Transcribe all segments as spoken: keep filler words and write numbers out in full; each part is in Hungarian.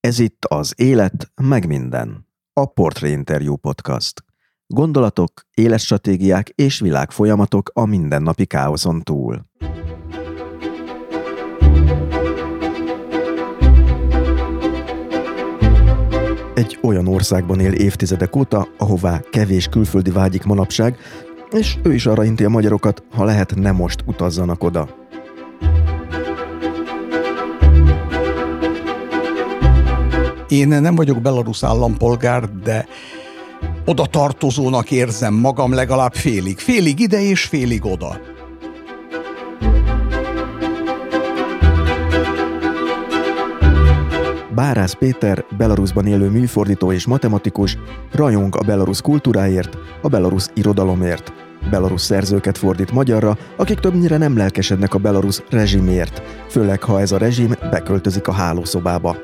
Ez itt az Élet meg minden, a Portré Interview Podcast. Gondolatok, életstratégiák és világfolyamatok a mindennapi káoszon túl. Egy olyan országban él évtizedek óta, ahová kevés külföldi vágyik manapság, és ő is arra inti a magyarokat, ha lehet, ne most utazzanak oda. Én nem vagyok belarusz állampolgár, de oda tartozónak érzem magam legalább félig. Félig ide és félig oda. Bárász Péter, Belarusban élő műfordító és matematikus, rajong a belarusz kultúráért, a belarusz irodalomért. Belarusz szerzőket fordít magyarra, akik többnyire nem lelkesednek a belarusz rezsimért, főleg ha ez a rezsim beköltözik a hálószobába.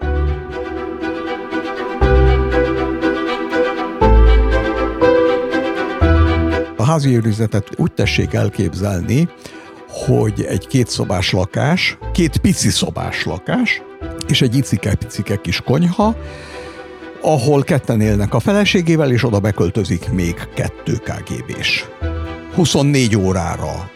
A házi őrizetet úgy tessék elképzelni, hogy egy kétszobás lakás, két pici szobás lakás, és egy icike-picike kis konyha, ahol ketten élnek a feleségével, és oda beköltözik még kettő ká gé bés. huszonnégy órára.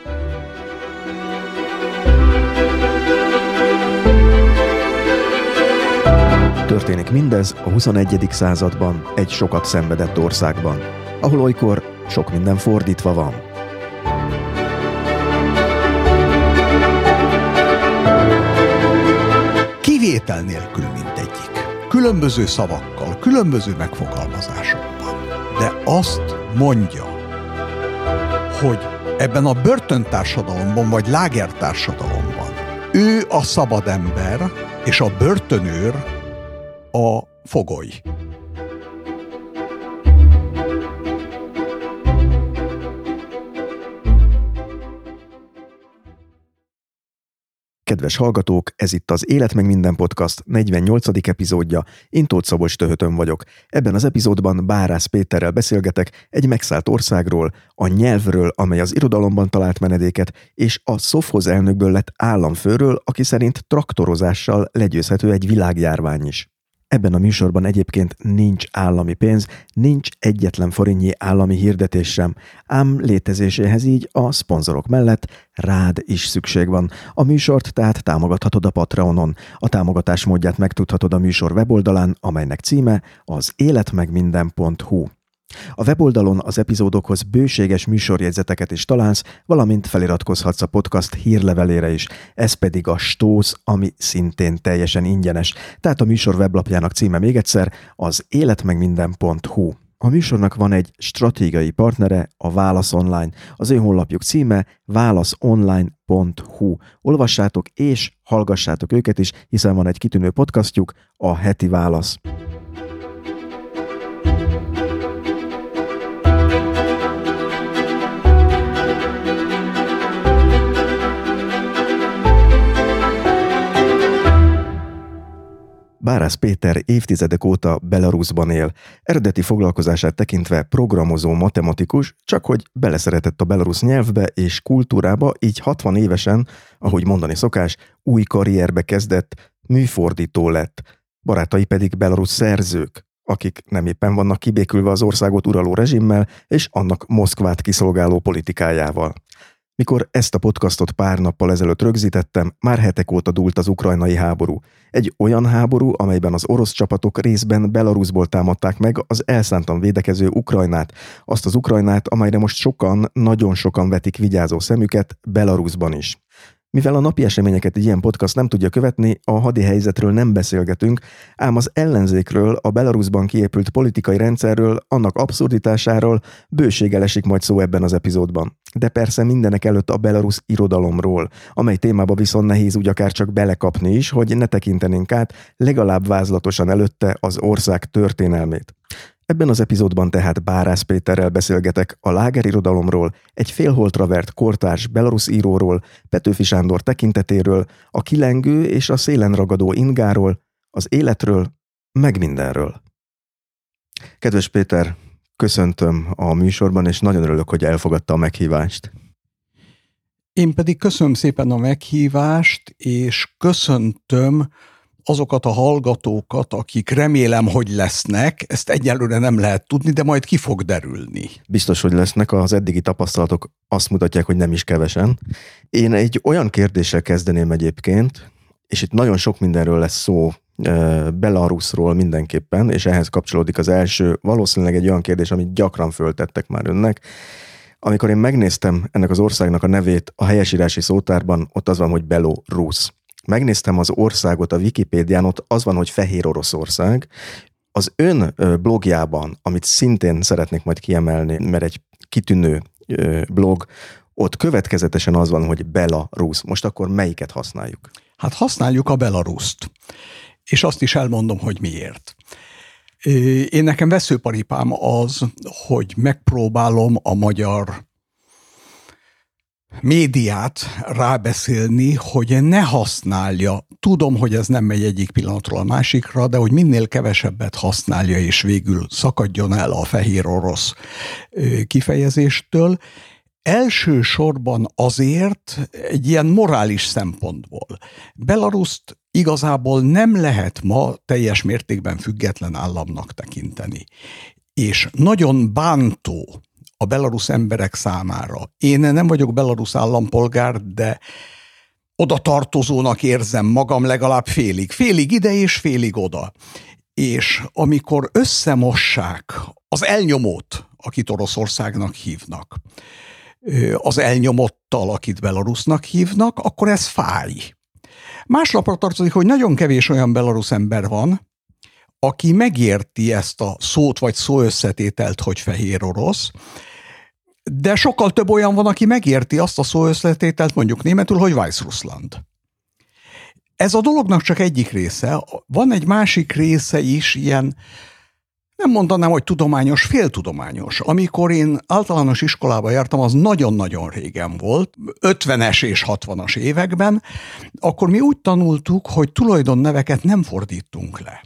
Történik mindez a huszonegyedik században, egy sokat szenvedett országban, ahol olykor sok minden fordítva van. Kivétel nélkül mindegyik. Különböző szavakkal, különböző megfogalmazásokban. De azt mondja, hogy ebben a börtöntársadalomban, vagy lágertársadalomban ő a szabad ember, és a börtönőr a fogoly. Kedves hallgatók, ez itt az Élet meg minden podcast negyvennyolcadik epizódja, én Tóth Szabolcs Töhötön vagyok. Ebben az epizódban Bárász Péterrel beszélgetek egy megszállt országról, a nyelvről, amely az irodalomban talált menedéket, és a szovhoz elnökből lett államfőről, aki szerint traktorozással legyőzhető egy világjárvány is. Ebben a műsorban egyébként nincs állami pénz, nincs egyetlen forintnyi állami hirdetés sem, ám létezéséhez így a szponzorok mellett rád is szükség van. A műsort tehát támogathatod a Patreonon. A támogatás módját megtudhatod a műsor weboldalán, amelynek címe az életmegminden pont hu. A weboldalon az epizódokhoz bőséges műsorjegyzeteket is találsz, valamint feliratkozhatsz a podcast hírlevelére is, ez pedig a Stósz, ami szintén teljesen ingyenes. Tehát a műsor weblapjának címe még egyszer az életmegminden pont hu. A műsornak van egy stratégiai partnere, a Válasz Online. Az ő honlapjuk címe válasz online pont hu. Olvassátok és hallgassátok őket is, hiszen van egy kitűnő podcastjuk, a Heti Válasz. Bárász Péter évtizedek óta Belarusban él. Eredeti foglalkozását tekintve programozó matematikus, csak hogy beleszeretett a belarusz nyelvbe és kultúrába, így hatvan évesen, ahogy mondani szokás, új karrierbe kezdett, műfordító lett. Barátai pedig belarusz szerzők, akik nem éppen vannak kibékülve az országot uraló rezsimmel és annak Moszkvát kiszolgáló politikájával. Mikor ezt a podcastot pár nappal ezelőtt rögzítettem, már hetek óta dúlt az ukrajnai háború. Egy olyan háború, amelyben az orosz csapatok részben Belarusból támadták meg az elszántan védekező Ukrajnát. Azt az Ukrajnát, amelyre most sokan, nagyon sokan vetik vigyázó szemüket Belarusban is. Mivel a napi eseményeket egy ilyen podcast nem tudja követni, a hadi helyzetről nem beszélgetünk, ám az ellenzékről, a Belarusban kiépült politikai rendszerről, annak abszurditásáról bőséggel esik majd szó ebben az epizódban. De persze mindenek előtt a belarusz irodalomról, amely témába viszont nehéz úgy akár csak belekapni is, hogy ne tekintenénk át legalább vázlatosan előtte az ország történelmét. Ebben az epizódban tehát Bárász Péterrel beszélgetek a lágerirodalomról, egy félholtra vert kortárs belarusz íróról, Petőfi Sándor tekintetéről, a kilengő és a szélen ragadó ingáról, az életről, meg mindenről. Kedves Péter, köszöntöm a műsorban, és nagyon örülök, hogy elfogadta a meghívást. Én pedig köszönöm szépen a meghívást, és köszöntöm azokat a hallgatókat, akik remélem, hogy lesznek, ezt egyelőre nem lehet tudni, de majd ki fog derülni. Biztos, hogy lesznek, az eddigi tapasztalatok azt mutatják, hogy nem is kevesen. Én egy olyan kérdéssel kezdeném egyébként, és itt nagyon sok mindenről lesz szó, Belarusról mindenképpen, és ehhez kapcsolódik az első, valószínűleg egy olyan kérdés, amit gyakran föltettek már önnek. Amikor én megnéztem ennek az országnak a nevét a helyesírási szótárban, ott az van, hogy Belorusz. Megnéztem az országot a Wikipédián, ott az van, hogy Fehér Oroszország. Az ön blogjában, amit szintén szeretnék majd kiemelni, mert egy kitűnő blog, ott következetesen az van, hogy Belarus. Most akkor melyiket használjuk? Hát használjuk a Belaruszt. És azt is elmondom, hogy miért. Én nekem veszőparipám az, hogy megpróbálom a magyar médiát rábeszélni, hogy ne használja. Tudom, hogy ez nem megy egyik pillanatról a másikra, de hogy minél kevesebbet használja, és végül szakadjon el a fehér orosz kifejezéstől. Elsősorban azért egy ilyen morális szempontból. Belaruszt igazából nem lehet ma teljes mértékben független államnak tekinteni. És nagyon bántó a belarusz emberek számára. Én nem vagyok belarusz állampolgár, de oda tartozónak érzem magam legalább félig. Félig ide és félig oda. És amikor összemossák az elnyomót, akit Oroszországnak hívnak, az elnyomottal, akit Belarusnak hívnak, akkor ez fáj. Másnapra tartozik, hogy nagyon kevés olyan belarusz ember van, aki megérti ezt a szót vagy szóösszetételt, hogy fehér orosz, de sokkal több olyan van, aki megérti azt a szóösszetételt, mondjuk németül, hogy Weißrussland. Ez a dolognak csak egyik része. Van egy másik része is, ilyen, nem mondanám, hogy tudományos, féltudományos. Amikor én általános iskolába jártam, az nagyon-nagyon régen volt, ötvenes és hatvanas években, akkor mi úgy tanultuk, hogy tulajdonneveket nem fordítunk le.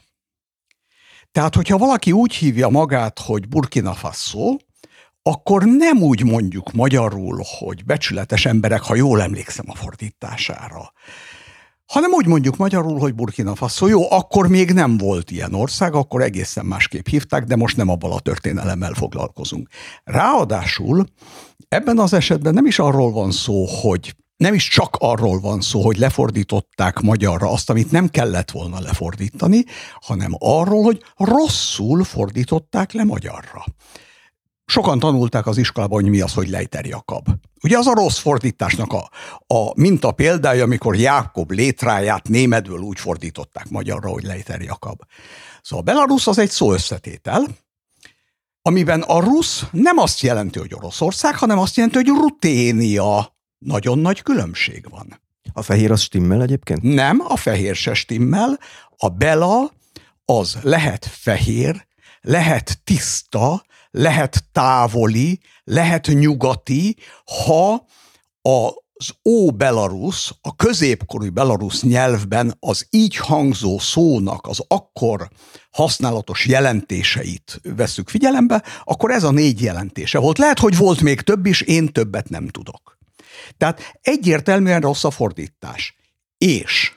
Tehát, hogyha valaki úgy hívja magát, hogy Burkina Faso, akkor nem úgy mondjuk magyarul, hogy becsületes emberek, ha jól emlékszem a fordítására, hanem úgy mondjuk magyarul, hogy Burkina Faso. Jó, akkor még nem volt ilyen ország, akkor egészen másképp hívták, de most nem abban a történelemmel foglalkozunk. Ráadásul ebben az esetben nem is arról van szó, hogy nem is csak arról van szó, hogy lefordították magyarra azt, amit nem kellett volna lefordítani, hanem arról, hogy rosszul fordították le magyarra. Sokan tanulták az iskolában, hogy mi az, hogy Lejter Jakab. Ugye az a rossz fordításnak a, a minta példája, amikor Jákob létráját németből úgy fordították magyarra, hogy Lejter Jakab. Szóval Belarus az egy szóösszetétel, amiben a rusz nem azt jelenti, hogy Oroszország, hanem azt jelenti, hogy Ruténia. Nagyon nagy különbség van. A fehér az stimmel egyébként? Nem, a fehér se stimmel. A bela az lehet fehér, lehet tiszta, lehet távoli, lehet nyugati, ha az ó-belarusz, a középkori belarusz nyelvben az így hangzó szónak az akkor használatos jelentéseit vesszük figyelembe, akkor ez a négy jelentése volt. Lehet, hogy volt még több is, én többet nem tudok. Tehát egyértelműen rossz a fordítás. És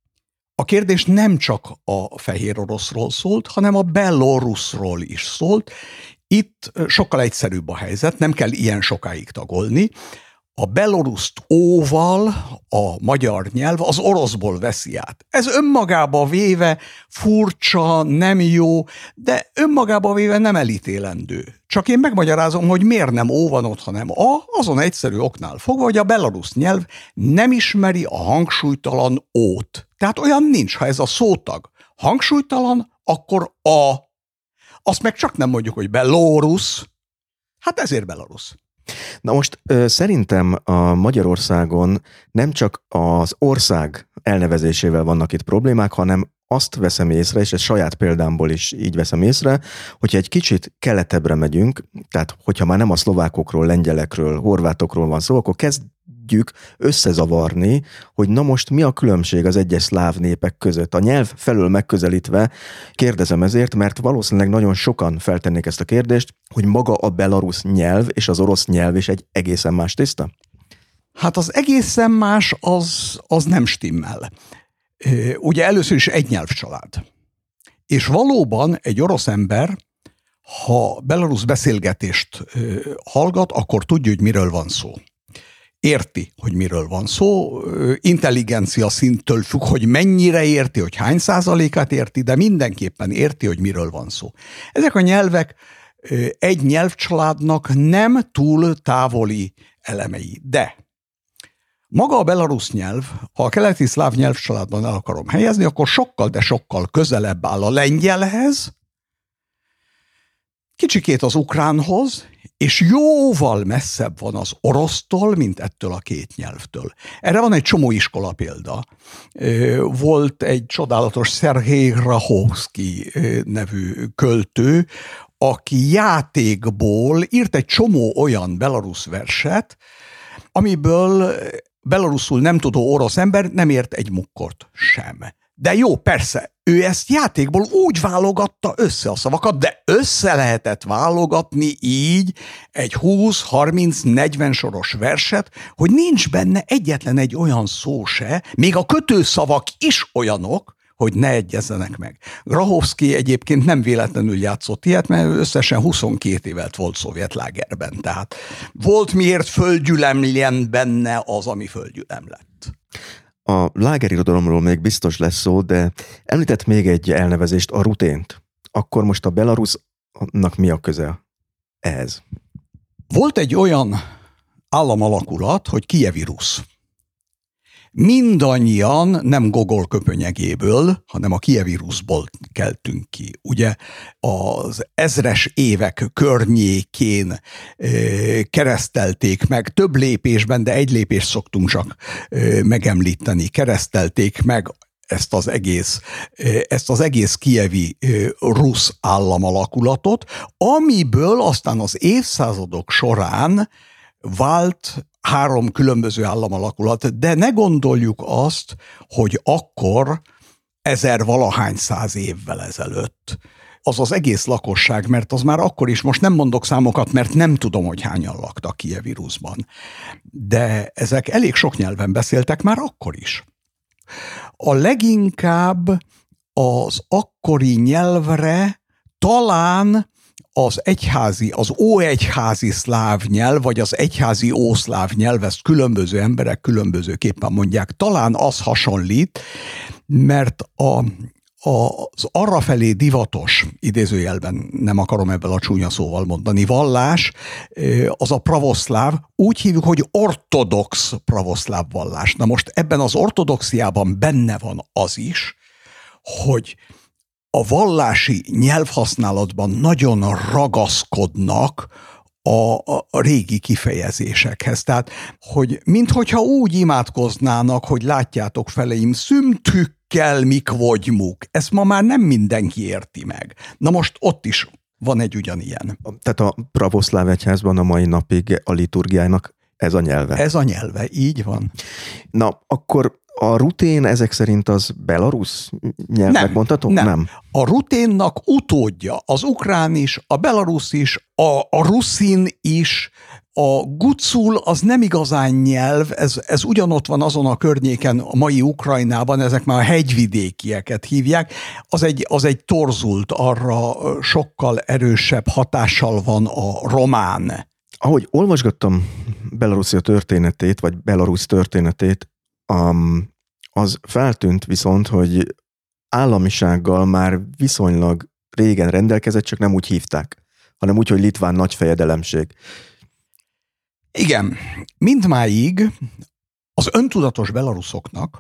a kérdés nem csak a fehér oroszról szólt, hanem a beloruszról is szólt. Itt sokkal egyszerűbb a helyzet, nem kell ilyen sokáig tagolni. A beloruszt óval a magyar nyelv az oroszból veszi át. Ez önmagába véve furcsa, nem jó, de önmagába véve nem elítélendő. Csak én megmagyarázom, hogy miért nem ó van ott, hanem a, azon egyszerű oknál fogva, hogy a belorusz nyelv nem ismeri a hangsúlytalan ót. Tehát olyan nincs, ha ez a szótag hangsúlytalan, akkor a. Azt meg csak nem mondjuk, hogy belorusz, hát ezért Belarus. Na most ö, szerintem a Magyarországon nem csak az ország elnevezésével vannak itt problémák, hanem azt veszem észre, és ez saját példámból is így veszem észre, hogyha egy kicsit keletebbre megyünk, tehát hogyha már nem a szlovákokról, lengyelekről, horvátokról van szó, akkor kezdjük összezavarni, hogy na most mi a különbség az egyes szláv népek között. A nyelv felől megközelítve kérdezem ezért, mert valószínűleg nagyon sokan feltennék ezt a kérdést, hogy maga a belarusz nyelv és az orosz nyelv is egy egészen más tészta? Hát az egészen más az, az nem stimmel. ugye először is egy nyelvcsalád. És valóban egy orosz ember, ha belarusz beszélgetést hallgat, akkor tudja, hogy miről van szó. Érti, hogy miről van szó, intelligencia szinttől függ, hogy mennyire érti, hogy hány százalékát érti, de mindenképpen érti, hogy miről van szó. Ezek a nyelvek egy nyelvcsaládnak nem túl távoli elemei, de maga a belarusz nyelv, ha a keleti szláv nyelvcsaládban el akarom helyezni, akkor sokkal, de sokkal közelebb áll a lengyelhez, kicsikét az ukránhoz, és jóval messzebb van az orosztól, mint ettől a két nyelvtől. Erre van egy csomó iskola példa. Volt egy csodálatos Szergej Grachovszky nevű költő, aki játékból írt egy csomó olyan belarusz verset, amiből belaruszul nem tudó orosz ember nem ért egy mukkort sem. De jó, persze, ő ezt játékból úgy válogatta össze a szavakat, de össze lehetett válogatni így egy húsz, harminc, negyven soros verset, hogy nincs benne egyetlen egy olyan szó se, még a kötőszavak is olyanok, hogy ne egyezzenek meg. Grachovszky egyébként nem véletlenül játszott ilyet, mert összesen huszonkét évet volt szovjet lágerben, tehát volt miért földgyülemljen benne az, ami földgyülem lett. A lágerirodalomról még biztos lesz szó, de említett még egy elnevezést, a rutént. Akkor most a Belarusnak mi a köze ehhez? Volt egy olyan államalakulat, hogy kijevi rusz. Mindannyian nem Gogol köpönyegéből, hanem a kijevi ruszból keltünk ki. Ugye az ezres évek környékén e, keresztelték meg, több lépésben, de egy lépést szoktunk csak e, megemlíteni, keresztelték meg ezt az egész, ezt az egész kijevi rusz államalakulatot, amiből aztán az évszázadok során vált három különböző államalakulat, de ne gondoljuk azt, hogy akkor ezer valahány száz évvel ezelőtt az az egész lakosság, mert az már akkor is, most nem mondok számokat, mert nem tudom, hogy hányan laktak kijevi ruszban, de ezek elég sok nyelven beszéltek már akkor is. A leginkább az akkori nyelvre talán az egyházi, az óegyházi szláv nyelv, vagy az egyházi ószláv nyelv, ezt különböző emberek különbözőképpen mondják, talán az hasonlít, mert a, a, az arrafelé divatos, idézőjelben nem akarom ebből a csúnya szóval mondani, vallás, az a pravoszláv, úgy hívjuk, hogy ortodox pravoszláv vallás. Na most ebben az ortodoxiában benne van az is, hogy a vallási nyelvhasználatban nagyon ragaszkodnak a, a, a régi kifejezésekhez. Tehát, hogy minthogyha úgy imádkoznának, hogy látjátok feleim, szümtükkel mik vagymuk. Ezt ma már nem mindenki érti meg. Na most ott is van egy ugyanilyen. Tehát a pravoszláv egyházban a mai napig a liturgiának ez a nyelve. Ez a nyelve, így van. Na, akkor a rutén ezek szerint az belarusz nyelvnek nem, mondható? Nem. nem. A ruténnak utódja az ukrán is, a belarusz is, a, a ruszin is, a gucul az nem igazán nyelv, ez, ez ugyanott van azon a környéken, a mai Ukrajnában, ezek már a hegyvidékieket hívják, az egy, az egy torzult, arra sokkal erősebb hatással van a román. Ahogy olvasgattam Belarusia történetét, vagy Belarusz történetét, Um, az feltűnt viszont, hogy államisággal már viszonylag régen rendelkezett, csak nem úgy hívták, hanem úgy, hogy litván nagyfejedelemség. Igen, mindmáig az öntudatos belaruszoknak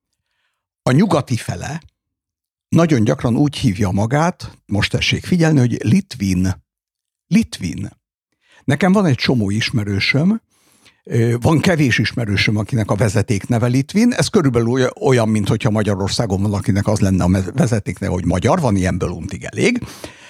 a nyugati fele nagyon gyakran úgy hívja magát, most tessék figyelni, hogy Litvin. Litvin. Nekem van egy csomó ismerősöm, van kevés ismerősöm, akinek a vezeték neve Litvin, ez körülbelül olyan, mint hogyha Magyarországon van, akinek az lenne a vezeték neve, hogy magyar, van ilyenből untig elég,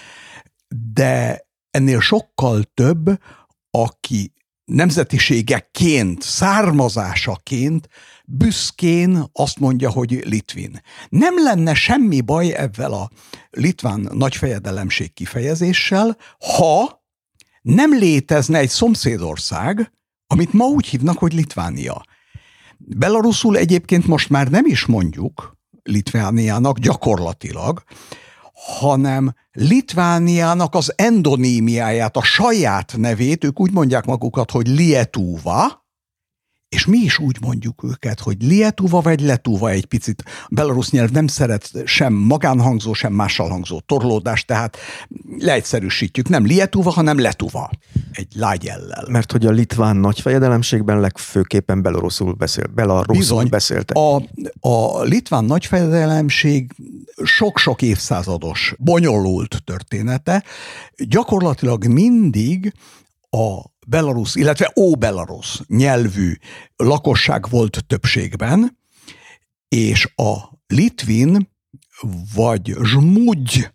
de ennél sokkal több, aki nemzetiségeként, származásaként büszkén azt mondja, hogy Litvin. Nem lenne semmi baj ebben a litván nagyfejedelemség kifejezéssel, ha nem létezne egy szomszédország, amit ma úgy hívnak, hogy Litvánia. Belaruszul egyébként most már nem is mondjuk Litvániának gyakorlatilag, hanem Litvániának az endonímiáját, a saját nevét, ők úgy mondják magukat, hogy Lietuva, és mi is úgy mondjuk őket, hogy Lietuva vagy Letuva egy picit. A belarusz nyelv nem szeret sem magánhangzó, sem mással hangzó torlódást, tehát leegyszerűsítjük, nem Lietuva, hanem Letuva, egy lágy ellel. Mert hogy a litván nagyfejedelemségben legfőképpen beloruszul beszél, belaruszul beszéltek. A, a litván nagyfejedelemség sok-sok évszázados, bonyolult története, gyakorlatilag mindig a belarusz, illetve ó-belarusz nyelvű lakosság volt többségben, és a litvin vagy zsmudj,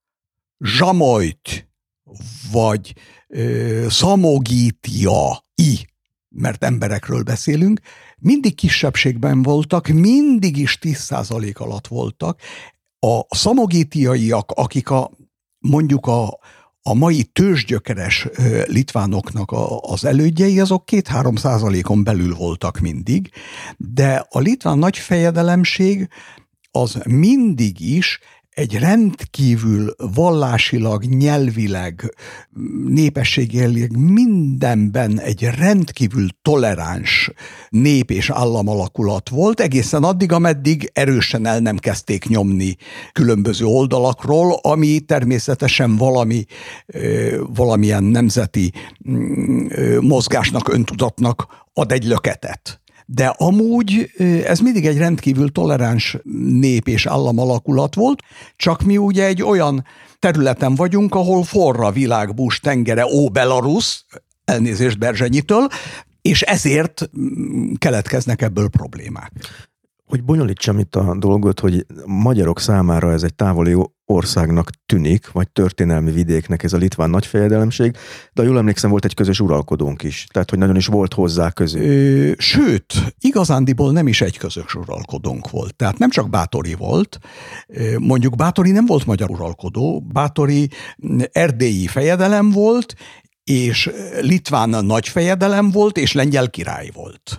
zsamojt, vagy ö, szamogítia-i, mert emberekről beszélünk, mindig kisebbségben voltak, mindig is tíz százalék alatt voltak. A szamogítiaiak, akik a, mondjuk a A mai tőzsgyökeres litvánoknak az elődjei, azok két-három százalékon belül voltak mindig, de a litván nagyfejedelemség az mindig is egy rendkívül vallásilag, nyelvileg, népességileg mindenben egy rendkívül toleráns nép és államalakulat volt, egészen addig, ameddig erősen el nem kezdték nyomni különböző oldalakról, ami természetesen valami, valamilyen nemzeti mozgásnak, öntudatnak ad egy löketet. De amúgy ez mindig egy rendkívül toleráns nép és államalakulat volt, csak mi ugye egy olyan területen vagyunk, ahol forra világ bús tengere, ó Belarus, elnézést Berzsenyitől, és ezért keletkeznek ebből problémák. Hogy bonyolítsam itt a dolgot, hogy magyarok számára ez egy távoli országnak tűnik, vagy történelmi vidéknek ez a litván nagyfejedelemség, de jól emlékszem, volt egy közös uralkodónk is, tehát hogy nagyon is volt hozzá közül. Sőt, igazándiból nem is egy közös uralkodónk volt, tehát nem csak Báthori volt, mondjuk Báthori nem volt magyar uralkodó, Báthori erdélyi fejedelem volt, és litván nagyfejedelem volt, és lengyel király volt.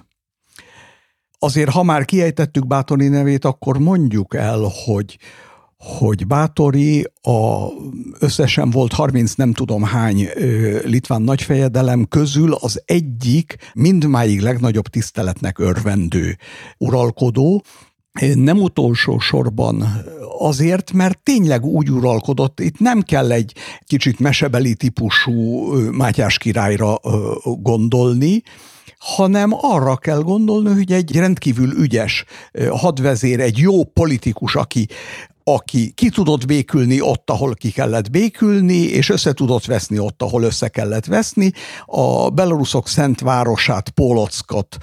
Azért, ha már kiejtettük Báthori nevét, akkor mondjuk el, hogy, hogy Báthori a, összesen volt harminc nem tudom hány ö, litván nagyfejedelem közül az egyik mindmáig legnagyobb tiszteletnek örvendő uralkodó, nem utolsó sorban azért, mert tényleg úgy uralkodott, itt nem kell egy kicsit mesebeli típusú Mátyás királyra gondolni, hanem arra kell gondolni, hogy egy rendkívül ügyes hadvezér, egy jó politikus, aki, aki ki tudott békülni ott, ahol ki kellett békülni, és össze tudott veszni ott, ahol össze kellett veszni. A belaruszok szent városát, Polockot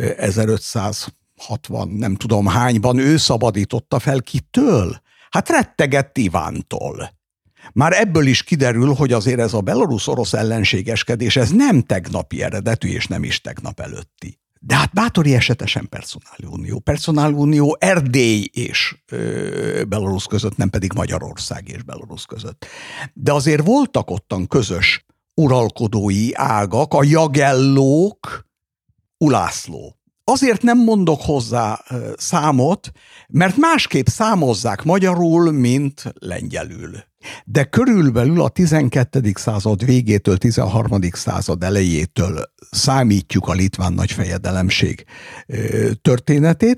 ezerötszázhatvan nem tudom hányban ő szabadította fel kitől? Hát rettegett Ivántól. Már ebből is kiderül, hogy azért ez a belarusz-orosz ellenségeskedés, ez nem tegnapi eredetű, és nem is tegnap előtti. De hát Báthori esetesen personálunió. Personálunió Erdély és ö, Belarusz között, nem pedig Magyarország és Belarusz között. De azért voltak ottan közös uralkodói ágak, a Jagellók, Ulászló. Azért nem mondok hozzá számot, mert másképp számozzák magyarul, mint lengyelül. De körülbelül a tizenkettedik század végétől, tizenharmadik század elejétől számítjuk a litván nagyfejedelemség történetét,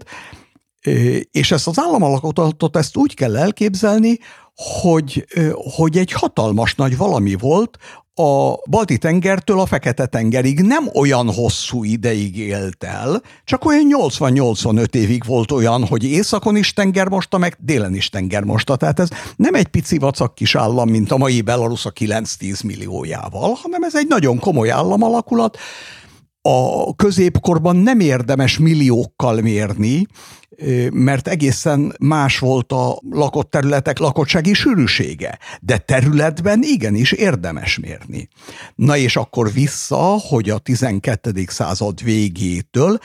és ezt az államalakulatot ezt úgy kell elképzelni, hogy, hogy egy hatalmas nagy valami volt, a Balti-tengertől a Fekete-tengerig nem olyan hosszú ideig élt el, csak olyan nyolcvan-nyolcvanöt évig volt olyan, hogy északon is tengermosta, meg délen is tengermosta. Tehát ez nem egy pici vacak kis állam, mint a mai Belarusz a kilenc-tíz milliójával, hanem ez egy nagyon komoly államalakulat. A középkorban nem érdemes milliókkal mérni, mert egészen más volt a lakott területek lakottsági sűrűsége, de területben igenis érdemes mérni. Na és akkor vissza, hogy a tizenkettedik század végétől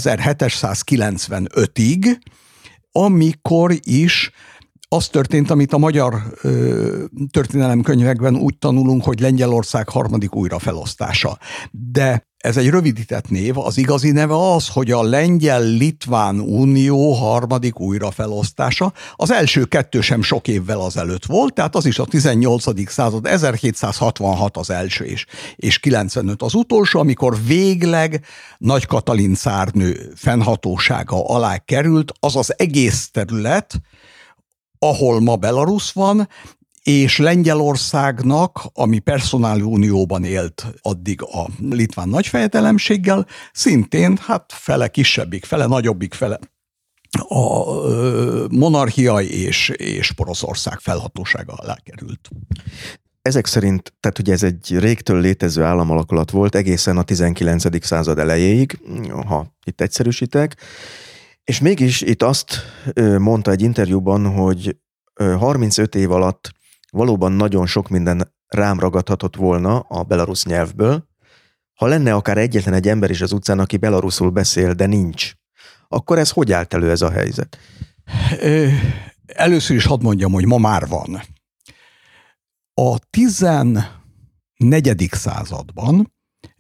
ezerhétszázkilencvenötig, amikor is az történt, amit a magyar ö, történelemkönyvekben úgy tanulunk, hogy Lengyelország harmadik újrafelosztása. De Ez egy rövidített név, az igazi neve az, hogy a Lengyel-Litván Unió harmadik újrafelosztása. Az első kettő sem sok évvel azelőtt volt, tehát az is a tizennyolcadik század, ezerhétszázhatvanhat az első és, és kilencvenöt az utolsó, amikor végleg Nagy Katalin cárnő fennhatósága alá került az az egész terület, ahol ma Belarusz van, és Lengyelországnak, ami personál unióban élt addig a litván nagyfejedelemséggel, szintén hát fele kisebbik, fele nagyobbik, fele a monarchia és, és Poroszország felhatósága alá került. Ezek szerint, tehát ugye ez egy régtől létező államalakulat volt egészen a tizenkilencedik század elejéig, ha itt egyszerűsítek, és mégis itt azt mondta egy interjúban, hogy harmincöt év alatt valóban nagyon sok minden rám ragadhatott volna a belarusz nyelvből. Ha lenne akár egyetlen egy ember is az utcán, aki belaruszul beszél, de nincs, akkor ez hogy állt elő ez a helyzet? Először is hadd mondjam, hogy ma már van. A tizennegyedik században,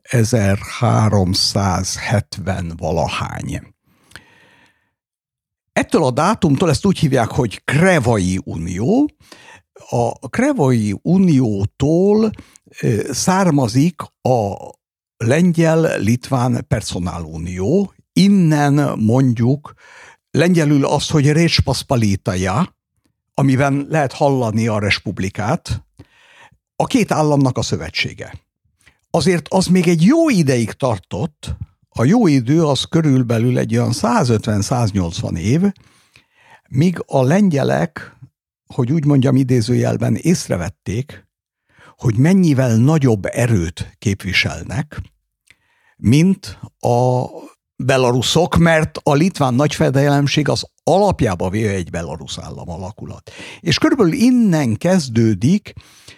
ezerháromszázhetven valahány. Ettől a dátumtól ezt úgy hívják, hogy Krevai Unió. A Krevai Uniótól származik a Lengyel-Litván Personálunió. Innen mondjuk lengyelül azt, hogy Rzecz Poszpolitaja, amiben lehet hallani a respublikát, a két államnak a szövetsége. Azért az még egy jó ideig tartott, a jó idő az körülbelül egy olyan százötven-száznyolcvan év, míg a lengyelek, hogy úgy mondjam idézőjelben, észrevették, hogy mennyivel nagyobb erőt képviselnek, mint a belaruszok, mert a litván nagyfejedelemség az alapjába véve egy belarusz állam alakulat. És körülbelül innen kezdődik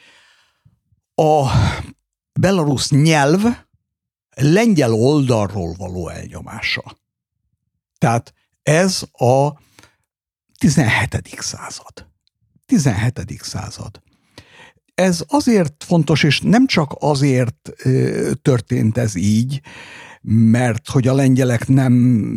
a belarusz nyelv lengyel oldalról való elnyomása. Tehát ez a tizenhetedik század. tizenhetedik század. Ez azért fontos, és nem csak azért történt ez így, mert hogy a lengyelek nem,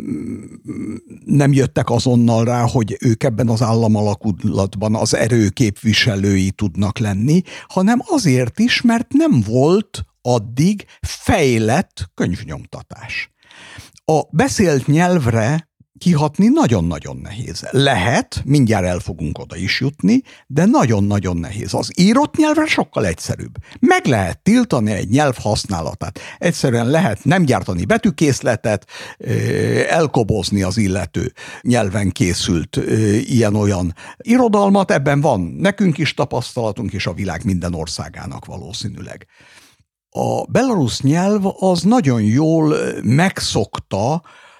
nem jöttek azonnal rá, hogy ők ebben az államalakulatban az erő képviselői tudnak lenni, hanem azért is, mert nem volt addig fejlett könyvnyomtatás. A beszélt nyelvre kihatni nagyon-nagyon nehéz. Lehet, mindjárt el fogunk oda is jutni, de nagyon-nagyon nehéz. Az írott nyelvre sokkal egyszerűbb. Meg lehet tiltani egy nyelv használatát. Egyszerűen lehet nem gyártani betűkészletet, elkobozni az illető nyelven készült ilyen-olyan irodalmat. Ebben van nekünk is tapasztalatunk, és a világ minden országának valószínűleg. A belarusz nyelv az nagyon jól megszokta,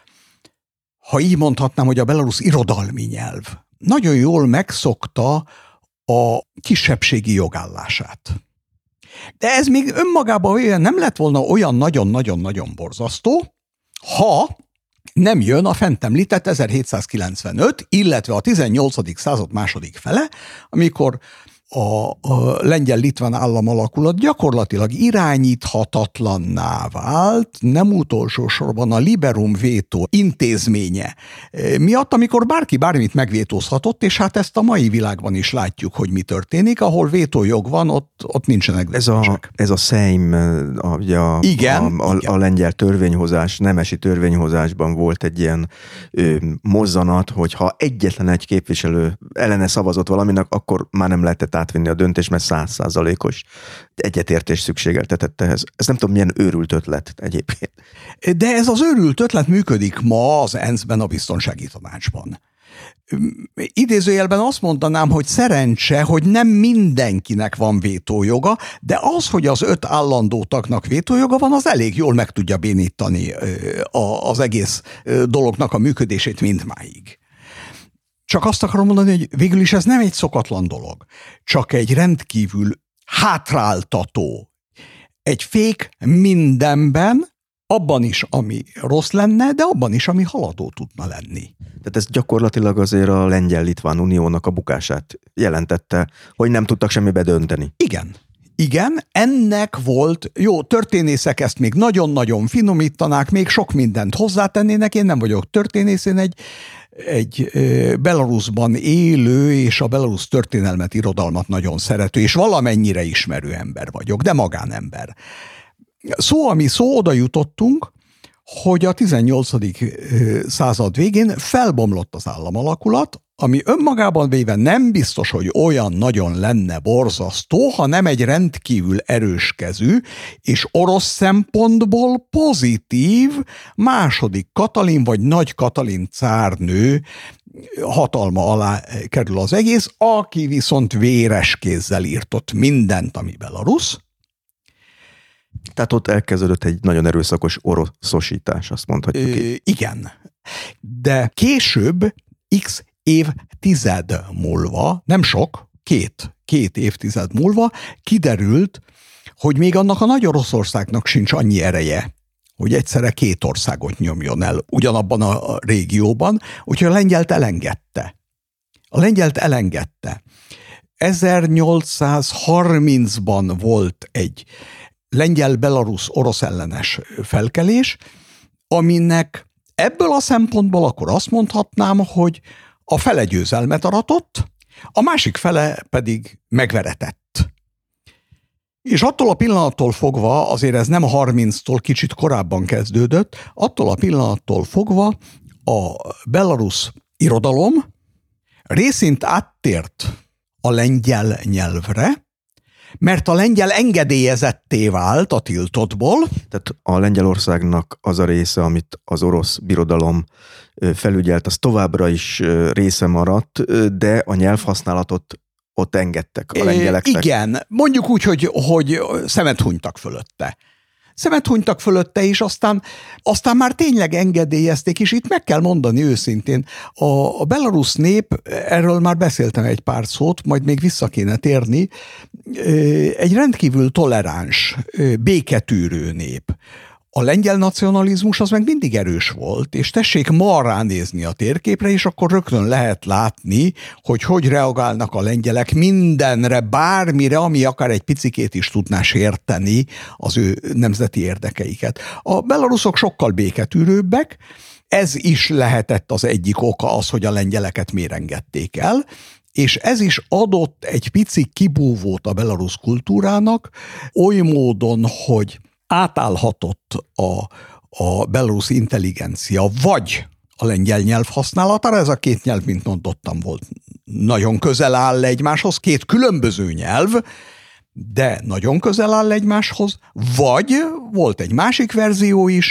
ha így mondhatnám, hogy a belarusz irodalmi nyelv nagyon jól megszokta a kisebbségi jogállását. De ez még önmagában véve nem lett volna olyan nagyon-nagyon-nagyon borzasztó, ha nem jön a fent említett ezerhétszázkilencvenöt, illetve a tizennyolcadik század második fele, amikor a, a lengyel-litván államalakulat gyakorlatilag irányíthatatlanná vált, nem utolsó sorban a liberum veto intézménye miatt, amikor bárki bármit megvétózhatott, és hát ezt a mai világban is látjuk, hogy mi történik, ahol vétójog van, ott, ott nincsenek vétósok. Ez a, ez a Szejm, a, a, igen, a, a, igen. a lengyel törvényhozás, nemesi törvényhozásban volt egy ilyen ö, mozzanat, hogy ha egyetlen egy képviselő ellene szavazott valaminek, akkor már nem lehetett átvinni a döntés, mert száz százalékos egyetértés szükségeltetett ehhez. Ez nem tudom, milyen őrült ötlet egyébként. De ez az őrült ötlet működik ma az é en es-ben, a Biztonsági Tanácsban. Idézőjelben azt mondanám, hogy szerencse, hogy nem mindenkinek van vétójoga, de az, hogy az öt állandó tagnak vétójoga van, az elég jól meg tudja bénítani az egész dolognak a működését mindmáig. Csak azt akarom mondani, hogy végül is ez nem egy szokatlan dolog, csak egy rendkívül hátráltató, egy fék mindenben, abban is, ami rossz lenne, de abban is, ami haladó tudna lenni. Tehát ez gyakorlatilag azért a Lengyel-Litván Uniónak a bukását jelentette, hogy nem tudtak semmibe dönteni. Igen, Igen, ennek volt, jó, történészek ezt még nagyon-nagyon finomítanák, még sok mindent hozzátennének, én nem vagyok történész, én egy, egy Belarusban élő és a belarusz történelmet, irodalmat nagyon szerető, és valamennyire ismerő ember vagyok, de magánember. Szó, ami szó, oda jutottunk, hogy a tizennyolcadik század végén felbomlott az államalakulat, ami önmagában véve nem biztos, hogy olyan nagyon lenne borzasztó, ha nem egy rendkívül erőskezű és orosz szempontból pozitív második Katalin vagy Nagy Katalin cárnő hatalma alá kerül az egész, aki viszont véres kézzel írtott mindent, ami belarusz. Tehát ott elkezdődött egy nagyon erőszakos oroszosítás, azt mondhatjuk Ö, igen. De később x évtized múlva, nem sok, két, két évtized múlva kiderült, hogy még annak a Nagy Oroszországnak sincs annyi ereje, hogy egyszerre két országot nyomjon el ugyanabban a régióban, úgyhogy a lengyelt elengedte. A lengyelt elengedte. ezernyolcszázharmincban volt egy lengyel-belarusz-orosz ellenes felkelés, aminek ebből a szempontból akkor azt mondhatnám, hogy a fele győzelmet aratott, a másik fele pedig megveretett. És attól a pillanattól fogva, azért ez nem harminctól kicsit korábban kezdődött, attól a pillanattól fogva a belarusz irodalom részint áttért a lengyel nyelvre, mert a lengyel engedélyezetté vált a tiltottból. Tehát a Lengyelországnak az a része, amit az orosz birodalom felügyelt, az továbbra is része maradt, de a nyelvhasználatot ott engedtek a lengyeleknek. Igen, mondjuk úgy, hogy, hogy szemet hunytak fölötte. Szemet hunytak fölötte, és aztán, aztán már tényleg engedélyezték, és itt meg kell mondani őszintén, a, a belarusz nép, erről már beszéltem egy pár szót, majd még vissza kéne térni, egy rendkívül toleráns, béketűrő nép. A lengyel nacionalizmus az meg mindig erős volt, és tessék ma ránézni a térképre, és akkor rögtön lehet látni, hogy hogy reagálnak a lengyelek mindenre, bármire, ami akár egy picikét is tudná sérteni az ő nemzeti érdekeiket. A belaruszok sokkal béketűrőbbek, ez is lehetett az egyik oka az, hogy a lengyeleket miért engedték el, és ez is adott egy pici kibúvót a belarusz kultúrának, oly módon, hogy átállhatott a, a belarusz intelligencia, vagy a lengyel nyelv használatára, ez a két nyelv, mint mondottam, volt nagyon közel áll egymáshoz, két különböző nyelv, de nagyon közel áll egymáshoz, vagy volt egy másik verzió is,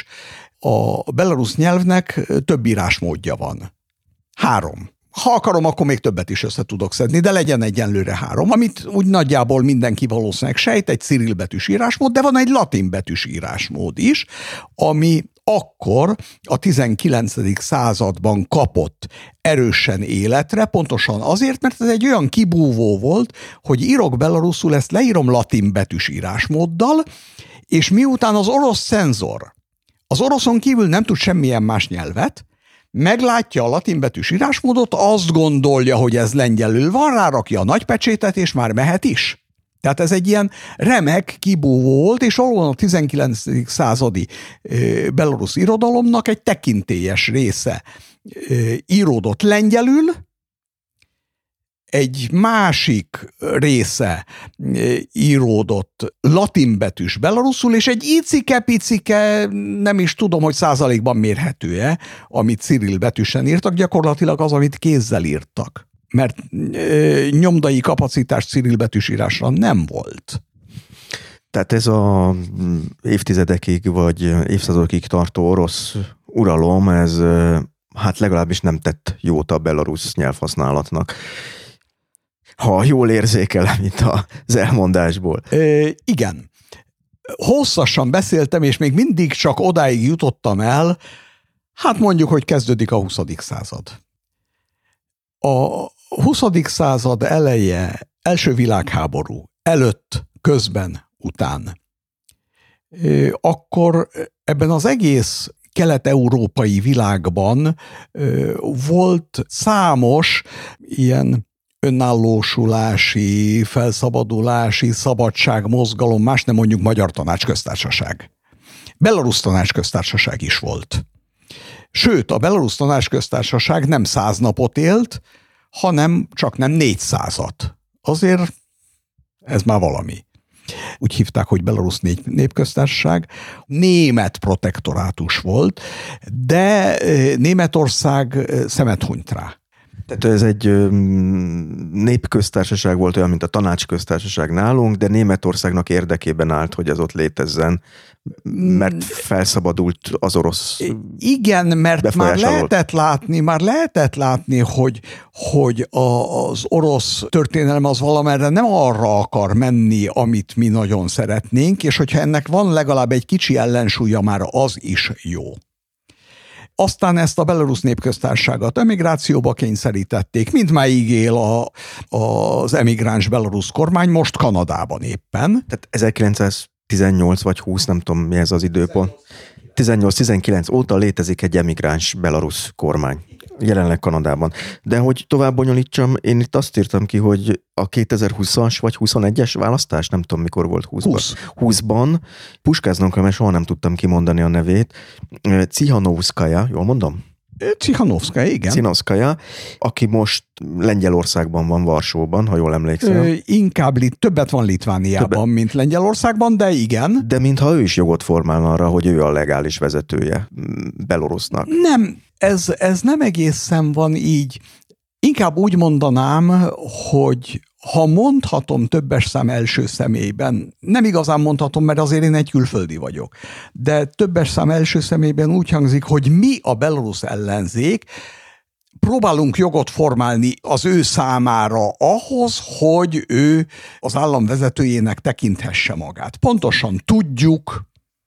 a belarusz nyelvnek több írásmódja van. Három. Ha akarom, akkor még többet is össze tudok szedni, de legyen egyenlőre három, amit úgy nagyjából mindenki valószínűleg sejt, egy Cirill betűs írásmód, de van egy latin betűs írásmód is, ami akkor a tizenkilencedik században kapott erősen életre, pontosan azért, mert ez egy olyan kibúvó volt, hogy írok belaruszul, ezt leírom latin betűs írásmóddal, és miután az orosz cenzor az oroszon kívül nem tud semmilyen más nyelvet, meglátja a latinbetűs írásmódot, azt gondolja, hogy ez lengyelül van, rárakja a nagypecsétet, és már mehet is. Tehát ez egy ilyen remek kibúvó volt, és valóban a tizenkilencedik századi belarusz irodalomnak egy tekintélyes része íródott lengyelül, egy másik része íródott latinbetűs belaruszul, és egy icike-picike, nem is tudom, hogy százalékban mérhető-e, amit Cirill betűsen írtak, gyakorlatilag az, amit kézzel írtak. Mert e, nyomdai kapacitás Cirill betűs írásra nem volt. Tehát ez a évtizedekig vagy évszázadokig tartó orosz uralom, ez hát legalábbis nem tett jót a belarusz nyelvhasználatnak. Ha jól érzékelem itt az elmondásból. E, igen. Hosszasan beszéltem, és még mindig csak odáig jutottam el, hát mondjuk, hogy kezdődik a huszadik század. A huszadik század eleje, első világháború előtt, közben, után. E, akkor ebben az egész kelet-európai világban e, volt számos ilyen önállósulási, felszabadulási, szabadságmozgalom, más nem mondjuk Magyar Tanácsköztársaság. Belarusz Tanácsköztársaság is volt. Sőt, a Belarusz Tanácsköztársaság nem száz napot élt, hanem csak nem négyszázat. Azért ez már valami. Úgy hívták, hogy Belarusz Népköztársaság. Német protektorátus volt, de Németország szemet hunyt rá. Tehát ez egy népköztársaság volt, olyan, mint a tanácsköztársaság nálunk, de Németországnak érdekében állt, hogy ez ott létezzen, mert felszabadult az orosz. Igen, mert már lehetett látni, már lehetett látni, hogy, hogy az orosz történelem az valamerre nem arra akar menni, amit mi nagyon szeretnénk, és hogyha ennek van legalább egy kicsi ellensúlya, már az is jó. Aztán ezt a Belarusz Népköztársaságot emigrációba kényszerítették, mindmáig él a, az emigráns belarusz kormány, most Kanadában éppen. Tehát ezerkilencszáztizennyolc vagy húsz, nem tudom mi ez az időpont. tizennyolc-tizenkilenc óta létezik egy emigráns belarusz kormány, jelenleg Kanadában. De hogy tovább bonyolítsam, én itt azt írtam ki, hogy a kétezer-húszas vagy huszonegyes választás, nem tudom mikor volt húszban. húsz. húszban puskáznom kell, mert soha nem tudtam kimondani a nevét. Cihanovszkaja, jól mondom? Cihanovszkaja, igen. Cihanovszkaja, aki most Lengyelországban van, Varsóban, ha jól emlékszem. Ö, inkább lit, többet van Litvániában, többet. mint Lengyelországban, de igen. De mintha ő is jogot formálna arra, hogy ő a legális vezetője Belorusznak. Nem, ez, ez nem egészen van így. Inkább úgy mondanám, hogy ha mondhatom többes szám első személyben, nem igazán mondhatom, mert azért én egy külföldi vagyok, de többes szám első személyben úgy hangzik, hogy mi a belarusz ellenzék próbálunk jogot formálni az ő számára ahhoz, hogy ő az állam vezetőjének tekinthesse magát. Pontosan tudjuk,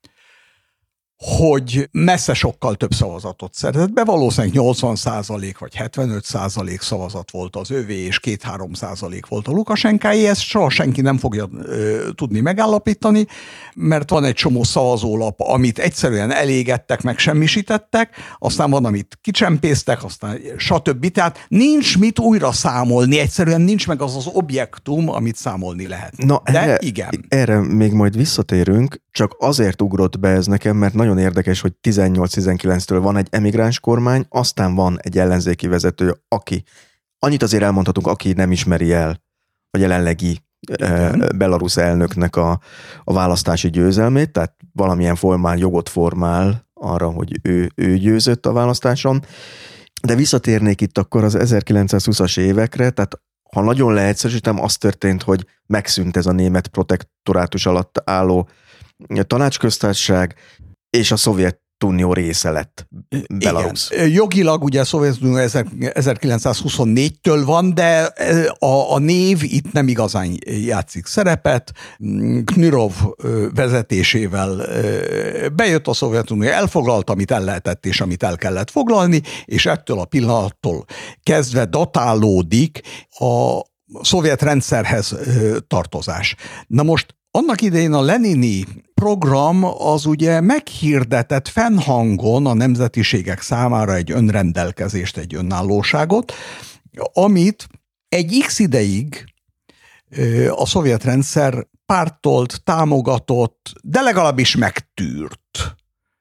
hogy messze sokkal több szavazatot szerzett be, valószínűleg nyolcvan százalék vagy hetvenöt százalék szavazat volt az övé, és két-három százalék volt a Lukasenkáé, ezt soha senki nem fogja ö, tudni megállapítani, mert van egy csomó szavazólap, amit egyszerűen elégettek, meg semmisítettek, aztán van, amit kicsempésztek, aztán stb. Tehát nincs mit újra számolni, egyszerűen nincs meg az az objektum, amit számolni lehet. Na, de erre, igen. Erre még majd visszatérünk, csak azért ugrott be ez nekem, mert nagyon érdekes, hogy tizennyolc-tizenkilenctől van egy emigráns kormány, aztán van egy ellenzéki vezető, aki, annyit azért elmondhatunk, aki nem ismeri el a jelenlegi eh, belarusz elnöknek a, a választási győzelmét, tehát valamilyen formán jogot formál arra, hogy ő, ő győzött a választáson. De visszatérnék itt akkor az ezerkilencszázhúszas évekre, tehát ha nagyon leegyszerűsítem, az történt, hogy megszűnt ez a német protektorátus alatt álló tanácsköztársaság, és a Szovjetunió része lett Belarus. Igen. Jogilag ugye a Szovjetunió ezerkilencszázhuszonnégytől van, de a, a név itt nem igazán játszik szerepet. Knyrov vezetésével bejött a Szovjetunió, elfoglalt, amit el lehetett és amit el kellett foglalni, és ettől a pillanattól kezdve datálódik a szovjet rendszerhez tartozás. Na most annak idején a lenini program az ugye meghirdetett fennhangon a nemzetiségek számára egy önrendelkezést, egy önállóságot, amit egy x ideig a szovjet rendszer pártolt, támogatott, de legalábbis megtűrt.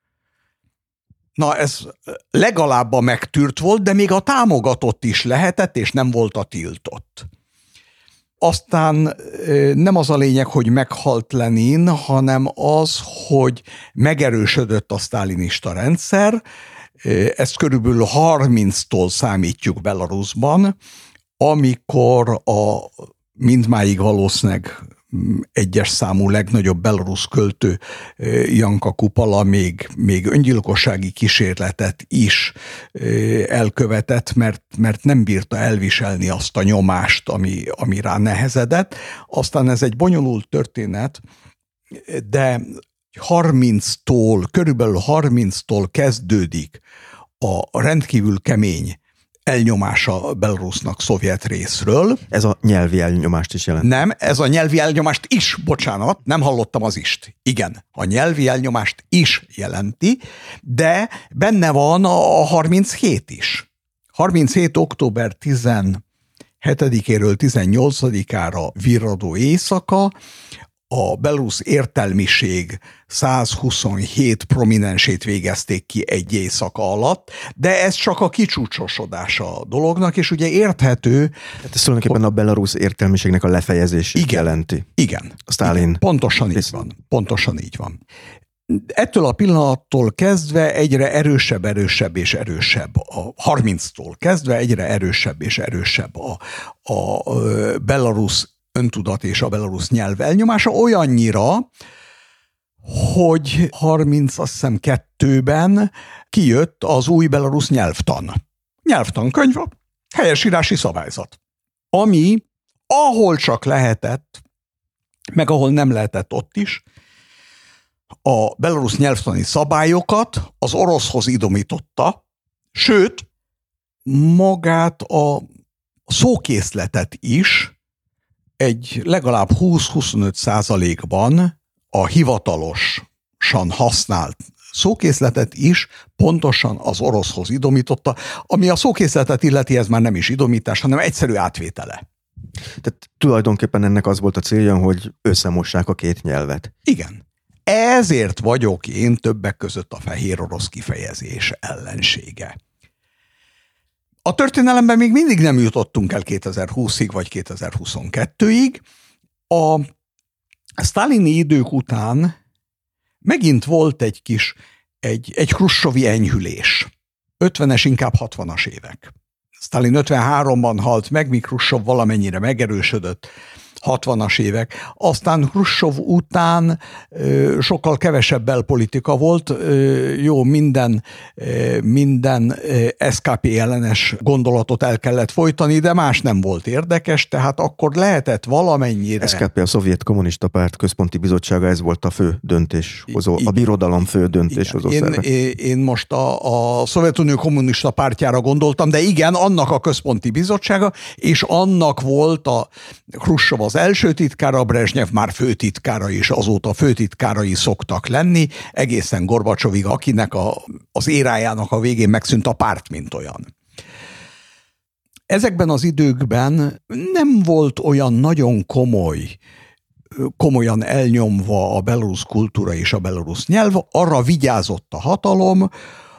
Na ez legalább a megtűrt volt, de még a támogatott is lehetett, és nem volt a tiltott. Aztán nem az a lényeg, hogy meghalt Lenin, hanem az, hogy megerősödött a sztálinista rendszer. Ezt körülbelül harminctól számítjuk Belarusban, amikor a mindmáig valószínűleg egyes számú legnagyobb belarusz költő Janka Kupala még, még öngyilkossági kísérletet is elkövetett, mert, mert nem bírta elviselni azt a nyomást, ami, ami rá nehezedett. Aztán ez egy bonyolult történet, de harminctól, körülbelül harminctól kezdődik a rendkívül kemény elnyomása Belarusnak szovjet részről. Ez a nyelvi elnyomást is jelent. Nem, ez a nyelvi elnyomást is, bocsánat, nem hallottam az ist. Igen, a nyelvi elnyomást is jelenti, de benne van a harminchét is. harminchét október tizenhetedikén hetedikéről tizennyolcadikára virradó éjszaka, a belarusz értelmiség százhuszonhét prominensét végezték ki egy éjszaka alatt, de ez csak a kicsúcsosodása a dolognak, és ugye érthető... Hát ez tulajdonképpen a belarusz értelmiségnek a lefejezését igen, jelenti. Igen. A Sztálin. Igen. Pontosan így van. Pontosan így van. Ettől a pillanattól kezdve egyre erősebb, erősebb és erősebb, a harminctól kezdve egyre erősebb és erősebb a, a, a belarusz öntudat és a belarusz nyelv elnyomása olyannyira, hogy harminc, azt hiszem kettőben kijött az új belarusz nyelvtan. Nyelvtankönyv, helyesírási szabályzat, ami ahol csak lehetett, meg ahol nem lehetett ott is, a belarusz nyelvtani szabályokat az oroszhoz idomította, sőt, magát a szókészletet is egy legalább húsz-huszonöt százalékban a hivatalosan használt szókészletet is pontosan az oroszhoz idomította, ami a szókészletet illeti, ez már nem is idomítás, hanem egyszerű átvétele. Tehát tulajdonképpen ennek az volt a célja, hogy összemossák a két nyelvet. Igen. Ezért vagyok én többek között a fehér orosz kifejezés ellensége. A történelemben még mindig nem jutottunk el kétezer-húszig vagy kétezer-huszonkettőig. A sztálini idők után megint volt egy kis, egy, egy hrussovi enyhülés. ötvenes, inkább hatvanas évek. Sztálin ötvenháromban halt meg, míg Hrussov valamennyire megerősödött, hatvanas évek. Aztán Hrussov után ö, sokkal kevesebb belpolitika volt, ö, jó, minden, ö, minden ö, es ká pé ellenes gondolatot el kellett folytani, de más nem volt érdekes, tehát akkor lehetett valamennyire... es ká pé, a Szovjet Kommunista Párt Központi Bizottsága, ez volt a fő döntéshozó, igen, a birodalom fő döntéshozó én, szerve. Én, én most a, a Szovjetunió Kommunista Pártjára gondoltam, de igen, annak a Központi Bizottsága, és annak volt a Hrussov az első titkára, Brezsnyev már főtitkára is, azóta főtitkárai szoktak lenni, egészen Gorbacsovig, akinek a, az érájának a végén megszűnt a párt, mint olyan. Ezekben az időkben nem volt olyan nagyon komoly, komolyan elnyomva a belarusz kultúra és a belarusz nyelv, arra vigyázott a hatalom,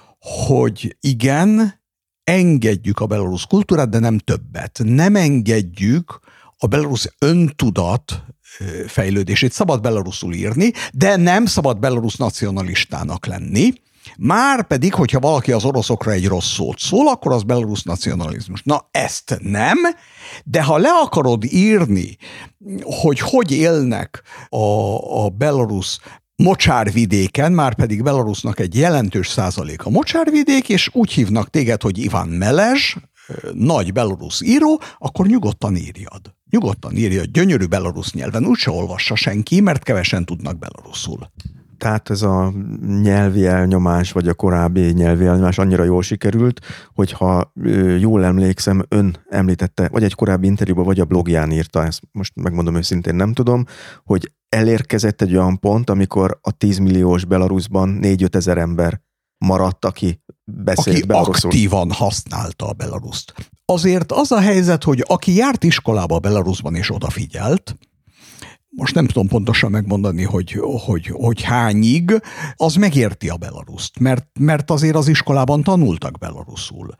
hogy igen, engedjük a belarusz kultúrát, de nem többet. Nem engedjük a belarusz öntudat fejlődését. Szabad belaruszul írni, de nem szabad belarusz nacionalistának lenni. Már pedig, hogyha valaki az oroszokra egy rossz szót szól, akkor az belarusz nacionalizmus. Na, ezt nem, de ha le akarod írni, hogy hogy élnek a, a belarusz mocsárvidéken, már pedig Belarusnak egy jelentős százalék a mocsárvidék, és úgy hívnak téged, hogy Iván Melezs, nagy belarusz író, akkor nyugodtan írjad. Nyugodtan írjad, gyönyörű belarusz nyelven, úgyse olvassa senki, mert kevesen tudnak belaruszul. Tehát ez a nyelvi elnyomás, vagy a korábbi nyelvi elnyomás annyira jól sikerült, hogyha jól emlékszem, ön említette, vagy egy korábbi interjúban, vagy a blogján írta, ezt most megmondom őszintén, nem tudom, hogy elérkezett egy olyan pont, amikor a tízmilliós Belarusban négy-öt ezer ember maradt, aki beszélt aki belaruszul. Aktívan használta a belaruszt. Azért az a helyzet, hogy aki járt iskolába Belarusban és odafigyelt, most nem tudom pontosan megmondani, hogy, hogy, hogy hányig, az megérti a belaruszt, mert, mert azért az iskolában tanultak belaruszul.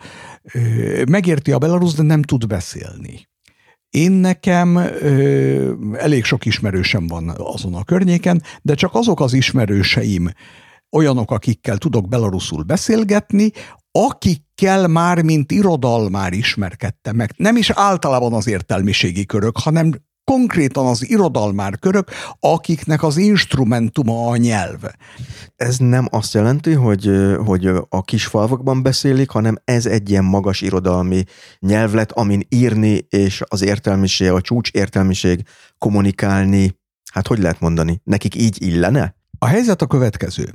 Megérti a belaruszt, de nem tud beszélni. Én nekem ö, elég sok ismerősem van azon a környéken, de csak azok az ismerőseim, olyanok, akikkel tudok belaruszul beszélgetni, akikkel már mint irodalmár ismerkedtem meg. Nem is általában az értelmiségi körök, hanem konkrétan az irodalmár körök, akiknek az instrumentuma a nyelv. Ez nem azt jelenti, hogy, hogy a kis falvakban beszélik, hanem ez egy ilyen magas irodalmi nyelvlet, amin írni és az értelmiség, a csúcs értelmiség kommunikálni, hát hogy lehet mondani, nekik így illene? A helyzet a következő.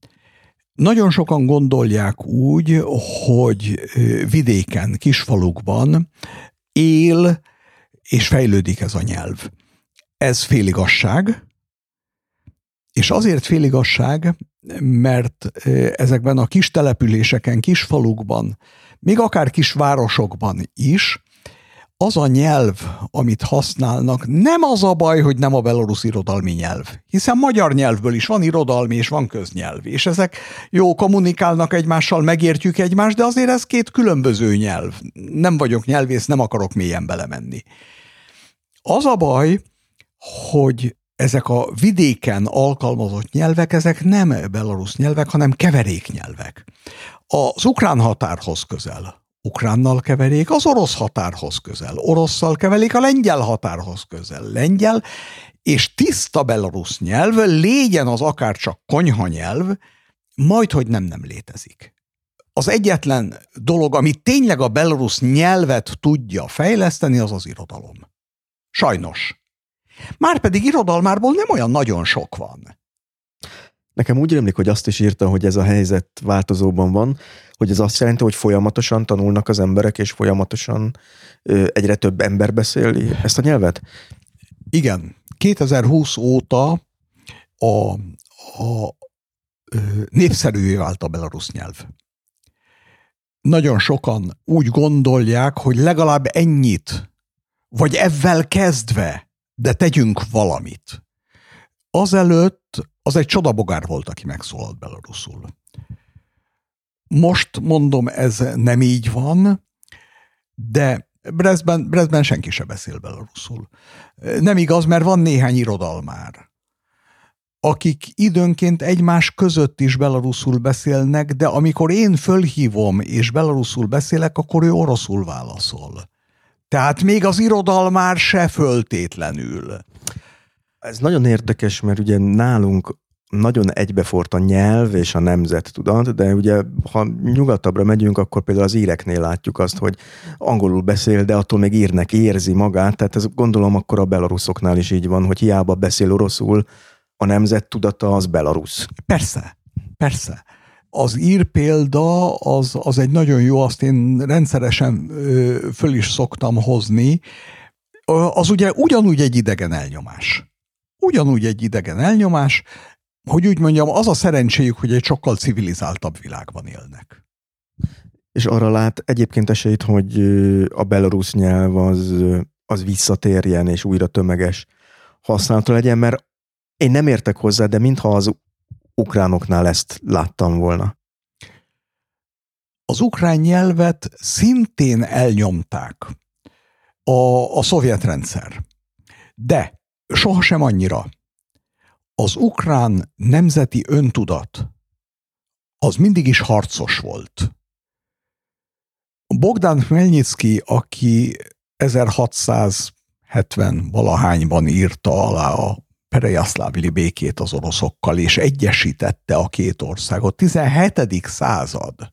Nagyon sokan gondolják úgy, hogy vidéken, kisfalukban él és fejlődik ez a nyelv. Ez féligasság, és azért féligasság, mert ezekben a kis településeken, kis falukban, még akár kis városokban is az a nyelv, amit használnak, nem az a baj, hogy nem a belorusz irodalmi nyelv. Hiszen magyar nyelvből is van irodalmi és van köznyelv, és ezek jó kommunikálnak egymással, megértjük egymást, de azért ez két különböző nyelv. Nem vagyok nyelvész, nem akarok mélyen belemenni. Az a baj, hogy ezek a vidéken alkalmazott nyelvek, ezek nem belorusz nyelvek, hanem keveréknyelvek. Az ukrán határhoz közel ukránnal keverék, az orosz határhoz közel, orosszal keverék, a lengyel határhoz közel, lengyel, és tiszta belorusz nyelv, légyen az akárcsak konyha nyelv, majdhogy nem nem létezik. Az egyetlen dolog, ami tényleg a belorusz nyelvet tudja fejleszteni, az az irodalom. Sajnos. Márpedig irodalmárból nem olyan nagyon sok van. Nekem úgy rémlik, hogy azt is írta, hogy ez a helyzet változóban van, hogy ez azt jelenti, hogy folyamatosan tanulnak az emberek, és folyamatosan ö, egyre több ember beszéli ezt a nyelvet? Igen. kétezer-húsz óta a, a ö, népszerűvé vált a belorusz nyelv. Nagyon sokan úgy gondolják, hogy legalább ennyit, vagy evvel kezdve, de tegyünk valamit. Azelőtt az egy csodabogár volt, aki megszólalt beloruszul. Most mondom, ez nem így van, de Brestben, Brestben senki se beszél beloruszul. Nem igaz, mert van néhány irodalmár, akik időnként egymás között is beloruszul beszélnek, de amikor én fölhívom és beloruszul beszélek, akkor ő oroszul válaszol. Tehát még az irodalmár se föltétlenül. Ez nagyon érdekes, mert ugye nálunk nagyon egybefort a nyelv és a nemzettudat, de ugye ha nyugatabbra megyünk, akkor például az íreknél látjuk azt, hogy angolul beszél, de attól még írnek, érzi magát, tehát ez gondolom akkor a belaruszoknál is így van, hogy hiába beszél oroszul, a nemzettudata az belarusz. Persze, persze. Az ír példa az, az egy nagyon jó, azt én rendszeresen ö, föl is szoktam hozni, az ugye ugyanúgy egy idegen elnyomás. Ugyanúgy egy idegen elnyomás, hogy úgy mondjam, az a szerencséjük, hogy egy sokkal civilizáltabb világban élnek. És arra lát egyébként esélyt, hogy a belarusz nyelv az, az visszatérjen, és újra tömeges használata legyen, mert én nem értek hozzá, de mintha az ukránoknál ezt láttam volna. Az ukrán nyelvet szintén elnyomták a, a szovjet rendszer. De sohasem annyira. Az ukrán nemzeti öntudat az mindig is harcos volt. Bogdan Khmelnytsky, aki ezerhatszázhetven valahányban írta alá a Perejaszlavli békét az oroszokkal, és egyesítette a két országot, tizenhetedik század.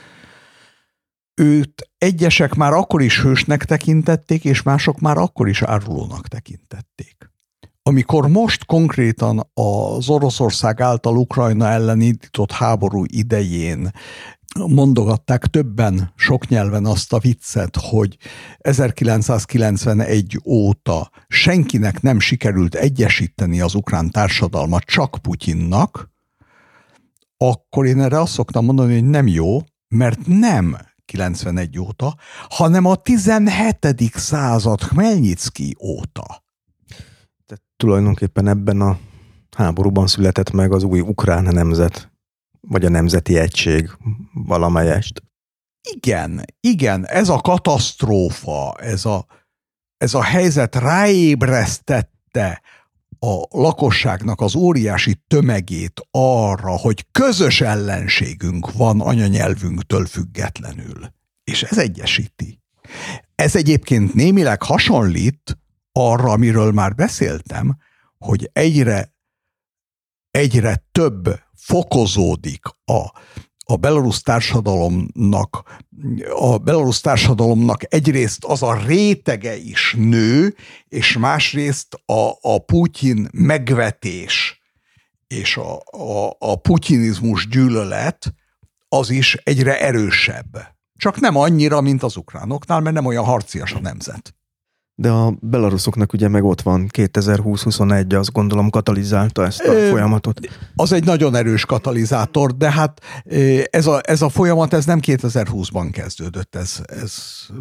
Őt egyesek már akkor is hősnek tekintették, és mások már akkor is árulónak tekintették. Amikor most konkrétan az Oroszország által Ukrajna ellen indított háború idején mondogatták többen sok nyelven azt a viccet, hogy ezerkilencszázkilencvenegy óta senkinek nem sikerült egyesíteni az ukrán társadalmat, csak Putyinnak, akkor én erre azt szoktam mondani, hogy nem jó, mert nem kilencvenegy óta, hanem a tizenhetedik század Khmelnytsky óta. Tehát tulajdonképpen ebben a háborúban született meg az új ukrán nemzet, vagy a nemzeti egység valamelyest. Igen, igen, ez a katasztrófa, ez a, ez a helyzet ráébresztette a lakosságnak az óriási tömegét arra, hogy közös ellenségünk van anyanyelvünktől függetlenül. És ez egyesíti. Ez egyébként némileg hasonlít arra, amiről már beszéltem, hogy egyre, egyre több fokozódik a, a belarusz társadalomnak, a belarusz társadalomnak egyrészt az a rétege is nő, és másrészt a, a Putyin megvetés és a, a, a putyinizmus gyűlölet az is egyre erősebb. Csak nem annyira, mint az ukránoknál, mert nem olyan harcias a nemzet. De a belaruszoknak ugye meg ott van kétezer-húsz-huszonegy, azt gondolom katalizálta ezt a Ö, folyamatot. Az egy nagyon erős katalizátor, de hát ez a, ez a folyamat ez nem kétezer-húszban kezdődött, ez, ez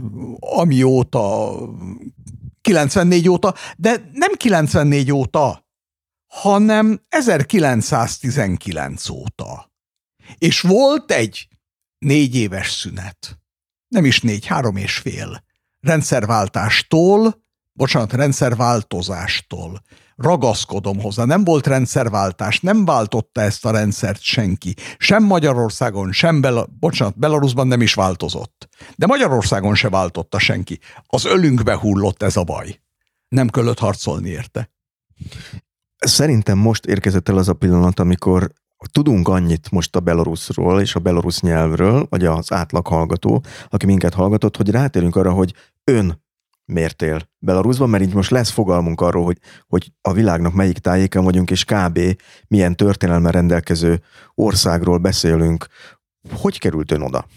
amióta, kilencvennégy óta, de nem kilencvennégy óta, hanem ezerkilencszáztizenkilenc óta. És volt egy négy éves szünet, nem is négy, három és fél, rendszerváltástól, bocsánat, rendszerváltozástól. Ragaszkodom hozzá, nem volt rendszerváltás, nem váltotta ezt a rendszert senki. Sem Magyarországon, sem, Bela, bocsánat, Belarusban nem is változott. De Magyarországon se váltotta senki. Az ölünkbe hullott ez a baj. Nem kellett harcolni érte. Szerintem most érkezett el az a pillanat, amikor tudunk annyit most a belaruszról és a belarusz nyelvről, vagy az átlag hallgató, aki minket hallgatott, hogy rátérünk arra, hogy ön miért él Belarusban, mert így most lesz fogalmunk arról, hogy, hogy a világnak melyik tájéken vagyunk, és kb. Milyen történelmen rendelkező országról beszélünk. Hogy került ön oda?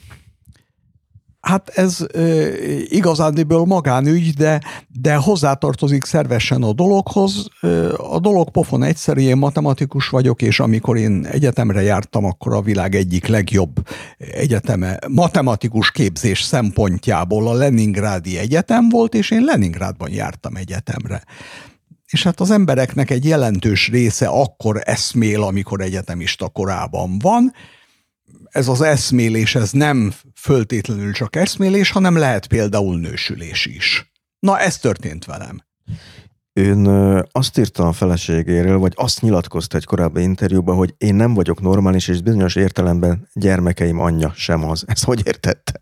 Hát ez e, igazándiból magánügy, de, de hozzátartozik szervesen a dologhoz. E, a dolog pofon egyszerű, én matematikus vagyok, és amikor én egyetemre jártam, akkor a világ egyik legjobb egyeteme matematikus képzés szempontjából a Leningrádi Egyetem volt, és én Leningrádban jártam egyetemre. És hát az embereknek egy jelentős része akkor eszmél, amikor egyetemista korában van. Ez az eszmélés, ez nem föltétlenül csak eszmélés, hanem lehet például nősülés is. Na, ez történt velem. Ön azt írta a feleségéről, vagy azt nyilatkozta egy korábbi interjúban, hogy én nem vagyok normális, és bizonyos értelemben gyermekeim anyja sem az. Ezt hogy értette?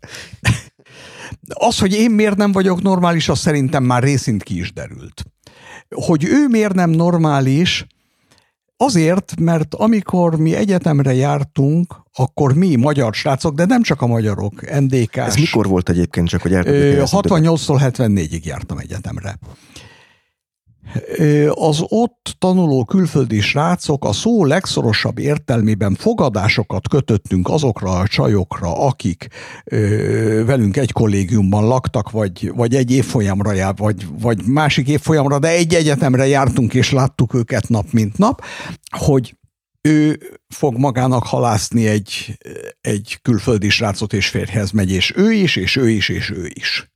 Az, hogy én miért nem vagyok normális, az szerintem már részint ki is derült. Hogy ő miért nem normális, azért, mert amikor mi egyetemre jártunk, akkor mi magyar srácok, de nem csak a magyarok, en dé ká-s. Ez mikor volt egyébként, csak hogy el tudjuk helyezni? hatvannyolctól hetvennégyig jártam egyetemre. Az ott tanuló külföldi srácok a szó legszorosabb értelmében fogadásokat kötöttünk azokra a csajokra, akik ö, velünk egy kollégiumban laktak, vagy, vagy egy évfolyamra jár, vagy, vagy másik évfolyamra, de egy egyetemre jártunk, és láttuk őket nap mint nap, hogy ő fog magának halászni egy, egy külföldi srácot, és férjhez megy, és ő is, és ő is, és ő is.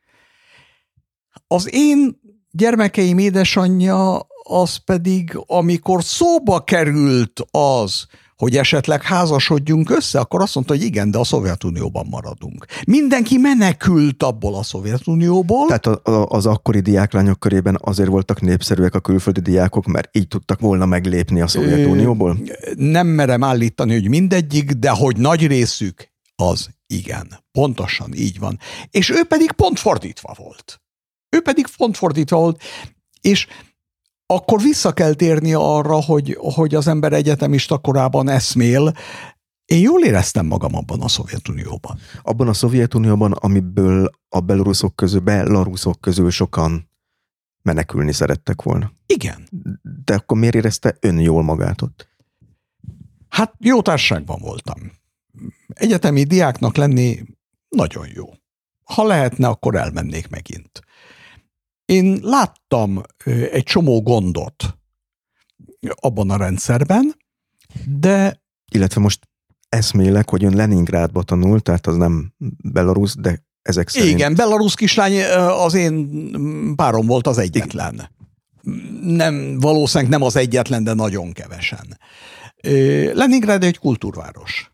Az én gyermekeim édesanyja az pedig, amikor szóba került az, hogy esetleg házasodjunk össze, akkor azt mondta, hogy igen, de a Szovjetunióban maradunk. Mindenki menekült abból a Szovjetunióból. Tehát az akkori diáklányok körében azért voltak népszerűek a külföldi diákok, mert így tudtak volna meglépni a Szovjetunióból? Nem merem állítani, hogy mindegyik, de hogy nagy részük, az igen. Pontosan így van. És ő pedig pont fordítva volt. Ő pedig pont fordítva volt, és akkor vissza kell térni arra, hogy, hogy az ember egyetemista korában eszmél. Én jól éreztem magam abban a Szovjetunióban. Abban a Szovjetunióban, amiből a beloruszok közül, beloruszok közül sokan menekülni szerettek volna. Igen. De akkor miért érezte ön jól magát ott? Hát jó társaságban voltam. Egyetemi diáknak lenni nagyon jó. Ha lehetne, akkor elmennék megint. Én láttam egy csomó gondot abban a rendszerben, de... Illetve most eszmélek, hogy ön Leningrádba tanult, tehát az nem Belarus, de ezek szerint... Igen, belarusz kislány az én párom volt az egyetlen. Nem, valószínűleg nem az egyetlen, de nagyon kevesen. Leningrád egy kultúrváros.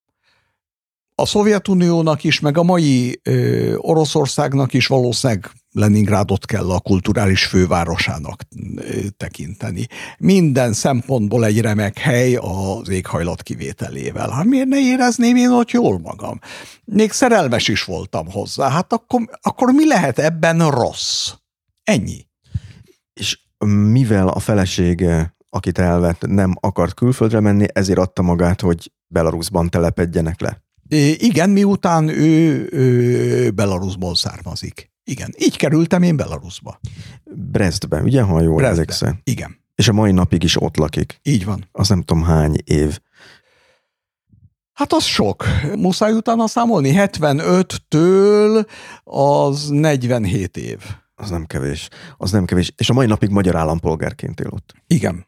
A Szovjetuniónak is, meg a mai ö, Oroszországnak is valószínűleg Leningrádot kell a kulturális fővárosának ö, tekinteni. Minden szempontból egy remek hely az éghajlat kivételével. Hát miért ne érezném én ott jól magam? Még szerelmes is voltam hozzá. Hát akkor, akkor mi lehet ebben rossz? Ennyi. És mivel a felesége, akit elvett, nem akart külföldre menni, ezért adta magát, hogy Belarusban telepedjenek le? Igen, miután ő, ő Belarusból származik. Igen, így kerültem én Belarusba. Brestbe, ugye, ha jól emlékszem? Igen. És a mai napig is ott lakik. Így van. Azt nem tudom hány év. Hát az sok. Muszáj utána számolni. hetvenöttől az negyvenhét év. Az nem kevés. Az nem kevés. És a mai napig magyar állampolgárként él ott. Igen.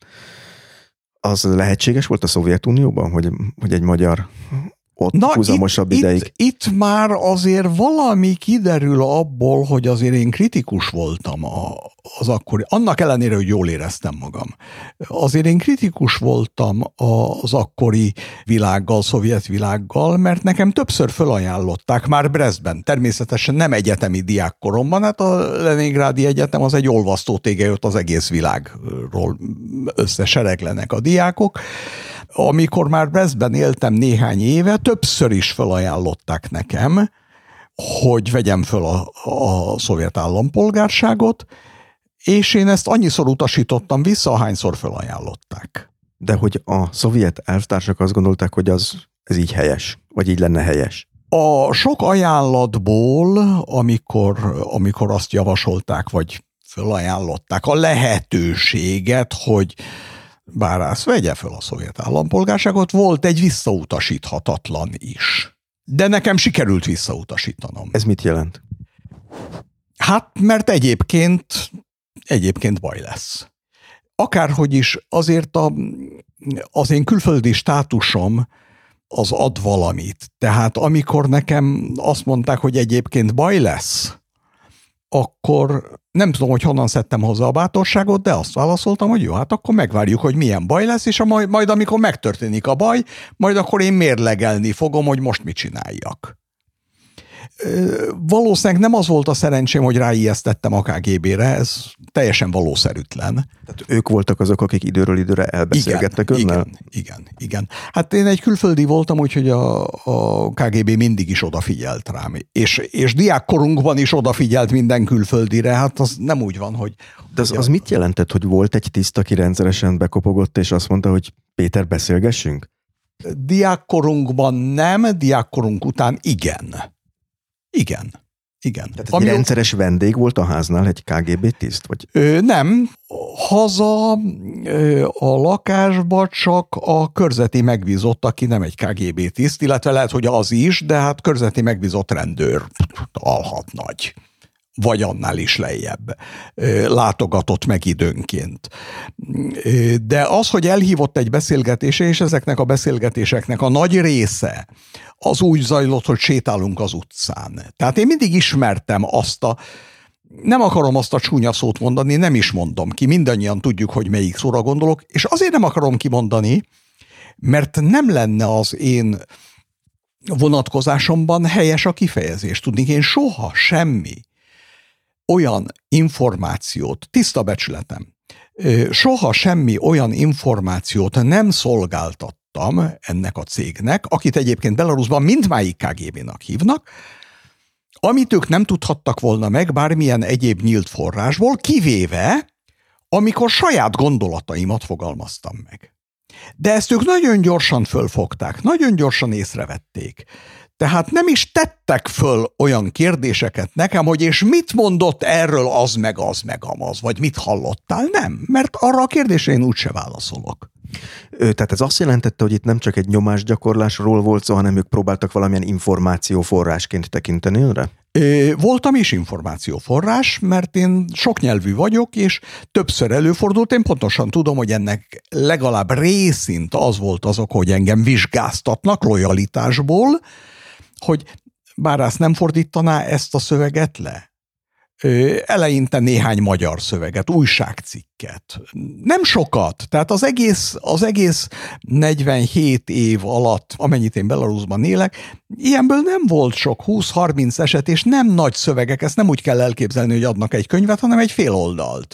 Az lehetséges volt a Szovjetunióban, hogy, hogy egy magyar ott Na, húzamosabb itt, ideig? Itt, itt már azért valami kiderül abból, hogy azért én kritikus voltam az akkori, annak ellenére, hogy jól éreztem magam. Azért én kritikus voltam az akkori világgal, szovjet világgal, mert nekem többször fölajánlották, már Bresztben, természetesen nem egyetemi diákkoromban, hát a Leningrádi Egyetem az egy olvasztó tége, ott az egész világról összesereglenek a diákok. Amikor már Bresztben éltem néhány éve, többször is felajánlották nekem, hogy vegyem föl a, a szovjet állampolgárságot, és én ezt annyiszor utasítottam vissza, ahányszor felajánlották. De hogy a szovjet elvtársak azt gondolták, hogy az, ez így helyes, vagy így lenne helyes? A sok ajánlatból, amikor, amikor azt javasolták, vagy felajánlották a lehetőséget, hogy Bárász vegye fel a szovjet állampolgárságot, volt egy visszautasíthatatlan is. De nekem sikerült visszautasítanom. Ez mit jelent? Hát, mert egyébként, egyébként baj lesz. Akárhogy is, azért a, az én külföldi státusom az ad valamit. Tehát amikor nekem azt mondták, hogy egyébként baj lesz, akkor nem tudom, hogy honnan szedtem hozzá a bátorságot, de azt válaszoltam, hogy jó, hát akkor megvárjuk, hogy milyen baj lesz, és a majd, majd amikor megtörténik a baj, majd akkor én mérlegelni fogom, hogy most mit csináljak. Valószínűleg nem az volt a szerencsém, hogy ráijesztettem a ká gé bé-re, ez teljesen valószerűtlen. Tehát ők voltak azok, akik időről időre elbeszélgettek igen, önnel? Igen, igen, igen. Hát én egy külföldi voltam, úgyhogy a, a ká gé bé mindig is odafigyelt rám. És, és diákkorunkban is odafigyelt minden külföldire, hát az nem úgy van, hogy... De az, az mit jelentett, hogy volt egy tiszt, aki rendszeresen bekopogott, és azt mondta, hogy Péter, beszélgessünk? Diákkorunkban nem, diákkorunk után igen. Igen, igen. Tehát Ami rendszeres vendég volt a háznál egy ká gé bé tiszt? Vagy? Ö, nem, haza ö, a lakásba csak a körzeti megbízott, aki nem egy ká gé bé tiszt, illetve lehet, hogy az is, de hát körzeti megbízott rendőr alhat nagy, vagy annál is lejjebb. Ö, látogatott meg időnként. Ö, de az, hogy elhívott egy beszélgetésre, és ezeknek a beszélgetéseknek a nagy része az úgy zajlott, hogy sétálunk az utcán. Tehát én mindig ismertem azt a, nem akarom azt a csúnya szót mondani, nem is mondom ki, mindannyian tudjuk, hogy melyik szóra gondolok, és azért nem akarom kimondani, mert nem lenne az én vonatkozásomban helyes a kifejezés. Tudni, én soha semmi olyan információt, tiszta becsületem, soha semmi olyan információt nem szolgáltat ennek a cégnek, akit egyébként Belarusban mindmáig ká gé bé-nak hívnak, amit ők nem tudhattak volna meg bármilyen egyéb nyílt forrásból, kivéve, amikor saját gondolataimat fogalmaztam meg. De ezt ők nagyon gyorsan fölfogták, nagyon gyorsan észrevették. Tehát nem is tettek föl olyan kérdéseket nekem, hogy és mit mondott erről az meg az meg amaz, vagy mit hallottál? Nem, mert arra a kérdésre én úgyse válaszolok. Tehát ez azt jelentette, hogy itt nem csak egy nyomásgyakorlásról volt szó, hanem ők próbáltak valamilyen információforrásként tekinteni önre? Voltam is információforrás, mert én soknyelvű vagyok, és többször előfordult, én pontosan tudom, hogy ennek legalább részint az volt azok, hogy engem vizsgáztatnak lojalitásból, hogy Bárász nem fordítaná ezt a szöveget le? Eleinte néhány magyar szöveget, újságcikket. Nem sokat, tehát az egész, az egész negyvenhét év alatt, amennyit én Belarusban élek, ilyenből nem volt sok, húsz-harminc eset, és nem nagy szövegek, ezt nem úgy kell elképzelni, hogy adnak egy könyvet, hanem egy fél oldalt.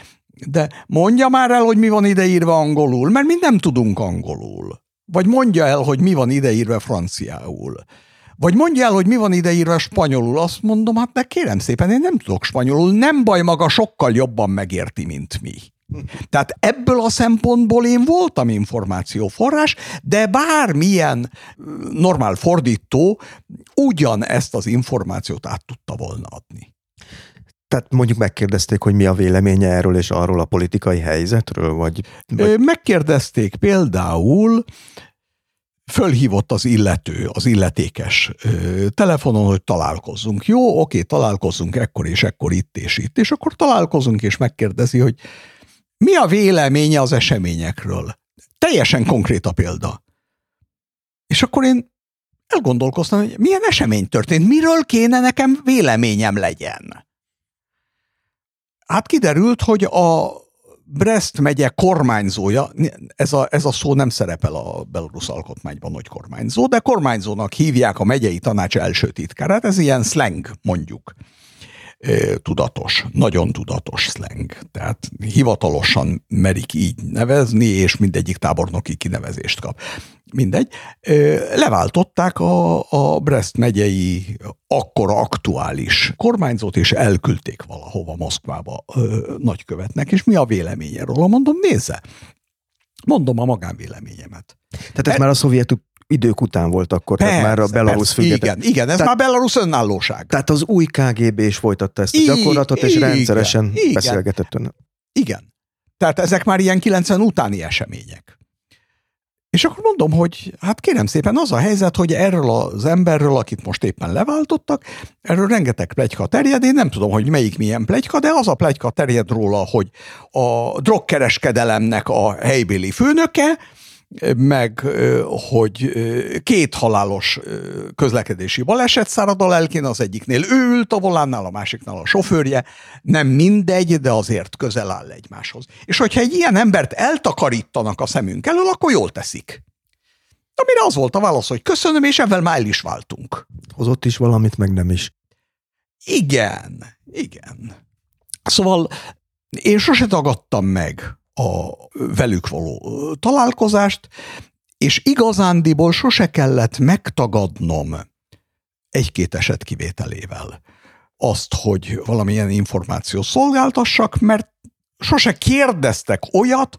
De mondja már el, hogy mi van ideírva angolul, mert mi nem tudunk angolul. Vagy mondja el, hogy mi van ideírva franciául. Vagy mondja el, hogy mi van ideírva spanyolul. Azt mondom, hát de kérem szépen, én nem tudok spanyolul, nem baj, maga sokkal jobban megérti, mint mi. Tehát ebből a szempontból én voltam információforrás, de bármilyen normál fordító ugyan ezt az információt át tudta volna adni. Tehát mondjuk megkérdezték, hogy mi a véleménye erről és arról a politikai helyzetről? Vagy, vagy... Megkérdezték például fölhívott az illető, az illetékes telefonon, hogy találkozzunk. Jó, oké, találkozzunk ekkor és ekkor itt és itt. És akkor találkozunk és megkérdezi, hogy mi a véleménye az eseményekről. Teljesen konkrét a példa. És akkor én elgondolkoztam, hogy milyen esemény történt, miről kéne nekem véleményem legyen. Hát kiderült, hogy a Brest megye kormányzója, ez a, ez a szó nem szerepel a belarusz alkotmányban, hogy kormányzó, de kormányzónak hívják a megyei tanács első titkárát, ez ilyen slang, mondjuk. Tudatos, nagyon tudatos slang. Tehát hivatalosan merik így nevezni, és mindegyik tábornoki kinevezést kap. Mindegy. Leváltották a, a Brest megyei akkora aktuális kormányzót, és elküldték valahova Moszkvába nagykövetnek, és mi a véleménye róla? Mondom, nézze. Mondom a magánvéleményemet. Tehát ez e- már a szovjet idők után volt akkor, persze, tehát már a Belarusz független. Igen, igen, ez tehát, már Belarusz önállóság. Tehát az új ká gé bé is folytatta ezt a gyakorlatot, és igen, rendszeresen igen, beszélgetett önnek. Igen. Tehát ezek már ilyen kilencven utáni események. És akkor mondom, hogy hát kérem szépen az a helyzet, hogy erről az emberről, akit most éppen leváltottak, erről rengeteg pletyka terjed, én nem tudom, hogy melyik milyen pletyka, de az a pletyka terjed róla, hogy a drogkereskedelemnek a helybéli főnöke, meg hogy két halálos közlekedési baleset szárad a lelkén, az egyiknél ő ült a volánnál, a másiknál a sofőrje, nem mindegy, de azért közel áll egymáshoz. És hogyha egy ilyen embert eltakarítanak a szemünk elől, akkor jól teszik. Amire az volt a válasz, hogy köszönöm, és ebben már el is váltunk. Hozott is valamit, meg nem is. Igen, igen. Szóval én sose tagadtam meg a velük való találkozást, és igazándiból sose kellett megtagadnom egy-két eset kivételével azt, hogy valamilyen információt szolgáltassak, mert sose kérdeztek olyat,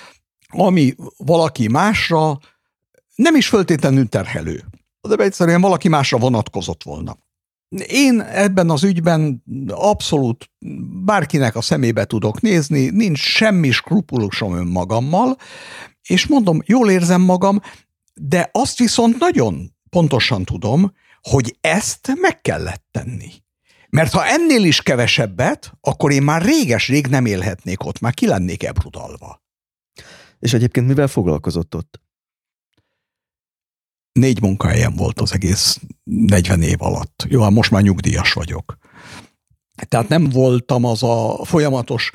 ami valaki másra nem is föltétlenül terhelő, de egyszerűen valaki másra vonatkozott volna. Én ebben az ügyben abszolút bárkinek a szemébe tudok nézni, nincs semmi skrupulusom önmagammal, és mondom, jól érzem magam, de azt viszont nagyon pontosan tudom, hogy ezt meg kellett tenni. Mert ha ennél is kevesebbet, akkor én már réges-rég nem élhetnék ott, már ki lennék ebrudalva. És egyébként mivel foglalkozott ott? Négy munkahelyen volt az egész negyven év alatt. Jó, most már nyugdíjas vagyok. Tehát nem voltam az a folyamatos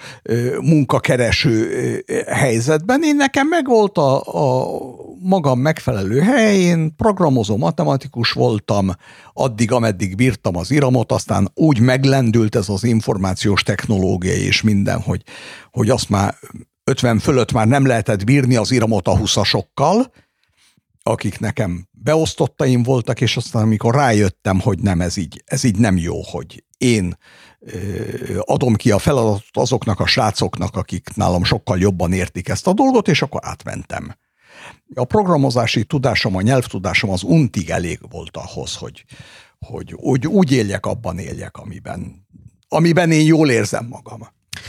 munkakereső helyzetben. Én nekem megvolt a, a magam megfelelő helyén, programozó matematikus voltam, addig, ameddig bírtam az iramot, aztán úgy meglendült ez az információs technológia és minden, hogy, hogy azt már ötven fölött már nem lehetett bírni az iramot a huszasokkal, akik nekem beosztottaim voltak, és aztán amikor rájöttem, hogy nem, ez így, ez így nem jó, hogy én adom ki a feladatot azoknak a srácoknak, akik nálam sokkal jobban értik ezt a dolgot, és akkor átmentem. A programozási tudásom, a nyelvtudásom az untig elég volt ahhoz, hogy, hogy úgy, úgy éljek, abban éljek, amiben, amiben én jól érzem magam.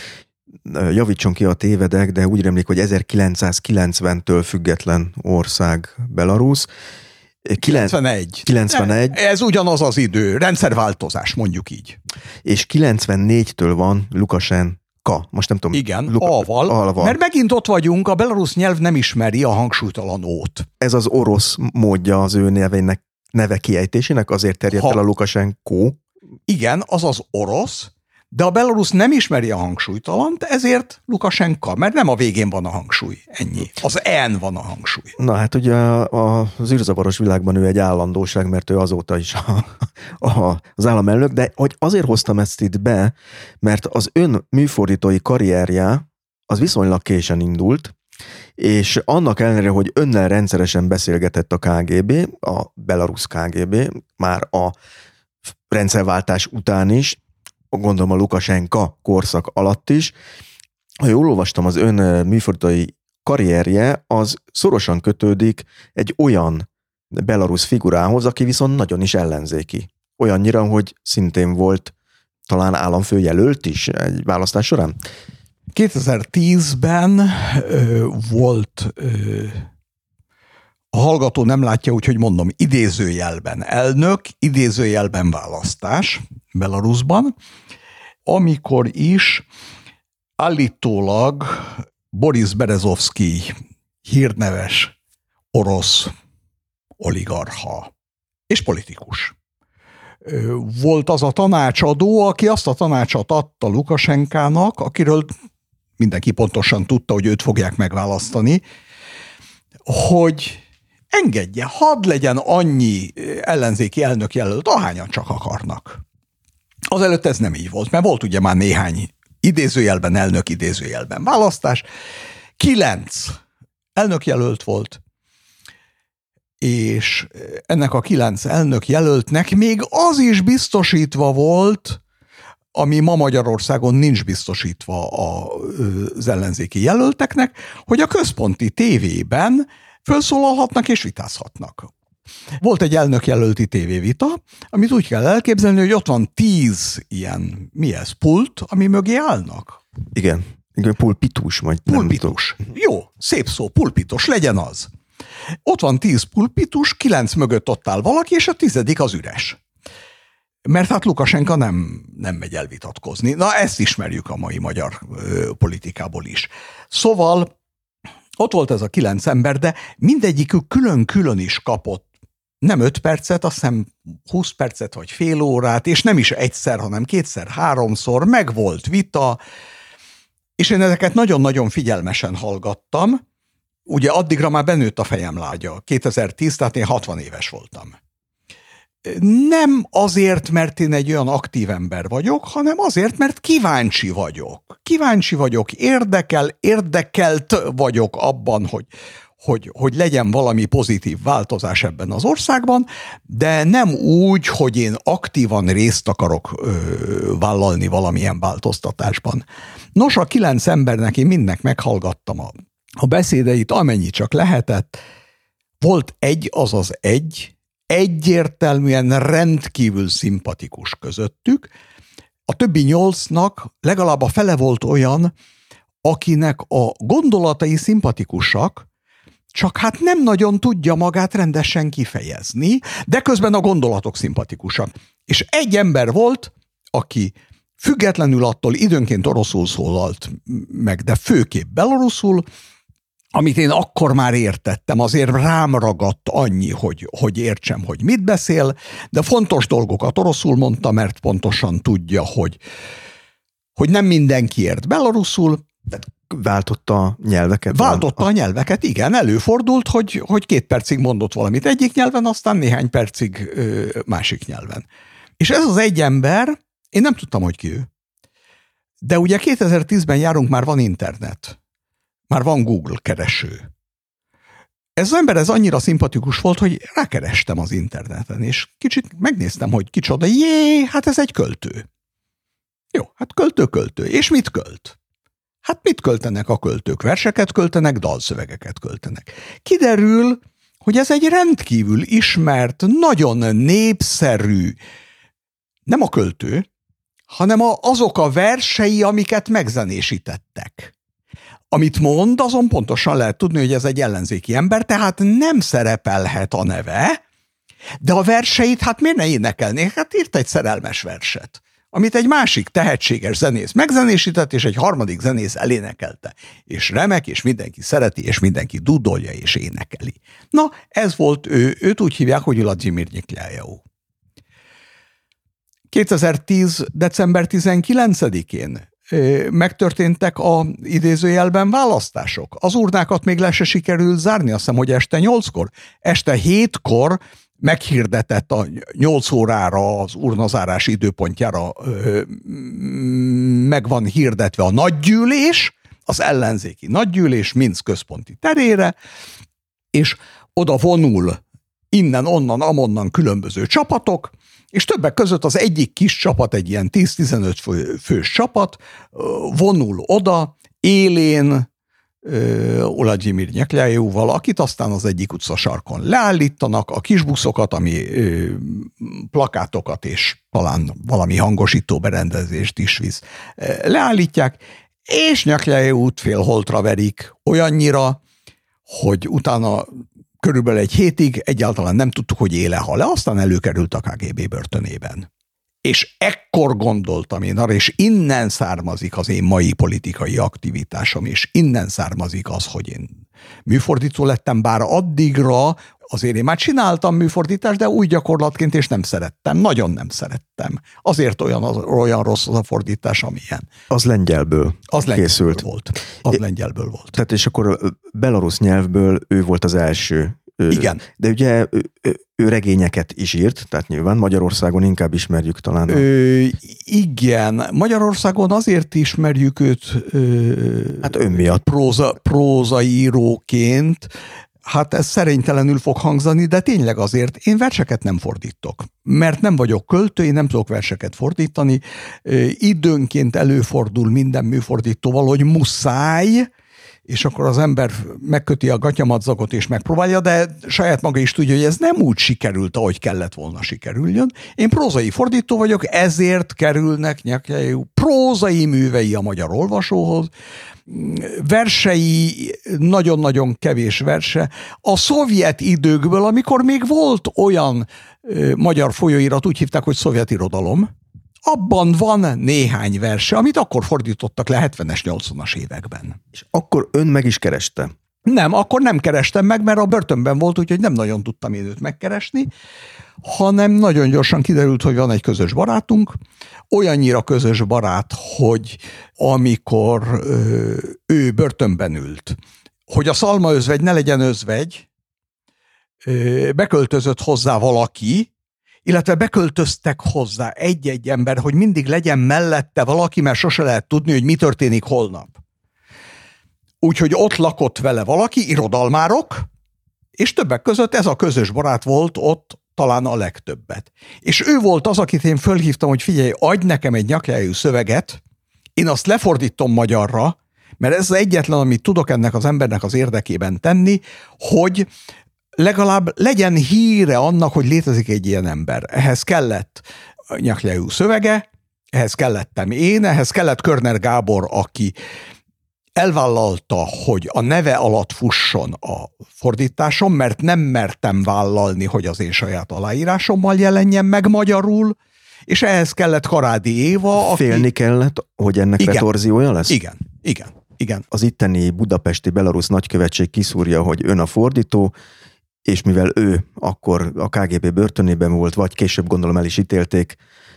Javítson ki a tévedek, de úgy remlik, hogy ezerkilencszázkilencventől független ország Belarus. kilencvenegy. kilencvenegy. Ez ugyanaz az idő, rendszerváltozás, mondjuk így. És kilencvennégytől van Lukasenka. Most nem tudom. Igen, Luka, A-val, alval. Mert megint ott vagyunk, a belarusz nyelv nem ismeri a hangsúlytalan ót. Ez az orosz módja az ő nevének, neve kiejtésének, azért terjedt ha, el a Lukasenko. Igen, az az orosz, de a belarusz nem ismeri a hangsúlytalant, ezért Lukasenka, mert nem a végén van a hangsúly, ennyi. Az en van a hangsúly. Na hát ugye a, az űrzavaros világban ő egy állandóság, mert ő azóta is a, a, az államelnök, de hogy azért hoztam ezt itt be, mert az ön műfordítói karrierje az viszonylag későn indult, és annak ellenére, hogy önnel rendszeresen beszélgetett a ká gé bé, a belarusz ká gé bé, már a rendszerváltás után is, gondolom a Lukasenka korszak alatt is. Ha jól olvastam, az ön műfordítói karrierje az szorosan kötődik egy olyan belarusz figurához, aki viszont nagyon is ellenzéki. Olyannyira, hogy szintén volt talán államfőjelölt is egy választás során? kétezer-tízben ö, volt ö, a hallgató nem látja, úgyhogy mondom, idézőjelben elnök, idézőjelben választás Belarusban, amikor is állítólag Boris Berezovszkij hírneves orosz oligarcha és politikus volt az a tanácsadó, aki azt a tanácsot adta Lukasenkának, akiről mindenki pontosan tudta, hogy őt fogják megválasztani, hogy engedje, hadd legyen annyi ellenzéki elnök jelölt, ahányan csak akarnak. Azelőtt ez nem így volt, mert volt ugye már néhány idézőjelben elnök, idézőjelben választás. Kilenc elnök jelölt volt, és ennek a kilenc elnök jelöltnek még az is biztosítva volt, ami ma Magyarországon nincs biztosítva az ellenzéki jelölteknek, hogy a központi tévében felszólalhatnak és vitázhatnak. Volt egy elnökjelölti tévévita, amit úgy kell elképzelni, hogy ott van tíz ilyen, mi ez, pult, ami mögé állnak. Igen, igen, pulpitus. Majd pulpitus. Jó, szép szó, pulpitus, legyen az. Ott van tíz pulpitus, kilenc mögött ott áll valaki, és a tizedik az üres. Mert hát Lukasenka nem, nem megy elvitatkozni. Na, ezt ismerjük a mai magyar ö, politikából is. Szóval ott volt ez a kilenc ember, de mindegyikük külön-külön is kapott nem öt percet, azt hiszem húsz percet vagy fél órát, és nem is egyszer, hanem kétszer, háromszor, meg volt vita, és én ezeket nagyon-nagyon figyelmesen hallgattam. Ugye addigra már benőtt a fejem lágya, kétezer-tíz, tehát én hatvan éves voltam. Nem azért, mert én egy olyan aktív ember vagyok, hanem azért, mert kíváncsi vagyok. Kíváncsi vagyok, érdekel, érdekelt vagyok abban, hogy, hogy, hogy legyen valami pozitív változás ebben az országban, de nem úgy, hogy én aktívan részt akarok ö, vállalni valamilyen változtatásban. Nos, a kilenc embernek én mindnek meghallgattam a, a beszédeit, amennyi csak lehetett. Volt egy, azaz egy, egyértelműen rendkívül szimpatikus közöttük. A többi nyolcnak legalább a fele volt olyan, akinek a gondolatai szimpatikusak, csak hát nem nagyon tudja magát rendesen kifejezni, de közben a gondolatok szimpatikusak. És egy ember volt, aki függetlenül attól időnként oroszul szólalt meg, de főképp beloruszul, amit én akkor már értettem, azért rám ragadt annyi, hogy, hogy értsem, hogy mit beszél, de fontos dolgokat oroszul mondta, mert pontosan tudja, hogy, hogy nem mindenki ért beloruszul. Váltotta a nyelveket? Váltotta a nyelveket, igen. Előfordult, hogy, hogy két percig mondott valamit egyik nyelven, aztán néhány percig ö, másik nyelven. És ez az egy ember, én nem tudtam, hogy ki ő. De ugye kétezer-tízben járunk, már van internet. Már van Google kereső. Ez az ember ez annyira szimpatikus volt, hogy rákerestem az interneten, és kicsit megnéztem, hogy kicsoda. Jé, hát ez egy költő. Jó, hát költő-költő. És mit költ? Hát mit költenek a költők? Verseket költenek, dalszövegeket költenek. Kiderül, hogy ez egy rendkívül ismert, nagyon népszerű, nem a költő, hanem a, azok a versei, amiket megzenésítettek. Amit mond, azon pontosan lehet tudni, hogy ez egy ellenzéki ember, tehát nem szerepelhet a neve, de a verseit hát miért ne énekelnék? Hát írt egy szerelmes verset, amit egy másik tehetséges zenész megzenésített, és egy harmadik zenész elénekelte. És remek, és mindenki szereti, és mindenki dudolja, és énekeli. Na, ez volt ő, őt úgy hívják, hogy Vladimir Nyiklájev. kétezer-tíz. december tizenkilencedikén megtörténtek a idézőjelben választások. Az urnákat még le se sikerült zárni, azt hiszem, hogy este nyolckor. Este hétkor meghirdetett a nyolc órára, az urnazárás időpontjára meg van hirdetve a nagygyűlés, az ellenzéki nagygyűlés Minszk központi terére, és oda vonul innen, onnan, amonnan különböző csapatok, és többek között az egyik kis csapat, egy ilyen tíz-tizenöt fő, fős csapat vonul oda, élén Vladimir Nyeklajevval, akit aztán az egyik utcasarkon leállítanak, a kis buszokat, ami ö, plakátokat és talán valami hangosító berendezést is visz, leállítják, és Nyeklájev út félholtra verik olyannyira, hogy utána körülbelül egy hétig egyáltalán nem tudtuk, hogy éle hal-e, aztán előkerült a ká gé bé börtönében. És ekkor gondoltam én arra, és innen származik az én mai politikai aktivitásom, és innen származik az, hogy én műfordító lettem, bár addigra azért én már csináltam műfordítást, de új gyakorlatként, és nem szerettem, nagyon nem szerettem. Azért olyan, az, olyan rossz az a fordítás, amilyen. Az lengyelből az készült. Lengyelből volt. Az é, lengyelből volt. Tehát és akkor belarusz nyelvből ő volt az első. Igen. De ugye ő, ő regényeket is írt, tehát nyilván Magyarországon inkább ismerjük talán. A... Ö, igen, Magyarországon azért ismerjük őt ö, hát ön miatt. Próza, prózaíróként. Hát ez szerénytelenül fog hangzani, de tényleg azért én verseket nem fordítok, mert nem vagyok költő, én nem tudok verseket fordítani. Időnként előfordul minden műfordítóval, hogy muszáj, és akkor az ember megköti a gatyamadzagot és megpróbálja, de saját maga is tudja, hogy ez nem úgy sikerült, ahogy kellett volna sikerüljön. Én prózai fordító vagyok, ezért kerülnek nyakjájú prózai művei a magyar olvasóhoz, versei, nagyon-nagyon kevés verse. A szovjet időkből, amikor még volt olyan ö, magyar folyóirat, úgy hívták, hogy szovjet irodalom, abban van néhány verse, amit akkor fordítottak le hetvenes, nyolcvanas években. És akkor ön meg is kereste? Nem, akkor nem kerestem meg, mert a börtönben volt, úgyhogy nem nagyon tudtam én őt megkeresni, hanem nagyon gyorsan kiderült, hogy van egy közös barátunk, olyannyira közös barát, hogy amikor ö, ő börtönben ült, hogy a szalmaözvegy ne legyen özvegy, ö, beköltözött hozzá valaki, illetve beköltöztek hozzá egy-egy ember, hogy mindig legyen mellette valaki, mert sose lehet tudni, hogy mi történik holnap. Úgyhogy ott lakott vele valaki, irodalmárok, és többek között ez a közös barát volt ott talán a legtöbbet. És ő volt az, akit én fölhívtam, hogy figyelj, adj nekem egy nyakjájú szöveget, én azt lefordítom magyarra, mert ez az egyetlen, amit tudok ennek az embernek az érdekében tenni, hogy legalább legyen híre annak, hogy létezik egy ilyen ember. Ehhez kellett nyakjájú szövege, ehhez kellettem én, ehhez kellett Körner Gábor, aki elvállalta, hogy a neve alatt fusson a fordításom, mert nem mertem vállalni, hogy az én saját aláírásommal jelenjen meg magyarul, és ehhez kellett Karádi Éva, aki... Félni kellett, hogy ennek igen. retorziója lesz? Igen, igen, igen. Az itteni budapesti belarusz nagykövetség kiszúrja, hogy ön a fordító, és mivel ő akkor a ká gé bé börtönében volt, vagy később gondolom el is ítélték,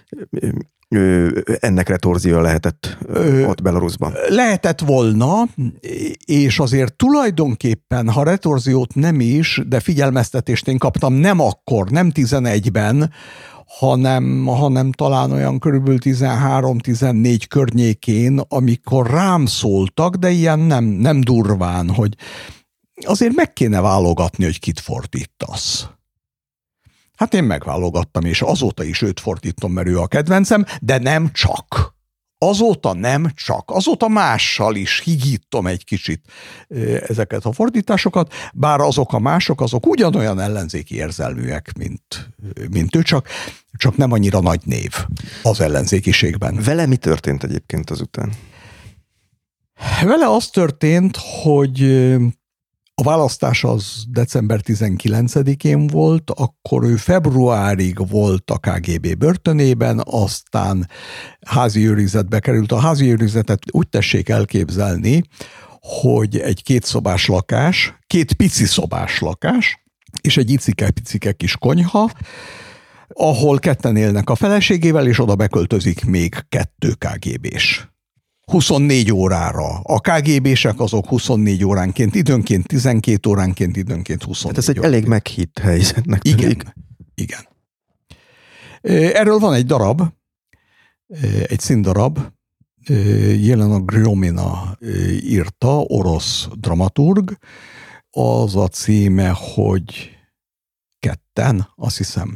ennek retorziója lehetett Ö, ott Belarusban. Lehetett volna, és azért tulajdonképpen, ha retorziót nem is, de figyelmeztetést én kaptam nem akkor, nem tizenegyben, hanem, hanem talán olyan körülbelül tizenhárom-tizennégy környékén, amikor rám szóltak, de ilyen nem, nem durván, hogy azért meg kéne válogatni, hogy kit fordítasz. Hát én megválogattam, és azóta is őt fordítom, mert ő a kedvencem, de nem csak. Azóta nem csak. Azóta mással is higítom egy kicsit ezeket a fordításokat, bár azok a mások, azok ugyanolyan ellenzéki érzelműek, mint, mint ő, csak, csak nem annyira nagy név az ellenzékiségben. Vele mi történt egyébként azután? Vele az történt, hogy a választás az december tizenkilencedikén volt, akkor ő februárig volt a ká gé bé börtönében, aztán házi őrizetbe került. A házi őrizetet úgy tessék elképzelni, hogy egy kétszobás lakás, két pici szobás lakás, és egy icike-picike kis konyha, ahol ketten élnek a feleségével, és oda beköltözik még kettő ká gé bés. huszonnégy órára. A ká gé bések azok huszonnégy óránként, időnként tizenkét óránként, időnként huszonnégy hát ez egy óránként. elég meghitt helyzetnek. Igen, igen. Erről van egy darab, egy színdarab, Jelena Gromina írta, orosz dramaturg, az a címe, hogy Ketten, azt hiszem.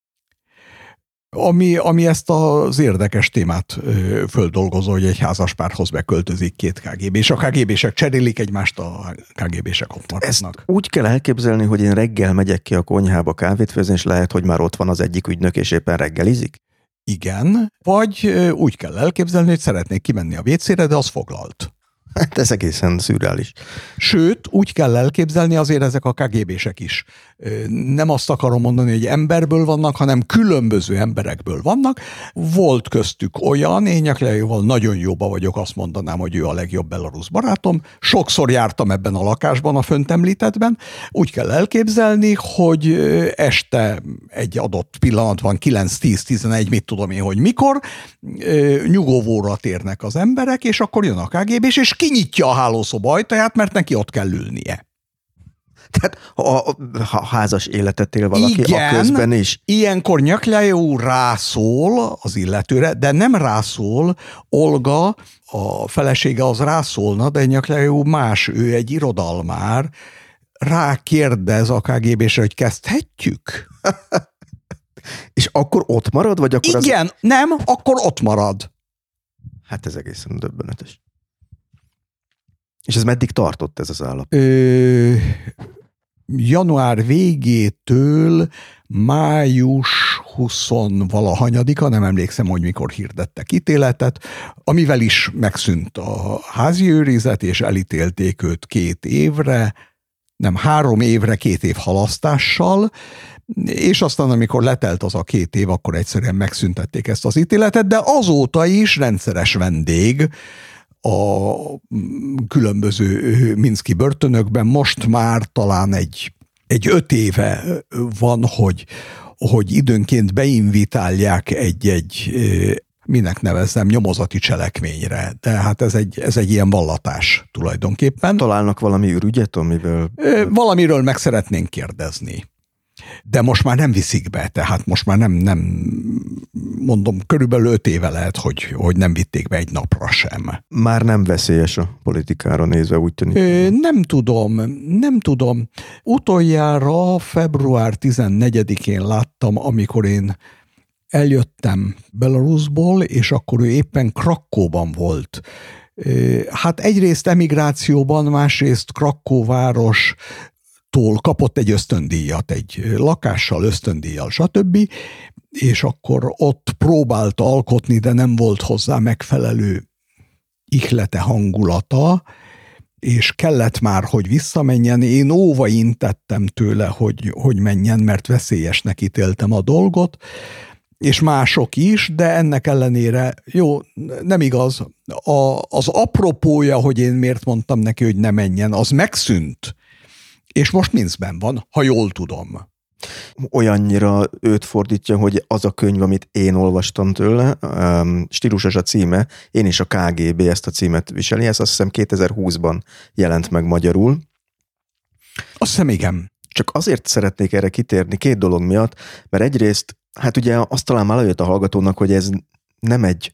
Ami, ami ezt az érdekes témát ö, földolgozó, hogy egy házaspárhoz beköltözik két ká gé bé, és a ká gé bések cserélik egymást, a ká gé bések ott maradnak. Ezt úgy kell elképzelni, hogy én reggel megyek ki a konyhába kávét főzni, és lehet, hogy már ott van az egyik ügynök, és éppen reggelizik? Igen, vagy ö, úgy kell elképzelni, hogy szeretnék kimenni a vécére, de az foglalt. Hát ez egészen szürreális. Sőt, úgy kell elképzelni, azért ezek a ká gé bések is. Nem azt akarom mondani, hogy emberből vannak, hanem különböző emberekből vannak. Volt köztük olyan, én Nyaklejóval nagyon jóba vagyok, azt mondanám, hogy ő a legjobb belarusz barátom. Sokszor jártam ebben a lakásban, a fönt említettben. Úgy kell elképzelni, hogy este egy adott pillanatban kilenc, tíz, tizenegy, mit tudom én, hogy mikor, nyugovóra térnek az emberek, és akkor jön a ká gé bés, és kinyitja a hálószoba ajtaját, mert neki ott kell ülnie. Tehát ha, ha házas életet él valaki, igen, a közben is. Ilyenkor Nyaklejó rászól az illetőre, de nem rászól, Olga, a felesége az rászólna, de Nyaklejó más, ő egy irodalmár, rákérdez a ká gé bésre, hogy kezdhetjük? És akkor ott marad, vagy akkor igen, az... nem, akkor ott marad. Hát ez egészen döbbenetes. És ez meddig tartott ez az állap? Ö, január végétől május huszonvalahanyadika, nem emlékszem, hogy mikor hirdettek ítéletet, amivel is megszűnt a házi őrizet, és elítélték őt két évre, nem három évre, két év halasztással, és aztán, amikor letelt az a két év, akkor egyszerűen megszüntették ezt az ítéletet, de azóta is rendszeres vendég a különböző minszki börtönökben. Most már talán egy, egy öt éve van, hogy, hogy időnként beinvitálják egy-egy, minek nevezzem, nyomozati cselekményre. De hát ez egy, ez egy ilyen vallatás tulajdonképpen. Találnak valami ürügyet, amivel... Valamiről meg szeretnénk kérdezni. De most már nem viszik be, tehát most már nem, nem mondom, körülbelül öt éve lehet, hogy, hogy nem vitték be egy napra sem. Már nem veszélyes a politikára nézve, úgy tűnik. Ö, nem tudom, nem tudom. Utoljára február tizennegyedikén láttam, amikor én eljöttem Belarusból, és akkor ő éppen Krakkóban volt. Hát egyrészt emigrációban, másrészt Krakkóváros tól kapott egy ösztöndíjat, egy lakással, ösztöndíjjal, stb., és akkor ott próbált alkotni, de nem volt hozzá megfelelő ihlete, hangulata, és kellett már, hogy visszamenjen. Én óva intettem tőle, hogy, hogy menjen, mert veszélyesnek ítéltem a dolgot, és mások is, de ennek ellenére, jó, nem igaz, a, az apropója, hogy én miért mondtam neki, hogy ne menjen, az megszűnt. És most Minszkben van, ha jól tudom. Olyannyira őt fordítja, hogy az a könyv, amit én olvastam tőle, um, stílusos a címe, én is a ká gé bé ezt a címet viseli, ez azt hiszem kétezer-húszban jelent meg magyarul. Azt hiszem, igen. Csak azért szeretnék erre kitérni két dolog miatt, mert egyrészt, hát ugye azt talán már lejött a hallgatónak, hogy ez nem egy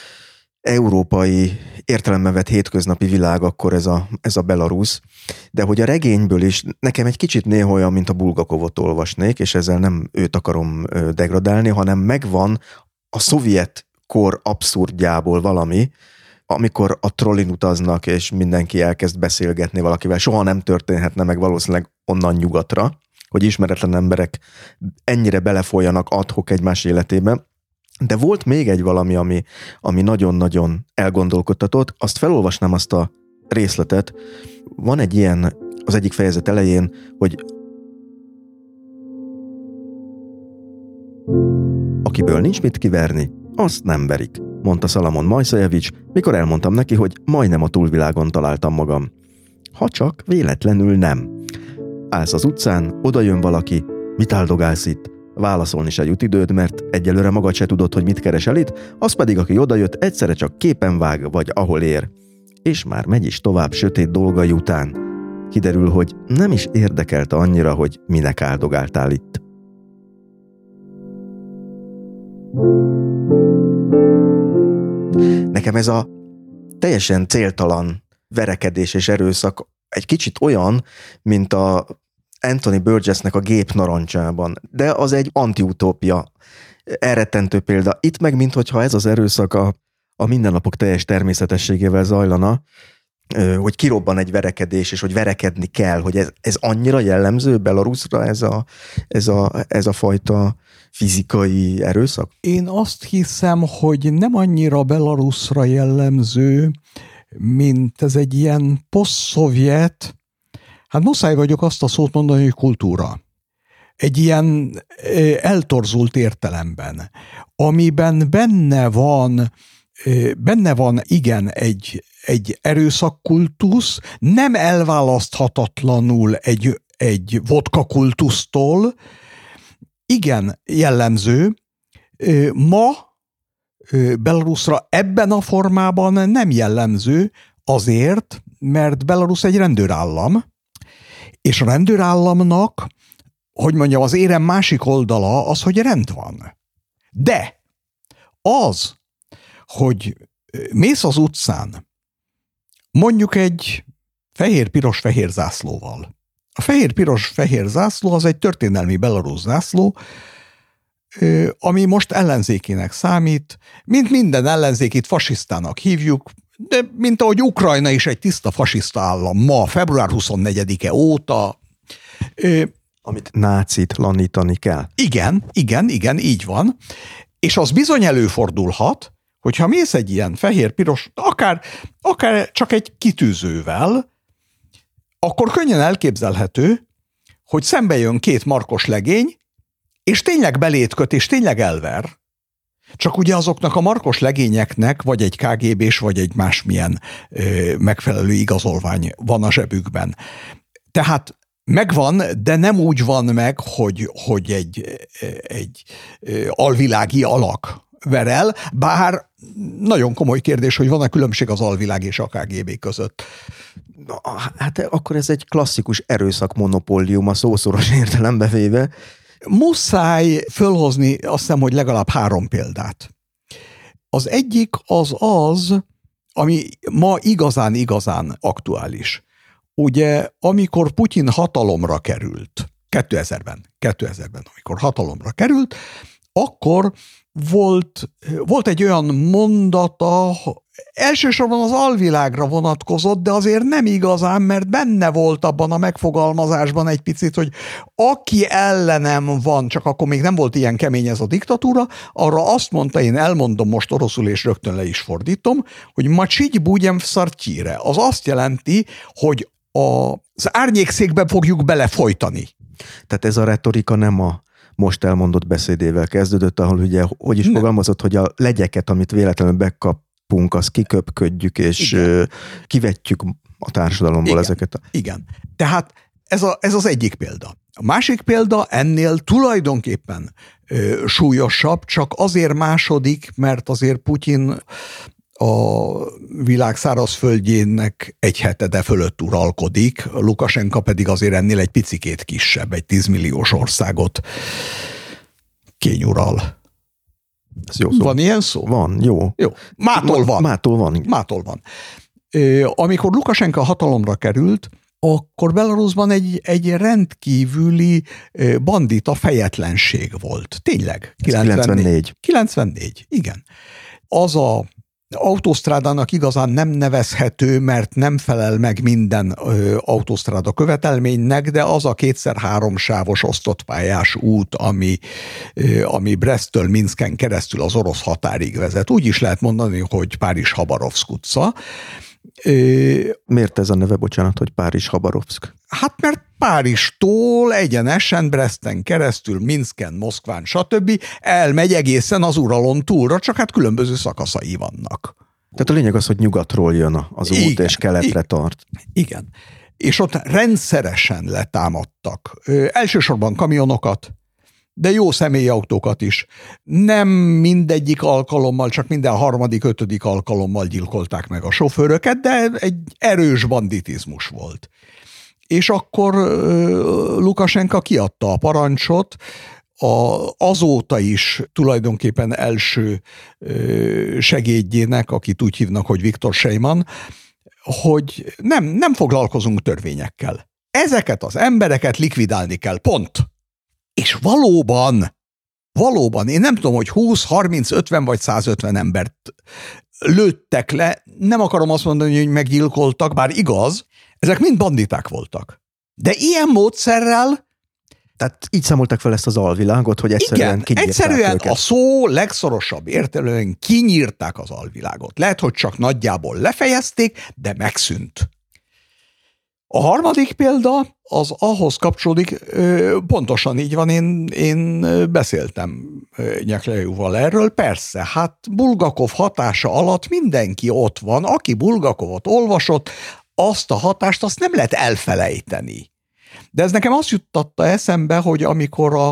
európai értelemben vett hétköznapi világ, akkor ez a, ez a Belarus, de hogy a regényből is nekem egy kicsit néha olyan, mint a Bulgakovot olvasnék, és ezzel nem őt akarom degradálni, hanem megvan a szovjet kor abszurdjából valami, amikor a trollin utaznak, és mindenki elkezd beszélgetni valakivel, soha nem történhetne meg valószínűleg onnan nyugatra, hogy ismeretlen emberek ennyire belefolyanak ad-hoc egymás életébe. De volt még egy valami, ami, ami nagyon-nagyon elgondolkodtatott, azt felolvasnám azt a részletet. Van egy ilyen az egyik fejezet elején, hogy akiből nincs mit kiverni, azt nem verik, mondta Szalamon Majszajevics, mikor elmondtam neki, hogy majdnem a túlvilágon találtam magam. Ha csak véletlenül nem. Állsz az utcán, oda jön valaki, mit áldogálsz itt? Válaszolni se jut időd, mert egyelőre magad se tudod, hogy mit keresel itt, az pedig, aki odajött, egyszerre csak képen vág, vagy ahol ér. És már megy is tovább sötét dolgai után. Kiderül, hogy nem is érdekelte annyira, hogy minek áldogáltál itt. Nekem ez a teljesen céltalan verekedés és erőszak egy kicsit olyan, mint a Anthony Burgessnek a Gép narancsában, de az egy antiutópia, elrettentő példa. Itt meg, minthogyha ez az erőszak a, a mindennapok teljes természetességével zajlana, hogy kirobban egy verekedés, és hogy verekedni kell, hogy ez, ez annyira jellemző Belarusra, ez a, ez, a, ez a fajta fizikai erőszak? Én azt hiszem, hogy nem annyira Belarusra jellemző, mint ez egy ilyen poszt-szovjet, hát muszáj vagyok azt a szót mondani, hogy kultúra. Egy ilyen eltorzult értelemben, amiben benne van, benne van igen egy, egy erőszakkultusz, nem elválaszthatatlanul egy, egy vodka kultusztól, igen jellemző. Ma Belarusra ebben a formában nem jellemző azért, mert Belarus egy rendőrállam, és a rendőrállamnak, hogy mondjam, az érem másik oldala az, hogy rend van. De az, hogy mész az utcán, mondjuk egy fehér-piros-fehér zászlóval. A fehér-piros-fehér zászló az egy történelmi belarusz zászló, ami most ellenzékének számít, mint minden ellenzékit fasisztának hívjuk, de mint ahogy Ukrajna is egy tiszta fasiszta állam ma, február huszonnegyedike óta. Amit nácitlanítani kell. Igen, igen, igen, így van. És az bizony előfordulhat, hogyha mész egy ilyen fehér-piros, akár, akár csak egy kitűzővel, akkor könnyen elképzelhető, hogy szembe jön két markos legény, és tényleg belét köt, és tényleg elver. Csak ugye azoknak a markos legényeknek vagy egy ká gé bés, vagy egy másmilyen ö, megfelelő igazolvány van a zsebükben. Tehát megvan, de nem úgy van meg, hogy, hogy egy, egy alvilági alak ver el, bár nagyon komoly kérdés, hogy van-e különbség az alvilág és a ká gé bé között. Na, hát akkor ez egy klasszikus erőszakmonopólium a szószoros értelembe véve. Muszáj fölhozni azt hiszem, hogy legalább három példát. Az egyik az az, ami ma igazán-igazán aktuális. Ugye, amikor Putyin hatalomra került, kétezerben, kétezerben, amikor hatalomra került, akkor volt, volt egy olyan mondata, elsősorban az alvilágra vonatkozott, de azért nem igazán, mert benne volt abban a megfogalmazásban egy picit, hogy aki ellenem van, csak akkor még nem volt ilyen kemény ez a diktatúra, arra azt mondta, én elmondom most oroszul és rögtön le is fordítom, hogy macsigy budjem v szartyire. Az azt jelenti, hogy az árnyékszékben fogjuk belefolytani. Tehát ez a retorika nem a most elmondott beszédével kezdődött, ahol ugye, hogy is nem. fogalmazott, hogy a legyeket, amit véletlenül bekapunk, azt kiköpködjük, és igen. kivetjük a társadalomból igen. ezeket. A... Igen. Tehát ez, a, ez az egyik példa. A másik példa ennél tulajdonképpen ö, súlyosabb, csak azért második, mert azért Putyin a világ szárazföldjének egy hetede fölött uralkodik, Lukasenka pedig azért ennél egy picikét kisebb, egy tízmilliós országot kényural. Ez jó szó. Van ilyen szó? Van, jó. Jó. Mától van. Mától van. Mától van. Amikor Lukasenka hatalomra került, akkor Belarusban egy, egy rendkívüli bandita fejetlenség volt. Tényleg. kilencvennégy. kilencvennégy, igen. Az a autósztrádának igazán nem nevezhető, mert nem felel meg minden ö, autósztráda követelménynek, de az a kétszer háromsávos osztott pályás út, ami, ö, ami Breszttől Minszken keresztül az orosz határig vezet. Úgy is lehet mondani, hogy Párizs-Habarovszk utca. Ö, Miért ez a neve, bocsánat, hogy Párizs-Habarovszk? Hát mert Párizstól egyenesen Breszten keresztül, Minszken, Moszkván, stb. Elmegy egészen az Uralon túlra, csak hát különböző szakaszai vannak. Tehát a lényeg az, hogy nyugatról jön az út, igen, és keletre igen, tart. Igen. És ott rendszeresen letámadtak. Ö, elsősorban kamionokat, de jó személyautókat is. Nem mindegyik alkalommal, csak minden harmadik, ötödik alkalommal gyilkolták meg a sofőröket, de egy erős banditizmus volt. És akkor Lukasenka kiadta a parancsot, a, azóta is tulajdonképpen első segédjének, akit úgy hívnak, hogy Viktor Sejman, hogy nem, nem foglalkozunk törvényekkel. Ezeket az embereket likvidálni kell, pont. És valóban, valóban, én nem tudom, hogy húsz, harminc, ötven vagy százötven embert lőttek le, nem akarom azt mondani, hogy meggyilkoltak, bár igaz, ezek mind banditák voltak. De ilyen módszerrel Tehát így számolták fel ezt az alvilágot, hogy egyszerűen Igen, egyszerűen őket. A szó legszorosabb értelemben kinyírták az alvilágot. Lehet, hogy csak nagyjából lefejezték, de megszűnt. A harmadik példa az ahhoz kapcsolódik, pontosan így van, én, én beszéltem Nyeklejóval erről, persze, hát Bulgakov hatása alatt mindenki ott van, aki Bulgakovot olvasott, azt a hatást azt nem lehet elfelejteni. De ez nekem azt juttatta eszembe, hogy amikor a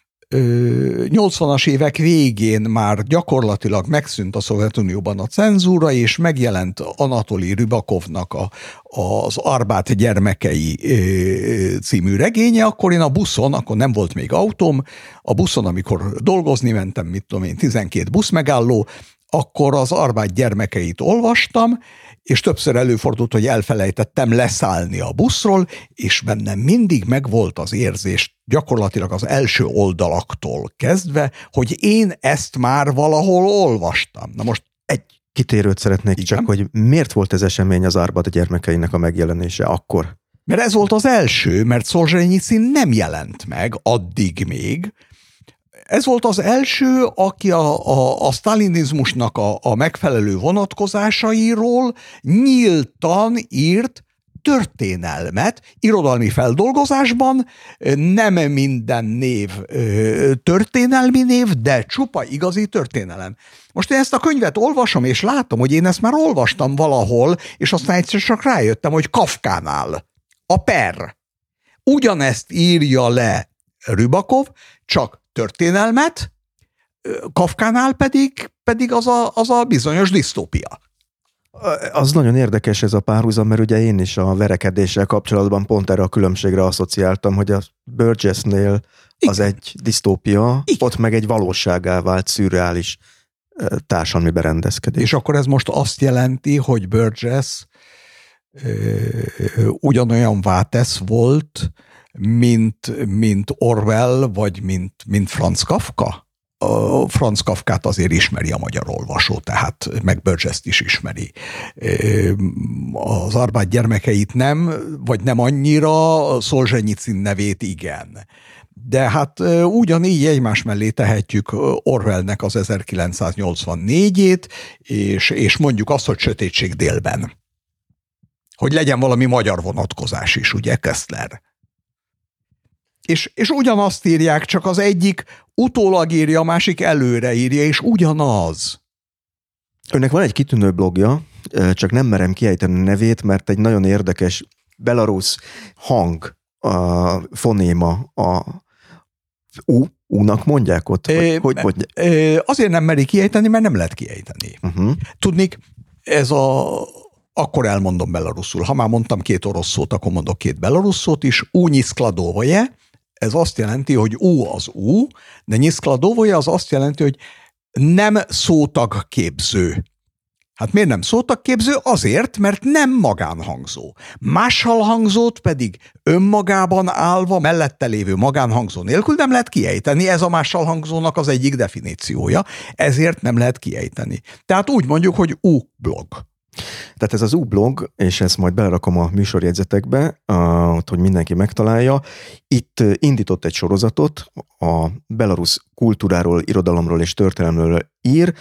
nyolcvanas évek végén már gyakorlatilag megszűnt a Szovjetunióban a cenzúra, és megjelent Anatoli Rybakovnak a, az Arbát gyermekei című regénye, akkor én a buszon, akkor nem volt még autóm, a buszon, amikor dolgozni mentem, mit tudom én, tizenkét buszmegálló, akkor az Arbát gyermekeit olvastam, és többször előfordult, hogy elfelejtettem leszállni a buszról, és bennem mindig megvolt az érzés, gyakorlatilag az első oldalaktól kezdve, hogy én ezt már valahol olvastam. Na most egy kitérőt szeretnék igen? csak, hogy miért volt ez esemény az Arbat gyermekeinek a megjelenése akkor? Mert ez volt az első, mert Szolzsenyicin nem jelent meg addig még. Ez volt az első, aki a, a, a sztálinizmusnak a, a megfelelő vonatkozásairól nyíltan írt történelmet, irodalmi feldolgozásban, nem minden név történelmi név, de csupa igazi történelem. Most én ezt a könyvet olvasom, és látom, hogy én ezt már olvastam valahol, és aztán egyszer csak rájöttem, hogy Kafkánál a Per ugyanezt írja le Rybakov, csak történelmet, Kafkánál pedig, pedig az, a, az a bizonyos disztópia. Az nagyon érdekes ez a párhuzam, mert ugye én is a verekedéssel kapcsolatban pont erre a különbségre asszociáltam, hogy a Burgessnél az igen. egy disztópia, igen. ott meg egy valóságá vált szürreális társadalmi berendezkedés. És akkor ez most azt jelenti, hogy Burgess ugyanolyan vátesz volt, mint, mint Orwell, vagy mint, mint Franz Kafka? A Franz Kafkát azért ismeri a magyar olvasó, tehát meg Burgess-t is ismeri. Az Arbát gyermekeit nem, vagy nem annyira, Szolzsenyicin nevét igen. De hát ugyanígy egymás mellé tehetjük Orwellnek az ezerkilencszáznyolcvannégyét, és, és mondjuk azt, hogy Sötétség délben. Hogy legyen valami magyar vonatkozás is, ugye, Kessler? És, és ugyanazt írják, csak az egyik utólag írja, a másik előre írja, és ugyanaz. Önnek van egy kitűnő blogja, csak nem merem kiejteni nevét, mert egy nagyon érdekes belarusz hang, a fonéma, a U, U-nak mondják ott? É, hogy, hogy mondják? Azért nem meri kiejteni, mert nem lehet kiejteni. Uh-huh. Tudnik, ez a... Akkor elmondom belaruszul. Ha már mondtam két orosz szót, akkor mondok két belarusz szót is. U nyiszkladovoje, ez azt jelenti, hogy U az U, de nyiszkladovoje az azt jelenti, hogy nem szótagképző. Hát miért nem szótagképző? Azért, mert nem magánhangzó. Máshalhangzót pedig önmagában állva, mellette lévő magánhangzó nélkül nem lehet kiejteni. Ez a máshalhangzónak az egyik definíciója, ezért nem lehet kiejteni. Tehát úgy mondjuk, hogy U-blog. Tehát ez az U-blog, és ezt majd belerakom a műsorjegyzetekbe, hogy mindenki megtalálja. Itt indított egy sorozatot, a belarusz kultúráról, irodalomról és történelemről ír,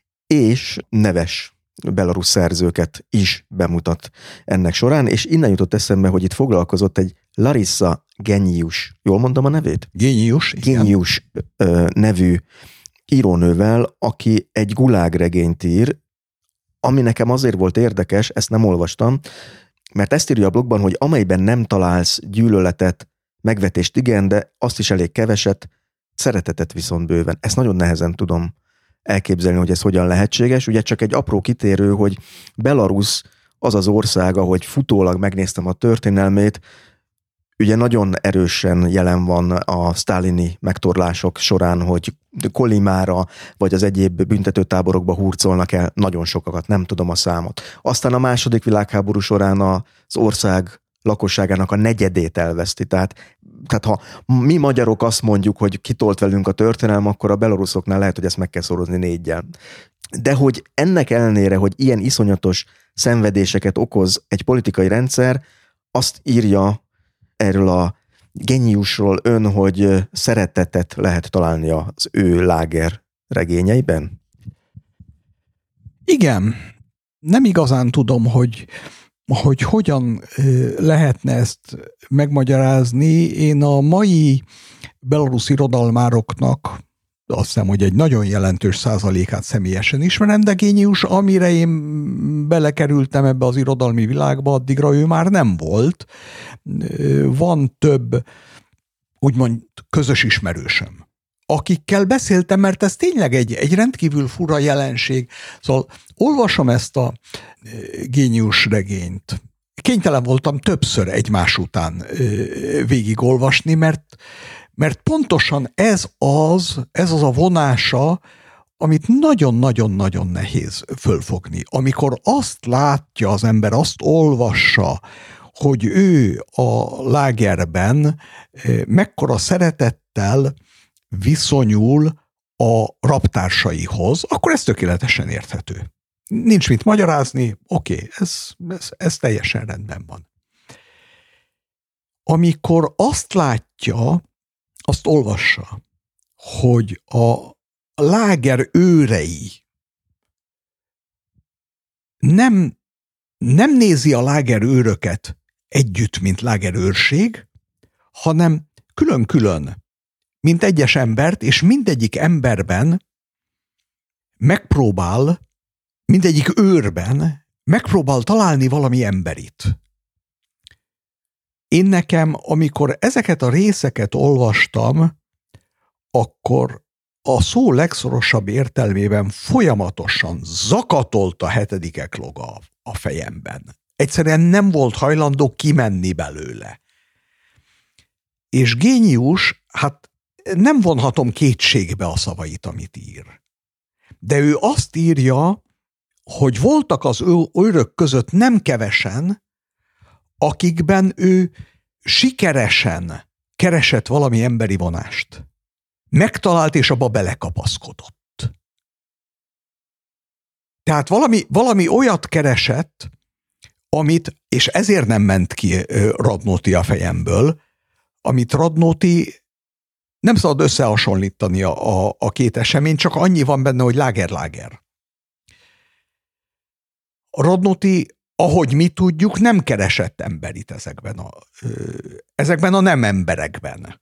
és neves belarusz szerzőket is bemutat ennek során, és innen jutott eszembe, hogy itt foglalkozott egy Larissa Genius, jól mondom a nevét? Genius. Genius nevű írónővel, aki egy gulágregényt ír, ami nekem azért volt érdekes, ezt nem olvastam, mert ezt írja a blogban, hogy amelyben nem találsz gyűlöletet, megvetést igen, de azt is elég keveset, szeretetet viszont bőven. Ezt nagyon nehezen tudom elképzelni, hogy ez hogyan lehetséges. Ugye csak egy apró kitérő, hogy Belarus az az ország, ahogy futólag megnéztem a történelmét, ugye nagyon erősen jelen van a sztálini megtorlások során, hogy Kolimára vagy az egyéb büntetőtáborokba hurcolnak el nagyon sokakat, nem tudom a számot. Aztán a második világháború során az ország lakosságának a negyedét elveszti. Tehát, tehát ha mi magyarok azt mondjuk, hogy kitolt velünk a történelem, akkor a belaruszoknál lehet, hogy ezt meg kell szorozni négyel. De hogy ennek ellenére, hogy ilyen iszonyatos szenvedéseket okoz egy politikai rendszer, azt írja erről a géniusról ön, hogy szeretetet lehet találni az ő láger regényeiben? Igen. Nem igazán tudom, hogy, hogy hogyan lehetne ezt megmagyarázni. Én a mai belarusz irodalmároknak azt hiszem, hogy egy nagyon jelentős százalékát személyesen ismerem, de génius, amire én belekerültem ebbe az irodalmi világba, addigra ő már nem volt. Van több, úgymond közös ismerősöm, akikkel beszéltem, mert ez tényleg egy, egy rendkívül fura jelenség. Szóval olvasom ezt a génius regényt. Kénytelen voltam többször egymás után végigolvasni, mert Mert pontosan ez az, ez az a vonása, amit nagyon-nagyon-nagyon nehéz fölfogni. Amikor azt látja az ember, azt olvassa, hogy ő a lágerben mekkora szeretettel viszonyul a raptársaihoz, akkor ez tökéletesen érthető. Nincs mit magyarázni, oké, okay, ez, ez, ez teljesen rendben van. Amikor azt látja, azt olvassa, hogy a láger őrei nem, nem nézi a láger őröket együtt, mint lágerőrség, hanem külön-külön, mint egyes embert, és mindegyik emberben megpróbál, mindegyik őrben megpróbál találni valami emberit. Én nekem, amikor ezeket a részeket olvastam, akkor a szó legszorosabb értelmében folyamatosan zakatolt a hetedikek loga a fejemben. Egyszerűen nem volt hajlandó kimenni belőle. És génius, hát nem vonhatom kétségbe a szavait, amit ír. De ő azt írja, hogy voltak az őrök között nem kevesen, akikben ő sikeresen keresett valami emberi vonást. Megtalált, és abba belekapaszkodott. Tehát valami, valami olyat keresett, amit, és ezért nem ment ki Radnóti a fejemből, amit Radnóti nem szabad összehasonlítani a, a, a két esemény, csak annyi van benne, hogy láger-láger. Radnóti, ahogy mi tudjuk, nem keresett emberit ezekben a, ezekben a nem emberekben.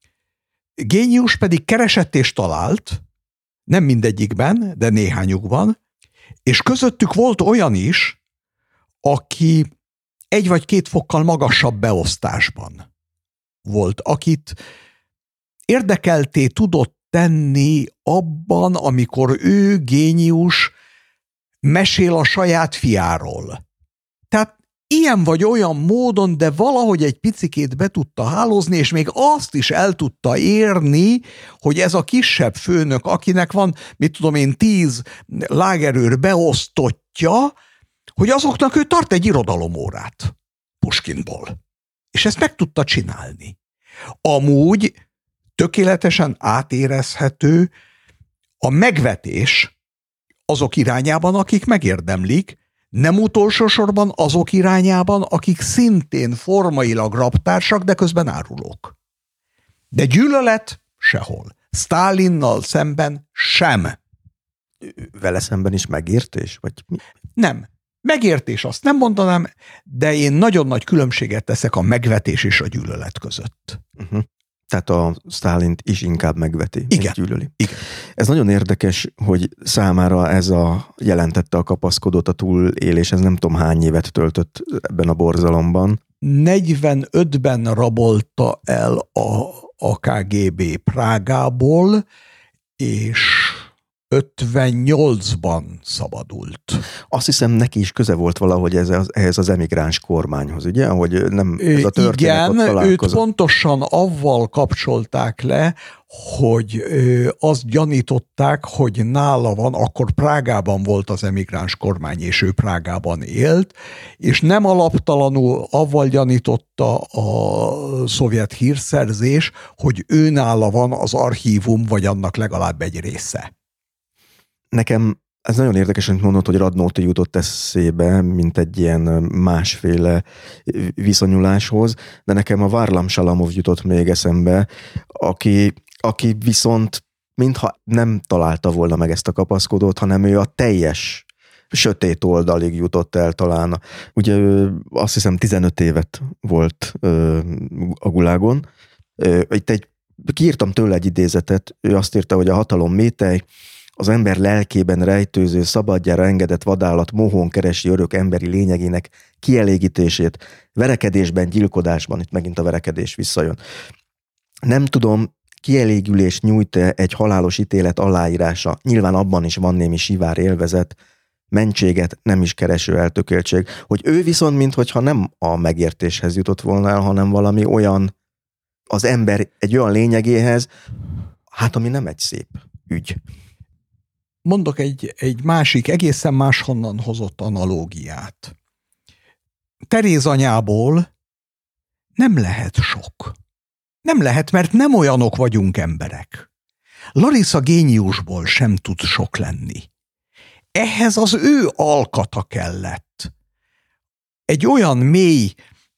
Génius pedig keresett és talált, nem mindegyikben, de néhányukban, és közöttük volt olyan is, aki egy vagy két fokkal magasabb beosztásban volt, akit érdekelté tudott tenni abban, amikor ő, génius, mesél a saját fiáról. Tehát ilyen vagy olyan módon, de valahogy egy picikét be tudta hálózni, és még azt is el tudta érni, hogy ez a kisebb főnök, akinek van, mit tudom én, tíz lágerőr beosztottja, hogy azoknak ő tart egy irodalomórát Puskinból. És ezt meg tudta csinálni. Amúgy tökéletesen átérezhető a megvetés azok irányában, akik megérdemlik, nem utolsó sorban azok irányában, akik szintén formailag raptársak, de közben árulók. De gyűlölet sehol. Sztálinnal szemben sem. Vele szemben is megértés? Vagy mi? Nem. Megértés azt nem mondanám, de én nagyon nagy különbséget teszek a megvetés és a gyűlölet között. Uh-huh. Tehát a Sztálint is inkább megveti, igen, mint gyűlöli. Igen. Ez nagyon érdekes, hogy számára ez a jelentette a kapaszkodót, a túlélés, ez nem tudom hány évet töltött ebben a borzalomban. negyvenötben rabolta el a, a ká gé bé Prágából, és ötvennyolcban szabadult. Azt hiszem, neki is köze volt valahogy ez az, ehhez az emigráns kormányhoz, ugye? Hogy nem ez a történet ott igen, őt pontosan avval kapcsolták le, hogy azt gyanították, hogy nála van, akkor Prágában volt az emigráns kormány, és ő Prágában élt, és nem alaptalanul avval gyanította a szovjet hírszerzés, hogy ő nála van az archívum, vagy annak legalább egy része. Nekem Ez nagyon érdekes, amit mondod, hogy Radnóti jutott eszébe, mint egy ilyen másféle viszonyuláshoz, de nekem a Varlam Salamov jutott még eszembe, aki, aki viszont mintha nem találta volna meg ezt a kapaszkodót, hanem ő a teljes sötét oldalig jutott el talán. Ugye azt hiszem tizenöt évet volt a gulágon. Itt egy, kiírtam tőle egy idézetet, ő azt írta, hogy a hatalom métely, az ember lelkében rejtőző, szabadjára engedett vadállat mohón keresi örök emberi lényegének kielégítését, verekedésben, gyilkodásban, itt megint a verekedés visszajön. Nem tudom, kielégülést nyújt egy halálos ítélet aláírása, nyilván abban is van némi sivár élvezet, mentséget nem is kereső eltökéltség, hogy ő viszont minthogyha nem a megértéshez jutott volna el, hanem valami olyan, az ember egy olyan lényegéhez, hát ami nem egy szép ügy. Mondok egy, egy másik, egészen máshonnan hozott analógiát. Teréz anyából nem lehet sok. Nem lehet, mert nem olyanok vagyunk emberek. Larissa géniusból sem tud sok lenni. Ehhez az ő alkata kellett. Egy olyan mély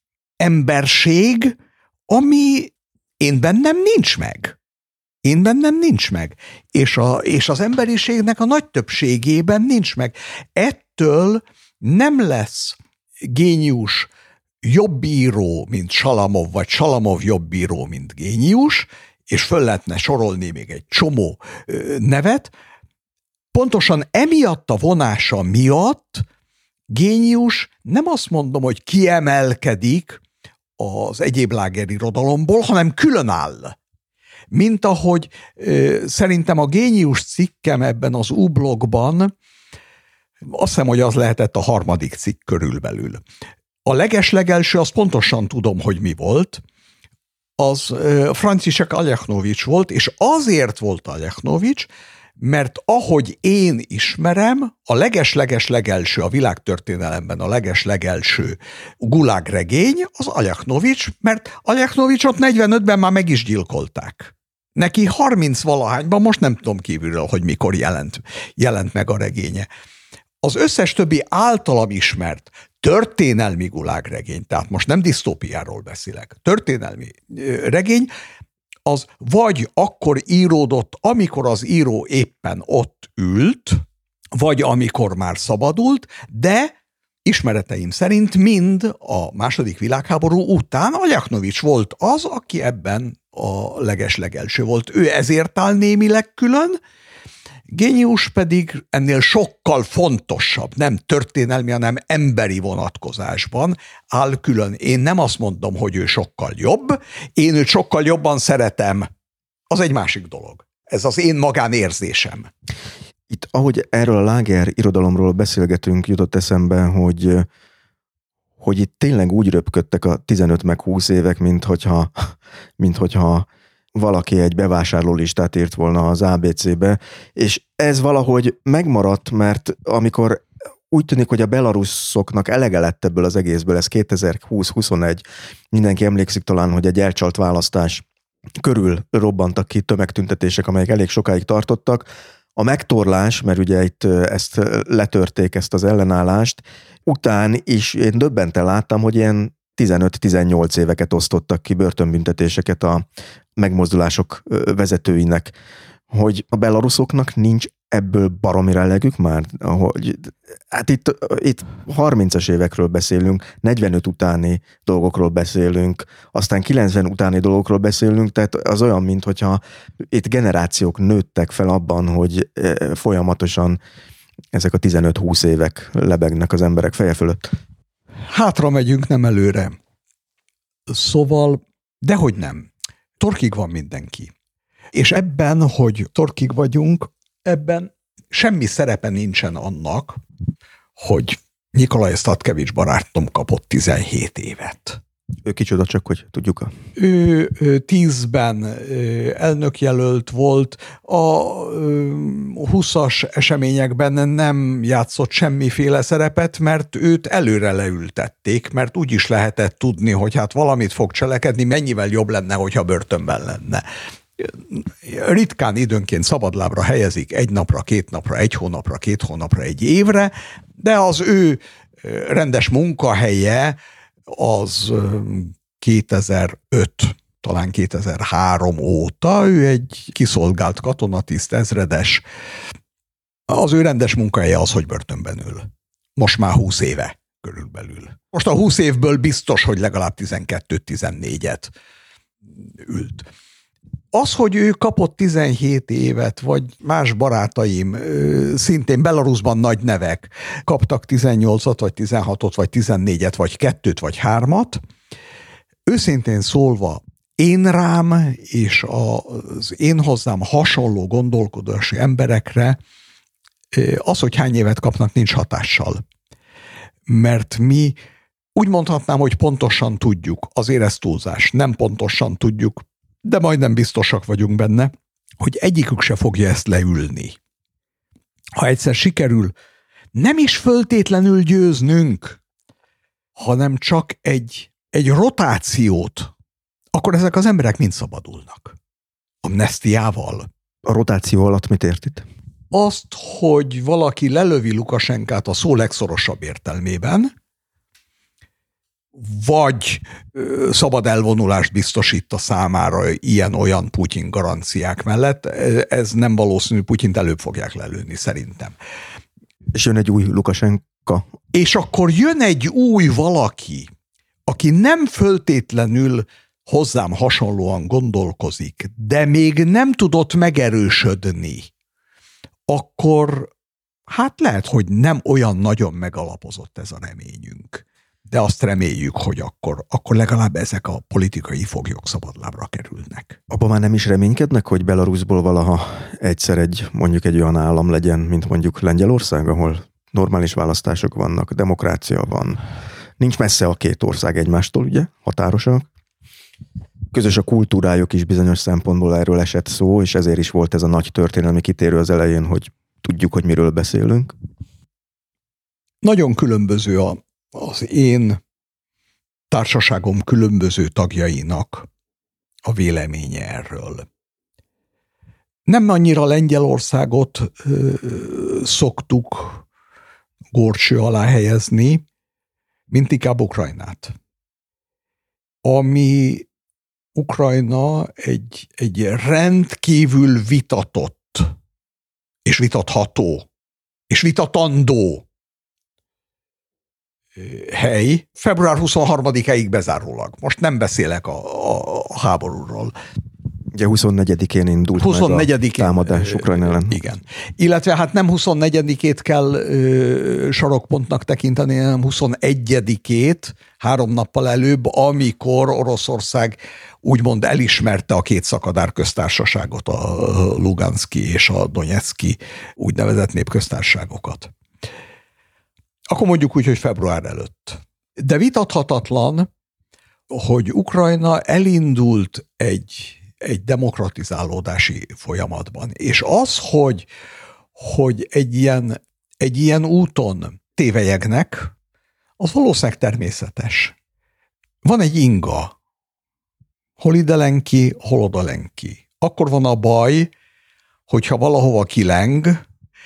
emberség, ami én bennem nincs meg. Én bennem nincs meg. És, a, és az emberiségnek a nagy többségében nincs meg. Ettől nem lesz génius jobb író, mint Salamov, vagy Salamov jobb író, mint génius, és föl lehetne sorolni még egy csomó nevet. Pontosan emiatt a vonása miatt génius nem azt mondom, hogy kiemelkedik az egyéb lágerirodalomból, hanem különáll. Mint ahogy ö, szerintem a génius cikkem ebben az U-blogban, azt hiszem, hogy az lehetett a harmadik cikk körülbelül. A legeslegelső, azt pontosan tudom, hogy mi volt, az ö, Franciszek Aljachnovics volt, és azért volt Aljachnovics, mert ahogy én ismerem, a leges-leges-legelső, a világtörténelemben a leges-legelső gulágregény az Aljachnovics, mert Aljachnovicsot negyvenötben már meg is gyilkolták. Neki harminc-valahányban, most nem tudom kívülről, hogy mikor jelent, jelent meg a regénye. Az összes többi általam ismert történelmi gulágregény, tehát most nem disztópiáról beszélek, történelmi regény, az vagy akkor íródott, amikor az író éppen ott ült, vagy amikor már szabadult, de ismereteim szerint mind a második világháború után Aljachnovics volt az, aki ebben a legeslegelső volt. Ő ezért áll némileg külön, génius pedig ennél sokkal fontosabb, nem történelmi, hanem emberi vonatkozásban áll külön. Én nem azt mondom, hogy ő sokkal jobb, én őt sokkal jobban szeretem. Az egy másik dolog. Ez az én magánérzésem. Itt, ahogy erről a láger irodalomról beszélgetünk, jutott eszembe, hogy, hogy itt tényleg úgy röpködtek a tizenöt meg húsz évek, mint hogyha, mint hogyha valaki egy bevásárlólistát írt volna az á bé cé-be, és ez valahogy megmaradt, mert amikor úgy tűnik, hogy a belaruszoknak elege lett ebből az egészből, ez kétezer-húsz-huszonegy, mindenki emlékszik talán, hogy egy elcsalt választás körül robbantak ki tömegtüntetések, amelyek elég sokáig tartottak. A megtorlás, mert ugye itt ezt letörték, ezt az ellenállást, után is én döbbenten láttam, hogy ilyen tizenöt-tizennyolc éveket osztottak ki, börtönbüntetéseket a megmozdulások vezetőinek, hogy a belaruszoknak nincs ebből baromira elegük már, hogy hát itt, itt harmincas évekről beszélünk, negyvenöt utáni dolgokról beszélünk, aztán kilencven utáni dolgokról beszélünk, tehát az olyan, mintha itt generációk nőttek fel abban, hogy folyamatosan ezek a tizenöt-húsz évek lebegnek az emberek feje fölött. Hátra megyünk, nem előre. Szóval, dehogy nem. Torkig van mindenki. És ebben, hogy torkig vagyunk, ebben semmi szerepe nincsen annak, hogy Nikolaj Statkevics barátom kapott tizenhét évet. Ő kicsoda, csak hogy tudjuk. Ő, ő tízben elnökjelölt volt, a huszas eseményekben nem játszott semmiféle szerepet, mert őt előre leültették, mert úgy is lehetett tudni, hogy hát valamit fog cselekedni, mennyivel jobb lenne, hogyha börtönben lenne. ritkán időnként szabadlábra helyezik egy napra, két napra, egy hónapra, két hónapra, egy évre, de az ő rendes munkahelye az kétezer-öt, talán kétezer-három óta, ő egy kiszolgált katonatiszt, ezredes. Az ő rendes munkahelye az, hogy börtönben ül. Most már húsz éve körülbelül. Most a húsz évből biztos, hogy legalább tizenkettő-tizennégyet ült. Az, hogy ő kapott tizenhét évet, vagy más barátaim, szintén Belarusban nagy nevek, kaptak tizennyolcat, vagy tizenhatot, vagy tizennégyet, vagy kettőt, vagy hármat, őszintén szólva, én rám és az én hozzám hasonló gondolkodási emberekre az, hogy hány évet kapnak, nincs hatással. Mert mi úgy mondhatnám, hogy pontosan tudjuk, azért ez túlzás, nem pontosan tudjuk, de majdnem biztosak vagyunk benne, hogy egyikük se fogja ezt leülni. Ha egyszer sikerül nem is föltétlenül győznünk, hanem csak egy, egy rotációt, akkor ezek az emberek mind szabadulnak. Amnesztiával. A rotáció alatt mit ért itt? Azt, hogy valaki lelövi Lukasenkát a szó legszorosabb értelmében, vagy ö, szabad elvonulást biztosít a számára ilyen-olyan Putyin garanciák mellett, ez nem valószínű, Putyint előbb fogják lelőni szerintem. És jön egy új Lukasenka. És akkor jön egy új valaki, aki nem föltétlenül hozzám hasonlóan gondolkozik, de még nem tudott megerősödni, akkor hát lehet, hogy nem olyan nagyon megalapozott ez a reményünk. De azt reméljük, hogy akkor, akkor legalább ezek a politikai foglyok szabadlábra kerülnek. Abban már nem is reménykednek, hogy Belarusból valaha egyszer egy, mondjuk egy olyan állam legyen, mint mondjuk Lengyelország, ahol normális választások vannak, demokrácia van. Nincs messze a két ország egymástól, ugye? Határosak. Közös a kultúrájuk is bizonyos szempontból, erről esett szó, és ezért is volt ez a nagy történelmi kitérő az elején, hogy tudjuk, hogy miről beszélünk. Nagyon különböző a az én társaságom különböző tagjainak a véleménye erről. Nem annyira Lengyelországot ö, szoktuk górcső alá helyezni, mint inkább Ukrajnát. Ami Ukrajna egy, egy rendkívül vitatott, és vitatható, és vitatandó hely, február huszonharmadikáig bezárólag. Most nem beszélek a, a, a háborúról. Ugye huszonnegyedikén indult huszonnegyedikén, meg a támadás Ukrajna ellen. Igen. Illetve hát nem huszonnegyedikét kell ö, sarokpontnak tekinteni, hanem huszonegyedikét, három nappal előbb, amikor Oroszország úgymond elismerte a két szakadár köztársaságot, a Luganszki és a Donetszki úgynevezett népköztársaságokat. Akkor mondjuk úgy, hogy február előtt. De vitathatatlan, hogy Ukrajna elindult egy, egy demokratizálódási folyamatban. És az, hogy, hogy egy, ilyen, egy ilyen úton tévelyegnek, az valószínűleg természetes. Van egy inga. Hol ide len ki, hol oda len ki. Akkor van a baj, hogyha valahova kileng,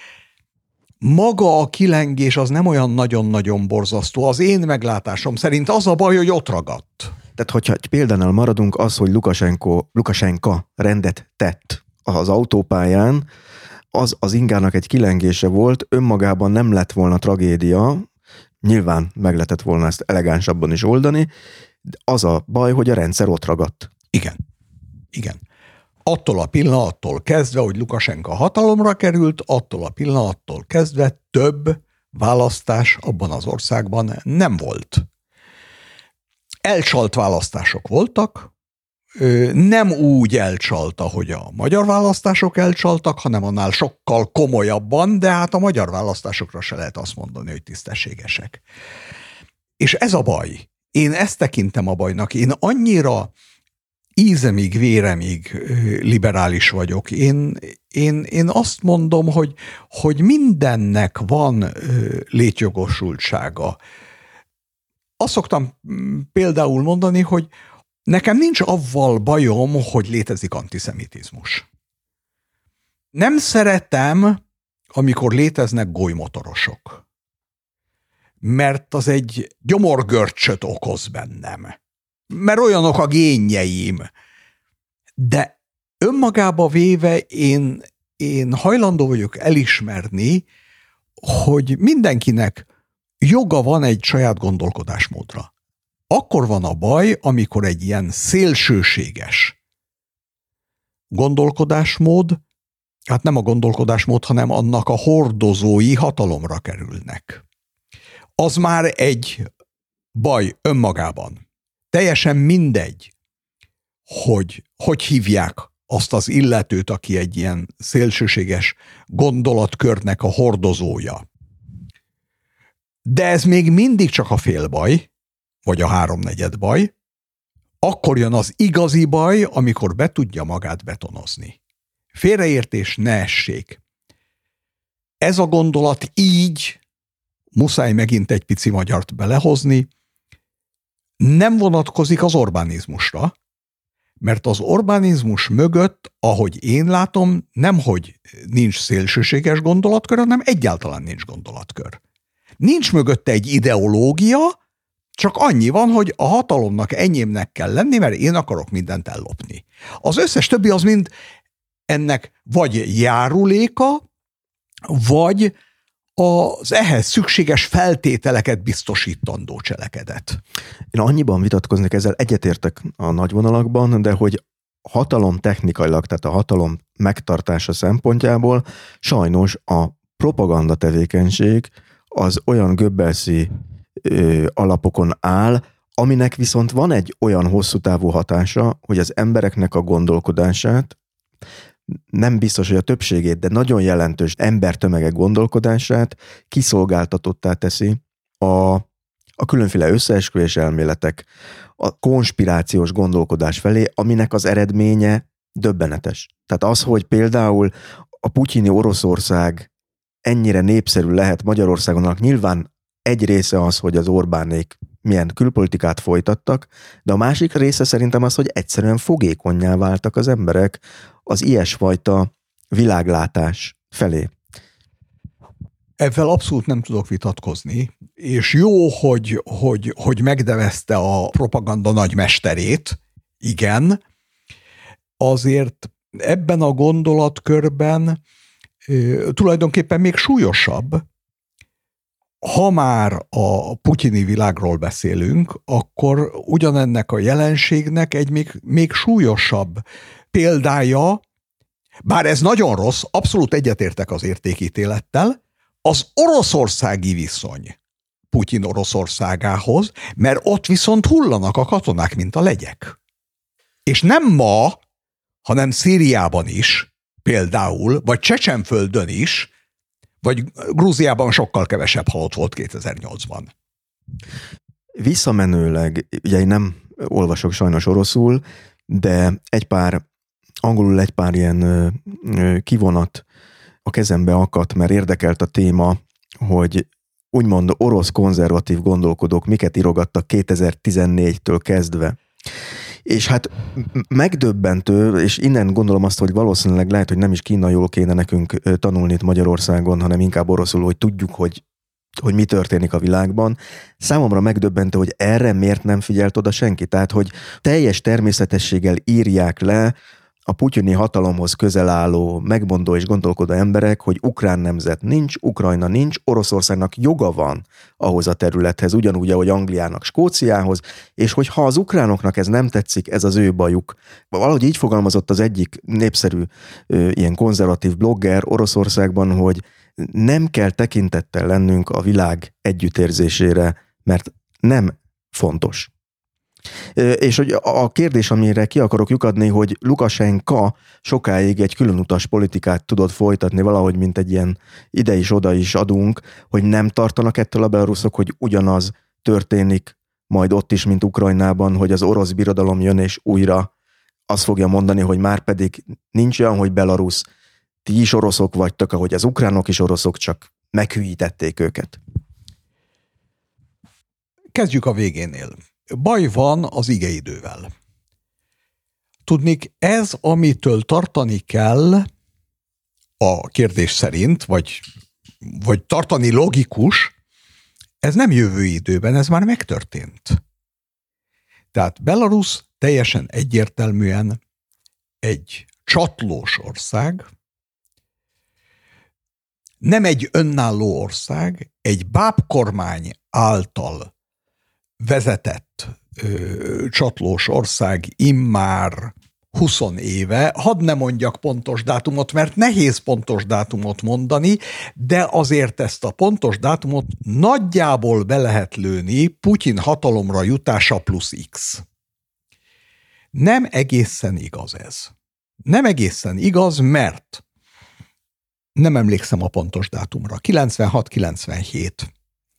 maga a kilengés az nem olyan nagyon-nagyon borzasztó. Az én meglátásom szerint az a baj, hogy ott ragadt. Tehát, hogyha egy példánál maradunk, az, hogy Lukasenko, Lukasenka rendet tett az autópályán, az az ingának egy kilengése volt, önmagában nem lett volna tragédia, nyilván meg lehetett volna ezt elegánsabban is oldani, de az a baj, hogy a rendszer ott ragadt. Igen. Igen. Attól a pillanattól kezdve, hogy Lukasenka hatalomra került, attól a pillanattól kezdve több választás abban az országban nem volt. Elcsalt választások voltak, nem úgy elcsalt, ahogy a magyar választások elcsaltak, hanem annál sokkal komolyabban, de hát a magyar választásokra se lehet azt mondani, hogy tisztességesek. És ez a baj. Én ezt tekintem a bajnak. Én annyira ízemig, véremig liberális vagyok. Én, én, én azt mondom, hogy, hogy mindennek van létjogosultsága. Azt szoktam például mondani, hogy Nekem nincs avval bajom, hogy létezik antiszemitizmus. Nem szeretem, amikor léteznek golymotorosok, mert az egy gyomorgörcsöt okoz bennem, mert olyanok a génjeim. De önmagába véve én, én hajlandó vagyok elismerni, hogy mindenkinek joga van egy saját gondolkodásmódra. Akkor van a baj, amikor egy ilyen szélsőséges gondolkodásmód, hát nem a gondolkodásmód, hanem annak a hordozói hatalomra kerülnek. Az már egy baj önmagában. Teljesen mindegy, hogy hogy hívják azt az illetőt, aki egy ilyen szélsőséges gondolatkörnek a hordozója. De ez még mindig csak a fél baj, vagy a háromnegyed baj. Akkor jön az igazi baj, amikor be tudja magát betonozni. Félreértés ne essék. Ez a gondolat így, muszáj megint egy pici magyart belehozni, nem vonatkozik az Orbánizmusra, mert az Orbánizmus mögött, ahogy én látom, nemhogy nincs szélsőséges gondolatkör, hanem egyáltalán nincs gondolatkör. Nincs mögötte egy ideológia, csak annyi van, hogy a hatalomnak enyémnek kell lenni, mert én akarok mindent ellopni. Az összes többi az mind ennek vagy járuléka, vagy az ehhez szükséges feltételeket biztosítandó cselekedet. Én annyiban vitatkoznék ezzel, egyetértek a nagyvonalakban, de hogy hatalom technikailag, tehát a hatalom megtartása szempontjából sajnos a propaganda tevékenység az olyan Goebbelszi ö, alapokon áll, aminek viszont van egy olyan hosszú távú hatása, hogy az embereknek a gondolkodását, nem biztos, hogy a többségét, de nagyon jelentős embertömegek gondolkodását kiszolgáltatottá teszi a, a különféle összeesküvés elméletek, a konspirációs gondolkodás felé, aminek az eredménye döbbenetes. Tehát az, hogy például a putyini Oroszország ennyire népszerű lehet Magyarországon, nyilván egy része az, hogy az Orbánék milyen külpolitikát folytattak, de a másik része szerintem az, hogy egyszerűen fogékonnyá váltak az emberek az ilyesfajta világlátás felé. Ezzel abszolút nem tudok vitatkozni, és jó, hogy, hogy, hogy megnevezte a propaganda nagymesterét, igen, azért ebben a gondolatkörben tulajdonképpen még súlyosabb, ha már a putyini világról beszélünk, akkor ugyanennek a jelenségnek egy még, még súlyosabb példája, bár ez nagyon rossz, abszolút egyetértek az értékítélettel, az oroszországi viszony Putyin Oroszországához, mert ott viszont hullanak a katonák, mint a legyek. És nem ma, hanem Szíriában is, például, vagy Csecsenföldön is, vagy Grúziában sokkal kevesebb halott volt kétezer-nyolcban. Visszamenőleg, ugye én nem olvasok sajnos oroszul, de egy pár, angolul egy pár ilyen kivonat a kezembe akadt, mert érdekelt a téma, hogy úgymond orosz konzervatív gondolkodók miket írogattak kétezer-tizennégytől kezdve. És hát megdöbbentő, és innen gondolom azt, hogy valószínűleg lehet, hogy nem is kínaiul kéne nekünk tanulni itt Magyarországon, hanem inkább oroszul, hogy tudjuk, hogy, hogy mi történik a világban. Számomra megdöbbentő, hogy erre miért nem figyelt oda senki. Tehát, hogy teljes természetességgel írják le a putyini hatalomhoz közel álló, megmondó és gondolkodó emberek, hogy ukrán nemzet nincs, Ukrajna nincs, Oroszországnak joga van ahhoz a területhez, ugyanúgy, ahogy Angliának Skóciához, és hogy ha az ukránoknak ez nem tetszik, ez az ő bajuk. Valahogy így fogalmazott az egyik népszerű ilyen konzervatív blogger Oroszországban, hogy nem kell tekintettel lennünk a világ együttérzésére, mert nem fontos. És hogy a kérdés, amire ki akarok lyukadni, hogy Lukasenka sokáig egy különutas politikát tudott folytatni, valahogy mint egy ilyen ide is, oda is adunk, hogy nem tartanak ettől a belaruszok, hogy ugyanaz történik majd ott is, mint Ukrajnában, hogy az orosz birodalom jön és újra azt fogja mondani, hogy már pedig nincs olyan, hogy Belarusz, ti is oroszok vagytok, ahogy az ukránok is oroszok, csak meghűítették őket. Kezdjük a végénél. Baj van az igeidővel. Tudnik, ez, amitől tartani kell a kérdés szerint, vagy, vagy tartani logikus, ez nem jövő időben, ez már megtörtént. Tehát Belarus teljesen egyértelműen egy csatlós ország, nem egy önálló ország, egy bábkormány által vezetett ö, csatlós ország immár húsz éve, hadd ne mondjak pontos dátumot, mert nehéz pontos dátumot mondani, de azért ezt a pontos dátumot nagyjából be lehet lőni Putyin hatalomra jutása plusz X. Nem egészen igaz ez. Nem egészen igaz, mert nem emlékszem a pontos dátumra. kilencvenhat kilencvenhét.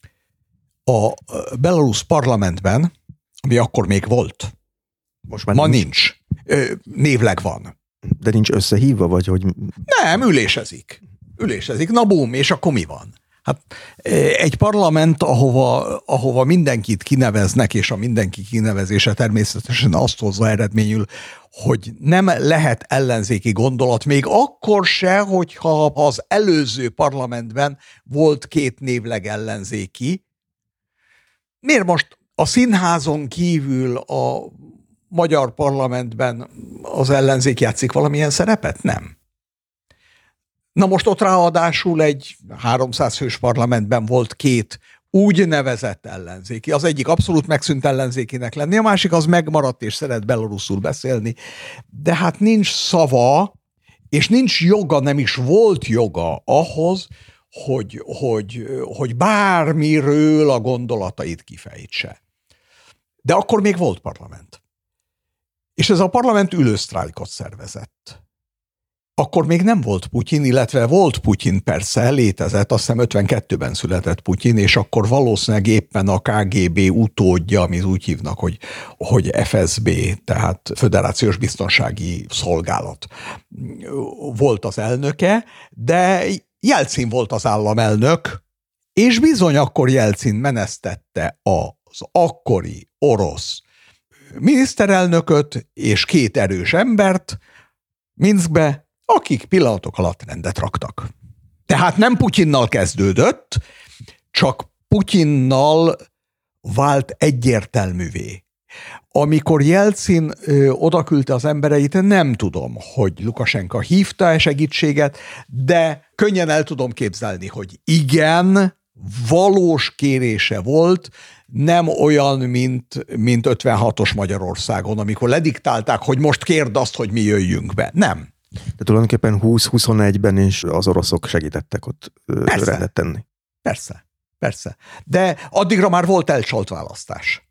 A Belarus parlamentben, ami akkor még volt, most már ma nincs. nincs. Névleg van. De nincs összehívva, vagy hogy... Nem, ülésezik. Ülésezik. Na bum, és akkor mi van? Hát egy parlament, ahova, ahova mindenkit kineveznek, és a mindenki kinevezése természetesen azt hozza eredményül, hogy nem lehet ellenzéki gondolat, még akkor se, hogyha az előző parlamentben volt két névleg ellenzéki. Miért most a színházon kívül a magyar parlamentben az ellenzék játszik valamilyen szerepet? Nem. Na most ott ráadásul egy háromszáz fős parlamentben volt két úgynevezett ellenzéki. Az egyik abszolút megszűnt ellenzékinek lenni, a másik az megmaradt és szeret beloruszul beszélni, de hát nincs szava, és nincs joga, nem is volt joga ahhoz, hogy, hogy, hogy bármiről a gondolatait kifejtse. De akkor még volt parlament. És ez a parlament ülősztrájkot szervezett. Akkor még nem volt Putyin, illetve volt Putyin, persze, létezett, azt hiszem ötvenkettőben született Putyin, és akkor valószínűleg éppen a ká gé bé utódja, amit úgy hívnak, hogy, hogy ef es bé, tehát Föderációs Biztonsági Szolgálat volt az elnöke, de Jelcin volt az államelnök, és bizony akkor Jelcin menesztette az akkori orosz miniszterelnököt és két erős embert Minszkbe, akik pillanatok alatt rendet raktak. Tehát nem Putyinnal kezdődött, csak Putyinnal vált egyértelművé. Amikor Jelcin odaküldte az embereit, nem tudom, hogy Lukasenka hívta-e segítséget, de könnyen el tudom képzelni, hogy igen, valós kérése volt, nem olyan, mint, mint ötvenhatos Magyarországon, amikor lediktálták, hogy most kérd azt, hogy mi jöjjünk be. Nem. De tulajdonképpen húsz-huszonegyben is az oroszok segítettek ott persze, rendet tenni. Persze, persze. De addigra már volt elcsalt választás.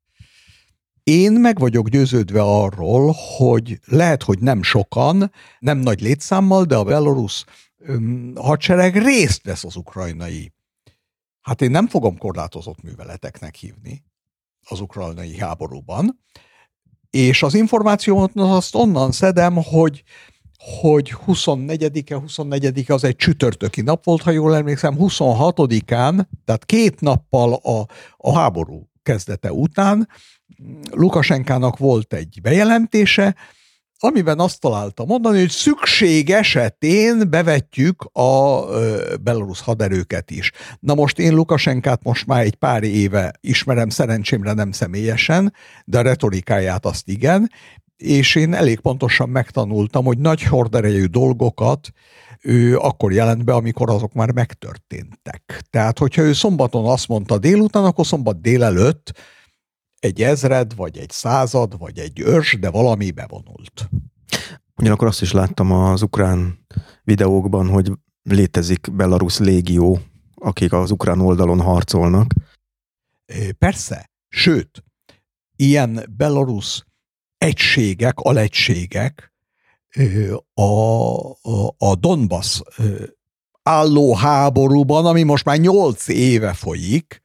Én meg vagyok győződve arról, hogy lehet, hogy nem sokan, nem nagy létszámmal, de a belorusz hadsereg részt vesz az ukrajnai. Hát én nem fogom korlátozott műveleteknek hívni az ukrajnai háborúban, és az információt azt onnan szedem, hogy hogy huszonnegyedike, huszonnegyedike az egy csütörtöki nap volt, ha jól emlékszem, huszonhatodikán, tehát két nappal a, a háború kezdete után Lukasenkának volt egy bejelentése, amiben azt találta mondani, hogy szükség esetén bevetjük a belorusz haderőket is. Na most én Lukasenkát most már egy pár éve ismerem, szerencsémre nem személyesen, de a retorikáját azt igen, és én elég pontosan megtanultam, hogy nagy horderejű dolgokat ő akkor jelent be, amikor azok már megtörténtek. Tehát, hogyha ő szombaton azt mondta délután, akkor szombat délelőtt egy ezred, vagy egy század, vagy egy őrs, de valami bevonult. Ugyanakkor azt is láttam az ukrán videókban, hogy létezik Belarus légió, akik az ukrán oldalon harcolnak. Persze, sőt, ilyen Belarus egységek, alegységek a, a, a Donbass álló háborúban, ami most már nyolc éve folyik,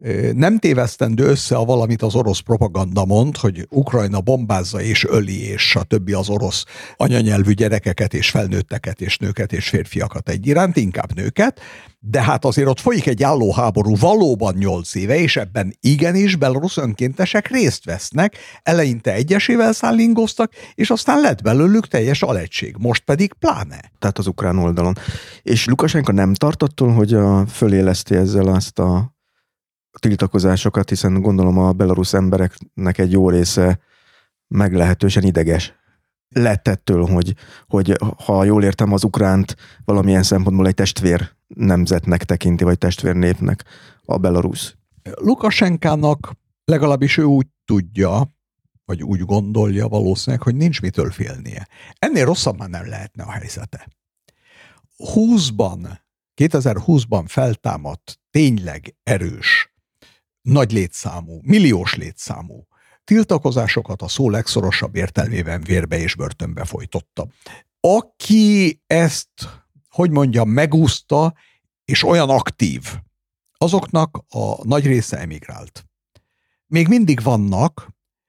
Nem tévesztendő össze a valamit az orosz propaganda mond, hogy Ukrajna bombázza és öli, és stb. Az orosz anyanyelvű gyerekeket és felnőtteket és nőket és férfiakat egyiránt, inkább nőket, de hát azért ott folyik egy álló háború valóban nyolc éve, és ebben igenis belarusz önkéntesek részt vesznek, eleinte egyesével szállingoztak, és aztán lett belőlük teljes alegység, most pedig pláne. Tehát az ukrán oldalon. És Lukasenka nem tart attól, hogy a, föléleszti ezzel azt a tiltakozásokat, hiszen gondolom a belarusz embereknek egy jó része meglehetősen ideges lett ettől, hogy, hogy ha jól értem, az ukránt valamilyen szempontból egy testvér nemzetnek tekinti, vagy testvérnépnek a belarusz. Lukasenkának legalábbis ő úgy tudja, vagy úgy gondolja valószínűleg, hogy nincs mitől félnie. Ennél rosszabb már nem lehetne a helyzete. húszban, kétezer-húszban feltámadt tényleg erős, nagy létszámú, milliós létszámú tiltakozásokat a szó legszorosabb értelmében vérbe és börtönbe folytotta. Aki ezt, hogy mondjam, megúszta, és olyan aktív, azoknak a nagy része emigrált. Még mindig vannak,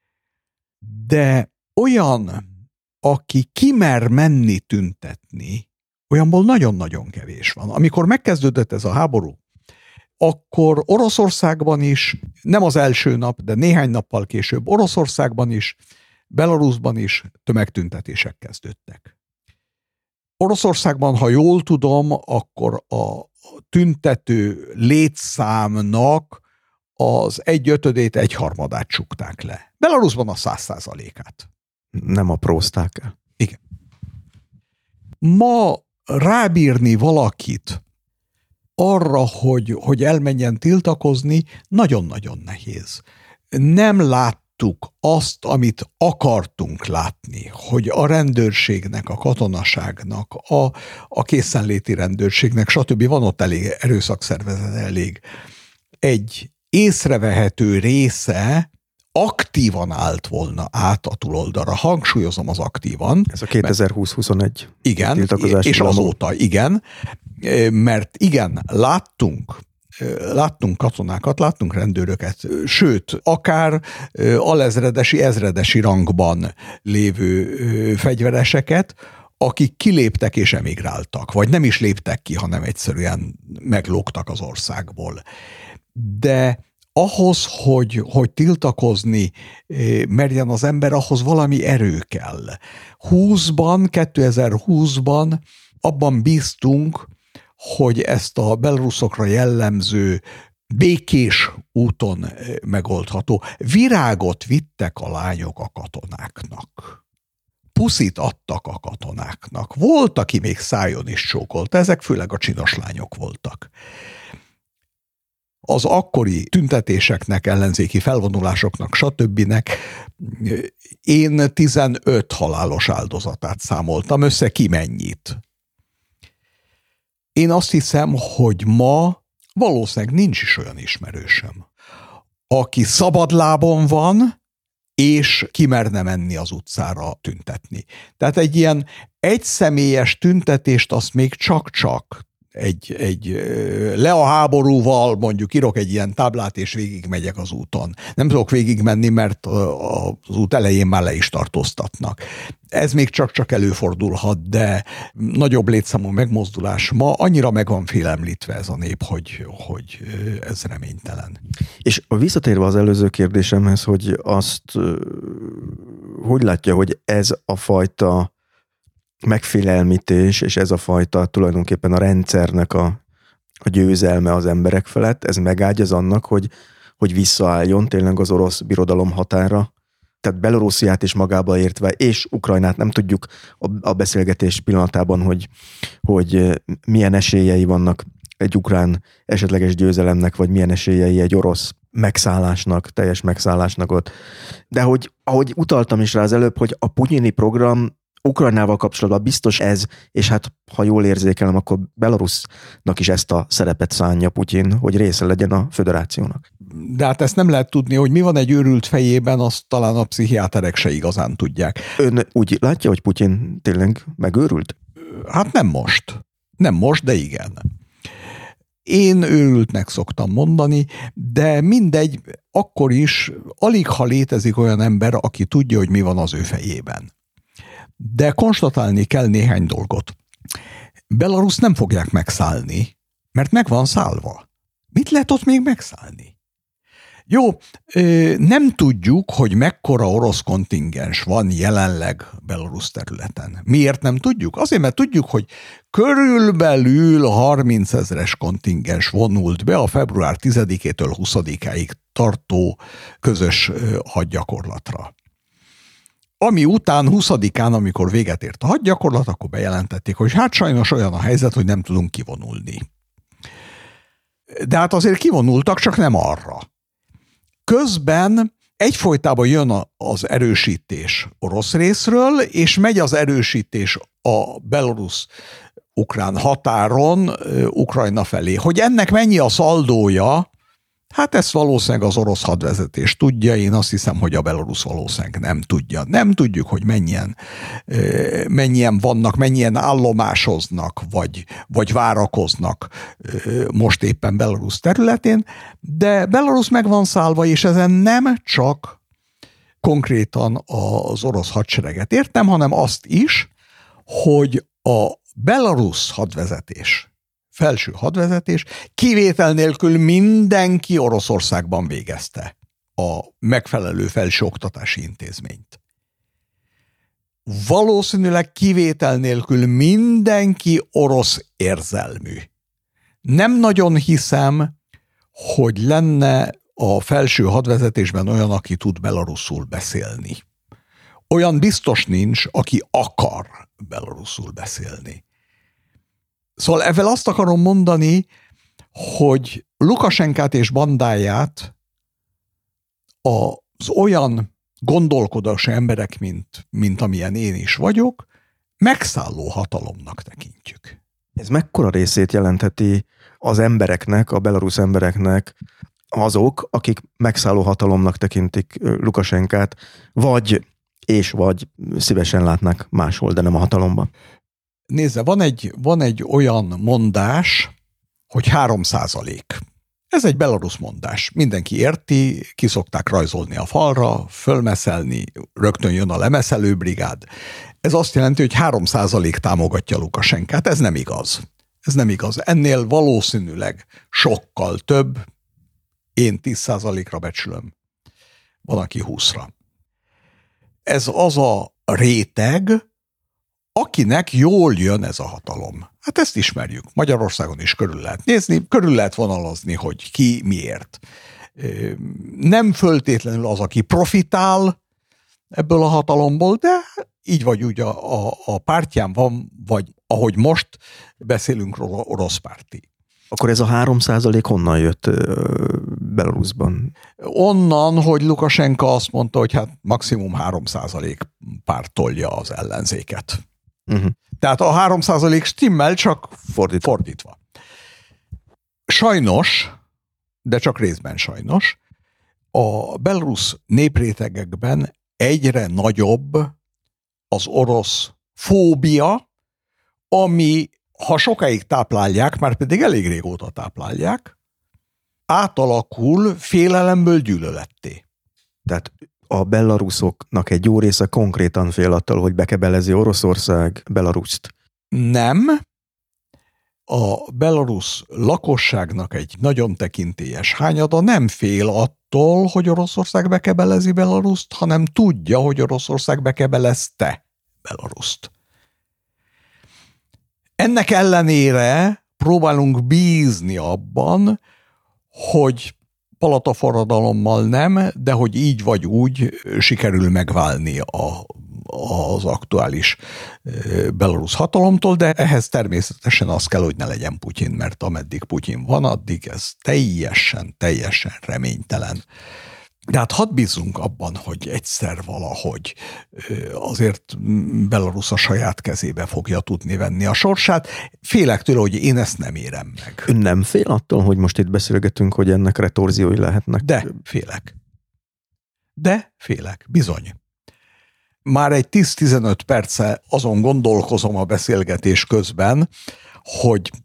de olyan, aki kimer menni tüntetni, olyanból nagyon-nagyon kevés van. Amikor megkezdődött ez a háború, akkor Oroszországban is, nem az első nap, de néhány nappal később Oroszországban is, Belarusban is tömegtüntetések kezdődtek. Oroszországban, ha jól tudom, akkor a tüntető létszámnak az egyötödét, egyharmadát csukták le. Belarusban a száz százalékát. Nem aprózták el. Igen. Ma rábírni valakit arra, hogy, hogy elmenjen tiltakozni, nagyon-nagyon nehéz. Nem láttuk azt, amit akartunk látni, hogy a rendőrségnek, a katonaságnak, a, a készenléti rendőrségnek, stb. Van ott elég erőszakszervezet elég. Egy észrevehető része aktívan állt volna át a túloldalra. Hangsúlyozom az aktívan. Ez a kétezer-húsz-huszonegy igen, és azóta igen, mert igen, láttunk, láttunk katonákat, láttunk rendőröket, sőt, akár alezredesi, ezredesi rangban lévő fegyvereseket, akik kiléptek és emigráltak, vagy nem is léptek ki, hanem egyszerűen meglógtak az országból. De ahhoz, hogy, hogy tiltakozni merjen az ember, ahhoz valami erő kell. húszban, kétezer-húszban abban bíztunk, hogy ezt a belaruszokra jellemző békés úton megoldható. Virágot vittek a lányok a katonáknak. Puszit adtak a katonáknak. Volt, aki még szájon is csókolta, ezek főleg a csinos lányok voltak. Az akkori tüntetéseknek, ellenzéki felvonulásoknak, stb. Én tizenöt halálos áldozatát számoltam össze, ki mennyit. Én azt hiszem, hogy ma valószínűleg nincs is olyan ismerősöm, aki szabadlábon van, és kimerne menni az utcára tüntetni. Tehát egy ilyen egyszemélyes tüntetést azt még csak-csak egy, egy le a háborúval, mondjuk írok egy ilyen táblát, és végigmegyek az úton. Nem tudok végigmenni, mert az út elején már le is tartóztatnak. Ez még csak-csak előfordulhat, de nagyobb létszámú megmozdulás ma annyira meg van félemlítve ez a nép, hogy, hogy ez reménytelen. És visszatérve az előző kérdésemhez, hogy azt hogy látja, hogy ez a fajta megfélelmítés, és ez a fajta tulajdonképpen a rendszernek a, a győzelme az emberek felett, ez megágyaz annak, hogy, hogy visszaálljon tényleg az orosz birodalom határa. Tehát Belorussziát is magába értve, és Ukrajnát nem tudjuk a, a beszélgetés pillanatában, hogy, hogy milyen esélyei vannak egy ukrán esetleges győzelemnek, vagy milyen esélyei egy orosz megszállásnak, teljes megszállásnak ott. De hogy, ahogy utaltam is rá az előbb, hogy a putyini program Ukrajnával kapcsolatban biztos ez, és hát ha jól érzékelem, akkor Belarusnak is ezt a szerepet szánja Putyin, hogy része legyen a föderációnak. De hát ezt nem lehet tudni, hogy mi van egy őrült fejében, azt talán a pszichiáterek se igazán tudják. Ön úgy látja, hogy Putyin tényleg megőrült? Hát nem most. Nem most, de igen. Én őrültnek szoktam mondani, de mindegy, akkor is alig ha létezik olyan ember, aki tudja, hogy mi van az ő fejében. De konstatálni kell néhány dolgot. Belaruszt nem fogják megszállni, mert meg van szállva. Mit lehet ott még megszállni? Jó, nem tudjuk, hogy mekkora orosz kontingens van jelenleg Belarusz területen. Miért nem tudjuk? Azért, mert tudjuk, hogy körülbelül harmincezres kontingens vonult be a február tizedikétől huszadikáig tartó közös hadgyakorlatra. Ami után huszadikán, amikor véget ért a hadgyakorlat, akkor bejelentették, hogy hát sajnos olyan a helyzet, hogy nem tudunk kivonulni. De hát azért kivonultak, csak nem arra. Közben egyfolytában jön az erősítés orosz részről, és megy az erősítés a belarusz-ukrán határon Ukrajna felé. Hogy ennek mennyi a szaldója, hát ezt valószínűleg az orosz hadvezetés tudja, én azt hiszem, hogy a belarusz valószínűleg nem tudja. Nem tudjuk, hogy mennyien, mennyien vannak, mennyien állomásoznak, vagy, vagy várakoznak most éppen Belarusz területén, de Belarusz meg van szállva, és ezen nem csak konkrétan az orosz hadsereget értem, hanem azt is, hogy a belarusz hadvezetés, felső hadvezetés kivétel nélkül mindenki Oroszországban végezte a megfelelő felsőoktatási intézményt. Valószínűleg kivétel nélkül mindenki orosz érzelmű. Nem nagyon hiszem, hogy lenne a felső hadvezetésben olyan, aki tud belaruszul beszélni. Olyan biztos nincs, aki akar belaruszul beszélni. Szóval ezzel azt akarom mondani, hogy Lukasenkát és bandáját az olyan gondolkodós emberek, mint, mint amilyen én is vagyok, megszálló hatalomnak tekintjük. Ez mekkora részét jelentheti az embereknek, a belarusz embereknek azok, akik megszálló hatalomnak tekintik Lukasenkát, vagy és vagy szívesen látnak máshol, de nem a hatalomban? Nézze, van egy, van egy olyan mondás, hogy három százalék. Ez egy belarusz mondás. Mindenki érti, ki szokták rajzolni a falra, fölmeszelni, rögtön jön a lemeszelőbrigád. Ez azt jelenti, hogy három százalék támogatja Lukasenkát. Ez nem igaz. Ez nem igaz. Ennél valószínűleg sokkal több. Én tíz százalékra becsülöm. Van, aki húszra. Ez az a réteg, akinek jól jön ez a hatalom. Hát ezt ismerjük. Magyarországon is körül lehet nézni, körül lehet vonalazni, hogy ki miért. Nem föltétlenül az, aki profitál ebből a hatalomból, de így vagy úgy a, a, a pártján van, vagy ahogy most beszélünk róla, orosz párti. Akkor ez a három százalék honnan jött Belarusban? Onnan, hogy Lukasenka azt mondta, hogy hát maximum három százalék pártolja az ellenzéket. Uh-huh. Tehát a három százalék stimmel, csak fordítva. fordítva. Sajnos, de csak részben sajnos, a belarusz néprétegekben egyre nagyobb az orosz fóbia, ami, ha sokáig táplálják, már pedig elég régóta táplálják, átalakul félelemből gyűlöletté. Tehát a belaruszoknak egy jó része konkrétan fél attól, hogy bekebelezi Oroszország Belaruszt. Nem. A belarusz lakosságnak egy nagyon tekintélyes hányada nem fél attól, hogy Oroszország bekebelezi Belaruszt, hanem tudja, hogy Oroszország bekebelezte Belaruszt. Ennek ellenére próbálunk bízni abban, hogy palataforradalommal nem, de hogy így vagy úgy sikerül megválni a, az aktuális belarusz hatalomtól, de ehhez természetesen az kell, hogy ne legyen Putyin, mert ameddig Putyin van, addig ez teljesen, teljesen reménytelen. De hát hadd bízzunk abban, hogy egyszer valahogy azért Belarusz a saját kezébe fogja tudni venni a sorsát. Félek tőle, hogy én ezt nem érem meg. Ön nem fél attól, hogy most itt beszélgetünk, hogy ennek retorziói lehetnek? De félek. De félek, bizony. Már egy tíz-tizenöt perce azon gondolkozom a beszélgetés közben, hogy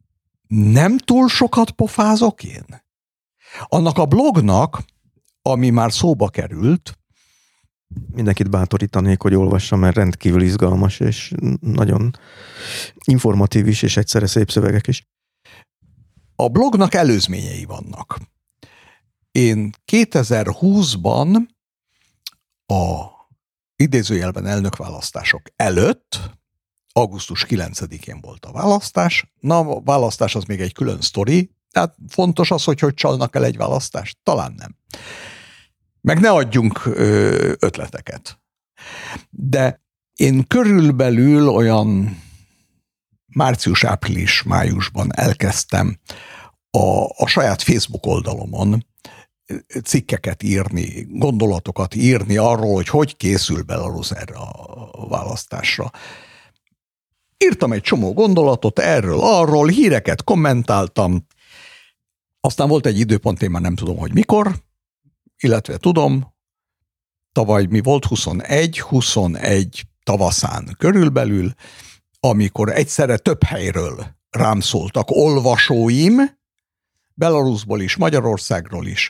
Nem túl sokat pofázok én? Annak a blognak, ami már szóba került, mindenkit bátorítanék, hogy olvassa, mert rendkívül izgalmas, és nagyon informatív is, és egyszerre szép szövegek is. A blognak előzményei vannak. Én kétezer-húszban a idézőjelben elnökválasztások előtt, augusztus kilencedikén volt a választás. Na, a választás az még egy külön sztori, tehát fontos az, hogy hogy csalnak el egy választást? Talán nem. Meg ne adjunk ö, ötleteket. De én körülbelül olyan március, április, májusban elkezdtem a, a saját Facebook oldalomon cikkeket írni, gondolatokat írni arról, hogy hogy készül Belarus erre a választásra. Írtam egy csomó gondolatot erről, arról, híreket kommentáltam, aztán volt egy időpont, én már nem tudom, hogy mikor, illetve tudom, tavaly mi volt, huszonegy, huszonegy tavaszán körülbelül, amikor egyszerre több helyről rám szóltak olvasóim, Belarusból is, Magyarországról is,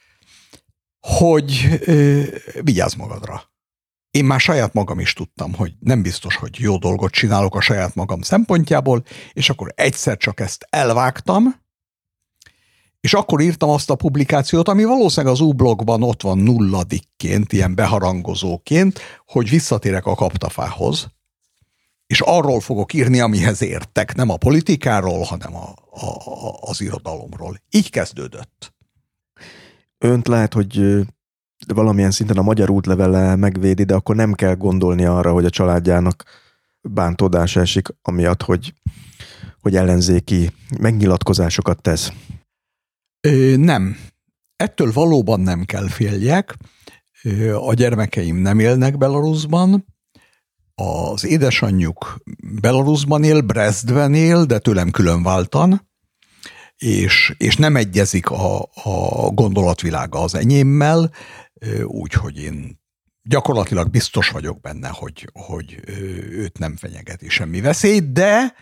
hogy ö, vigyázz magadra. Én már saját magam is tudtam, hogy nem biztos, hogy jó dolgot csinálok a saját magam szempontjából, és akkor egyszer csak ezt elvágtam, és akkor írtam azt a publikációt, ami valószínűleg az U-blogban ott van nulladikként, ilyen beharangozóként, hogy visszatérek a kaptafához, és arról fogok írni, amihez értek, nem a politikáról, hanem a, a, az irodalomról. Így kezdődött. Önt lehet, hogy valamilyen szinten a magyar útlevele megvédi, de akkor nem kell gondolni arra, hogy a családjának bántódása esik, amiatt, hogy, hogy ellenzéki megnyilatkozásokat tesz. Ö, nem. Ettől valóban nem kell féljek. Ö, a gyermekeim nem élnek Belarusban. Az édesanyjuk Belarusban él, Brestben él, de tőlem különváltan, és, és nem egyezik a, a gondolatvilága az enyémmel, úgyhogy én gyakorlatilag biztos vagyok benne, hogy, hogy őt nem fenyegeti semmi veszély, de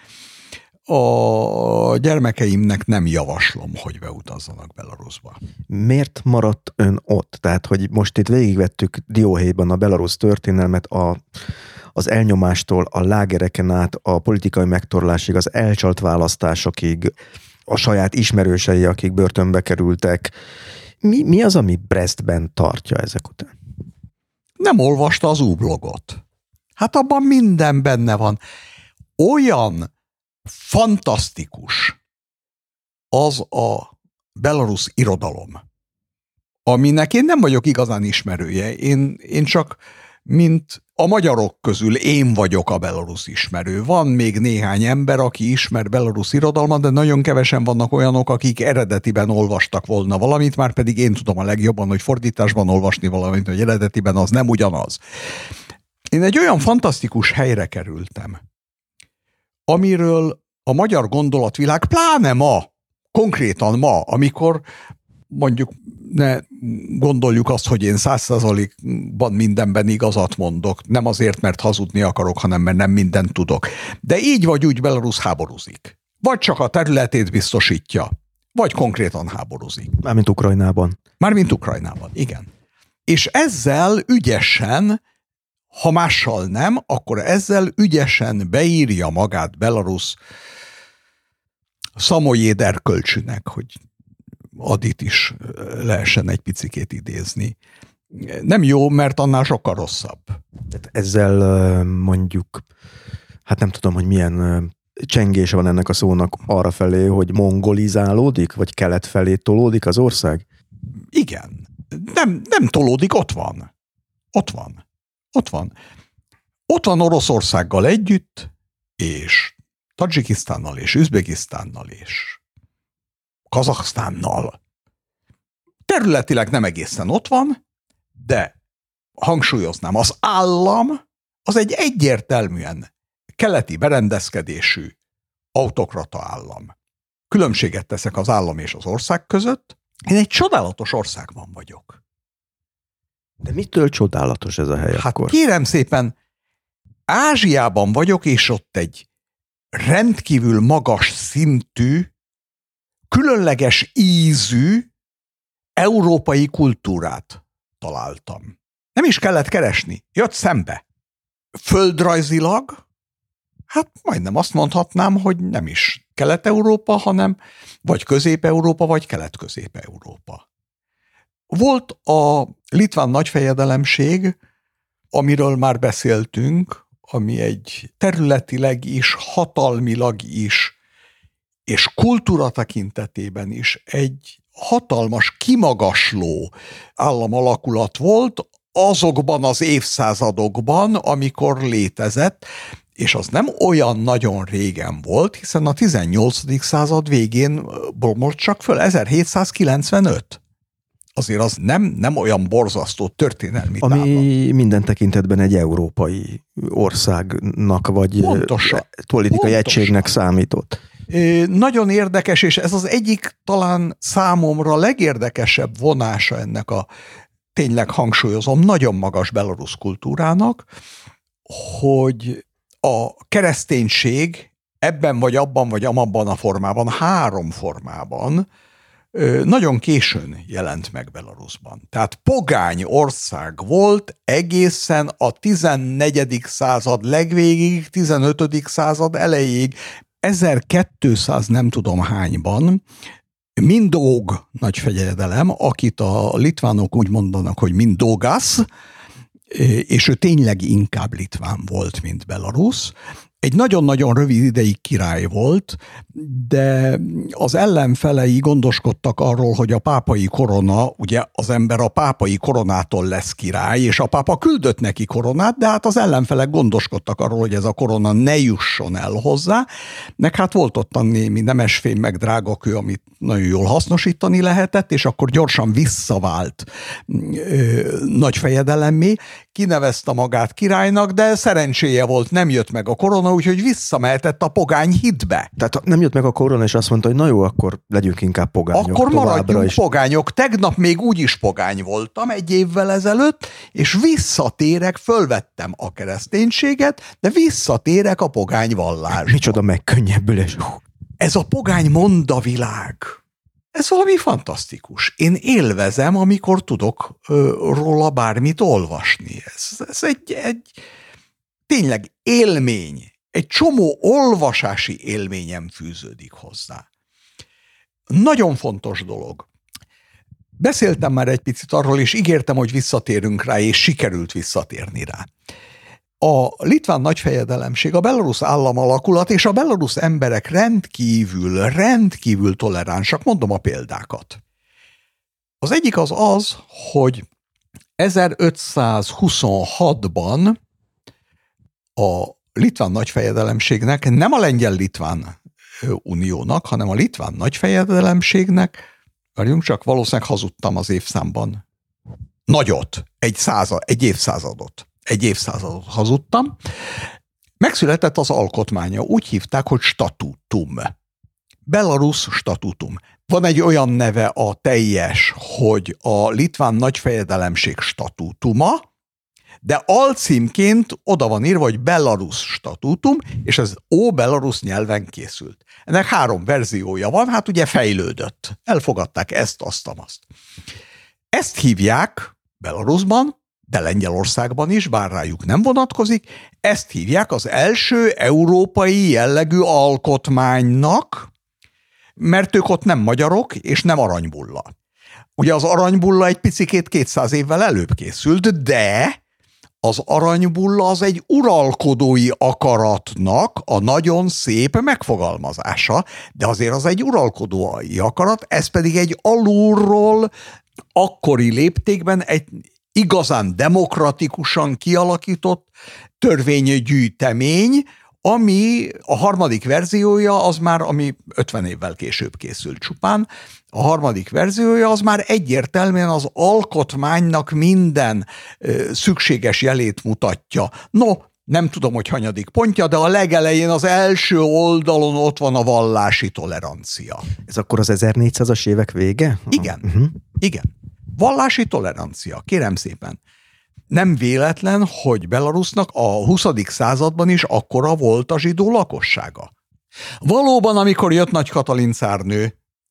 a gyermekeimnek nem javaslom, hogy beutazzanak Belarusba. Miért maradt ön ott? Tehát, hogy most itt végigvettük dióhéjban a belarusz történelmet, a, az elnyomástól, a lágereken át, a politikai megtorlásig, az elcsalt választásokig, a saját ismerősei, akik börtönbe kerültek. Mi, mi az, ami Brestben tartja ezek után? Nem olvasta az U-blogot. Hát abban minden benne van. Olyan fantasztikus az a belarusz irodalom, aminek én nem vagyok igazán ismerője. Én, én csak, mint a magyarok közül én vagyok a belarusz ismerő. Van még néhány ember, aki ismer belarusz irodalmat, de nagyon kevesen vannak olyanok, akik eredetiben olvastak volna valamit, már pedig én tudom a legjobban, hogy fordításban olvasni valamit, hogy eredetiben az nem ugyanaz. Én egy olyan fantasztikus helyre kerültem, amiről a magyar gondolatvilág, pláne ma, konkrétan ma, amikor mondjuk ne gondoljuk azt, hogy én száz százalékban mindenben igazat mondok, nem azért, mert hazudni akarok, hanem mert nem mindent tudok. De így vagy úgy Belarus háborúzik. Vagy csak a területét biztosítja, vagy konkrétan háborúzik. Mármint Ukrajnában. Mármint Ukrajnában, igen. És ezzel ügyesen, ha mással nem, akkor ezzel ügyesen beírja magát Belarus Szamoyéd erkölcsűnek, hogy Adit is lehessen egy picikét idézni. Nem jó, mert annál sokkal rosszabb. Tehát ezzel mondjuk, hát nem tudom, hogy milyen csengése van ennek a szónak arra felé, hogy mongolizálódik, vagy kelet felé tolódik az ország? Igen. Nem, nem tolódik, ott van. Ott van. Ott van. Ott van Oroszországgal együtt, és Tadzsikisztánnal, és Üzbegisztánnal, és Kazaksztánnal. Területileg nem egészen ott van, de hangsúlyoznám, az állam az egy egyértelműen keleti berendezkedésű autokrata állam. Különbséget teszek az állam és az ország között. Én egy csodálatos országban vagyok. De mitől csodálatos ez a hely hát akkor? Kérem szépen, Ázsiában vagyok, és ott egy rendkívül magas szintű különleges ízű európai kultúrát találtam. Nem is kellett keresni, jött szembe. Földrajzilag, hát majdnem azt mondhatnám, hogy nem is Kelet-Európa, hanem vagy Közép-Európa, vagy Kelet-Közép-Európa. Volt a litván nagyfejedelemség, amiről már beszéltünk, ami egy területileg is, hatalmilag is, és kultúra tekintetében is egy hatalmas, kimagasló államalakulat volt azokban az évszázadokban, amikor létezett, és az nem olyan nagyon régen volt, hiszen a tizennyolcadik század végén bomlott csak föl, ezerhétszázkilencvenöt. Azért az nem, nem olyan borzasztó történelmi Ami tábla. minden tekintetben egy európai országnak, vagy Pontosan. politikai Pontosan. egységnek számított. Nagyon érdekes, és ez az egyik talán számomra legérdekesebb vonása ennek a, tényleg hangsúlyozom, nagyon magas belarusz kultúrának, hogy a kereszténység ebben vagy abban vagy amabban a formában, három formában nagyon későn jelent meg Belarusban. Tehát pogány ország volt egészen a tizennegyedik század legvégig, tizenötödik század elejéig, ezerkétszáz nem tudom hányban Mindóg nagyfejedelem, akit a litvánok úgy mondanak, hogy Mindógas, és ő tényleg inkább litván volt, mint belarusz. Egy nagyon-nagyon rövid ideig király volt, de az ellenfelei gondoskodtak arról, hogy a pápai korona, ugye az ember a pápai koronától lesz király, és a pápa küldött neki koronát, de hát az ellenfelek gondoskodtak arról, hogy ez a korona ne jusson el hozzá, meg hát volt ott a némi nemesfém meg drágakő, amit nagyon jól hasznosítani lehetett, és akkor gyorsan visszavált ö, nagyfejedelemmé, kinevezte magát királynak, de szerencséje volt, nem jött meg a korona, úgyhogy visszamehetett a pogány hitbe. Tehát nem jött meg a korona, és azt mondta, hogy na jó, akkor legyünk inkább pogányok. Akkor maradjunk is. pogányok. Tegnap még úgyis pogány voltam egy évvel ezelőtt, és visszatérek, fölvettem a kereszténységet, de visszatérek a pogány vallásba. Micsoda megkönnyebbülés. Ez a pogány mondavilág. Ez valami fantasztikus. Én élvezem, amikor tudok ö, róla bármit olvasni. Ez, ez egy, egy tényleg élmény. Egy csomó olvasási élményem fűződik hozzá. Nagyon fontos dolog. Beszéltem már egy picit arról, és ígértem, hogy visszatérünk rá, és sikerült visszatérni rá. A litván nagyfejedelemség, a belarusz államalakulat és a belarusz emberek rendkívül, rendkívül toleránsak, mondom a példákat. Az egyik az az, hogy ezerötszázhuszonhatban a litván nagyfejedelemségnek, nem a lengyel-litván uniónak, hanem a litván nagyfejedelemségnek, várjunk csak, valószínűleg hazudtam az évszámban, nagyot, egy, század, egy évszázadot. Egy évszázadot hazudtam. Megszületett az alkotmánya, úgy hívták, hogy statútum. Belarus statútum. Van egy olyan neve a teljes, hogy a litván nagyfejedelemség statútuma, de alcímként oda van írva, hogy Belarus statútum, és ez ó-belarusz nyelven készült. Ennek három verziója van, hát ugye fejlődött. Elfogadták ezt, azt, azt. Ezt hívják Belarusban, de Lengyelországban is, bár rájuk nem vonatkozik, ezt hívják az első európai jellegű alkotmánynak, mert ők ott nem magyarok, és nem aranybulla. Ugye az aranybulla egy picikét kétszáz évvel előbb készült, de az aranybulla az egy uralkodói akaratnak a nagyon szép megfogalmazása, de azért az egy uralkodói akarat, ez pedig egy alulról, akkori léptékben egy igazán demokratikusan kialakított törvénygyűjtemény, ami a harmadik verziója az már, ami ötven évvel később készült csupán, a harmadik verziója az már egyértelműen az alkotmánynak minden ö, szükséges jelét mutatja. No, nem tudom, hogy hanyadik pontja, de a legelején az első oldalon ott van a vallási tolerancia. Ez akkor az ezernégyszázas évek vége? Igen, uh-huh. igen. Vallási tolerancia, kérem szépen. Nem véletlen, hogy Belarusnak a huszadik században is akkora volt a zsidó lakossága. Valóban, amikor jött Nagy Katalin cárnő,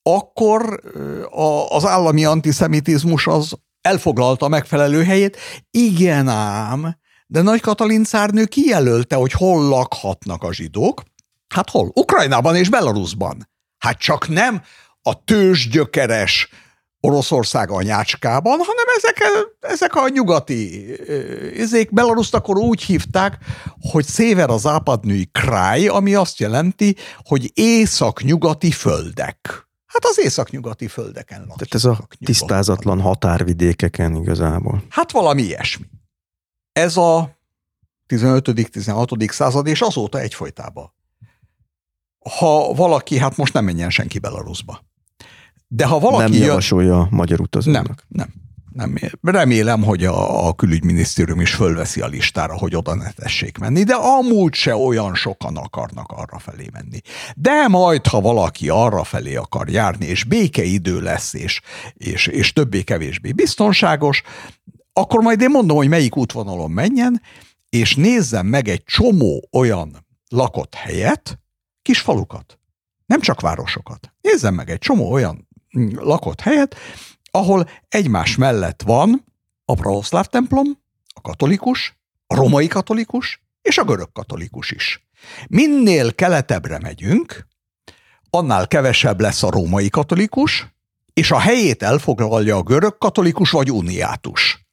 akkor az állami antiszemitizmus az elfoglalta a megfelelő helyét. Igen ám, de Nagy Katalin cárnő kijelölte, hogy hol lakhatnak a zsidók. Hát hol? Ukrajnában és Belarusban. Hát csak nem a tőzsgyökeres Oroszország anyácskában, hanem ezek, ezek a nyugati izék. Belaruszt akkor úgy hívták, hogy Szévero-západnyi kraj, ami azt jelenti, hogy északnyugati földek. Hát az északnyugati földeken laknak. Tehát ez a tisztázatlan határvidékeken igazából. Hát valami ilyesmi. Ez a tizenötödik-tizenhatodik század, és azóta egyfolytában. Ha valaki, hát most nem menjen senki Belarusba. De ha valaki nem javasolja a magyar utazónak. Nem, nem, nem. Remélem, hogy a, a külügyminisztérium is fölveszi a listára, hogy oda ne tessék menni, de amúgy se olyan sokan akarnak arra felé menni. De majd, ha valaki arra felé akar járni, és békeidő lesz, és, és, és többé-kevésbé biztonságos, akkor majd én mondom, hogy melyik útvonalon menjen, és nézzem meg egy csomó olyan lakott helyet, kis falukat, nem csak városokat. Nézzem meg egy csomó olyan lakott helyet, ahol egymás mellett van a pravoszláv templom, a katolikus, a romai katolikus és a görög katolikus is. Minél keletebbre megyünk, annál kevesebb lesz a római katolikus, és a helyét elfoglalja a görög katolikus vagy uniátus.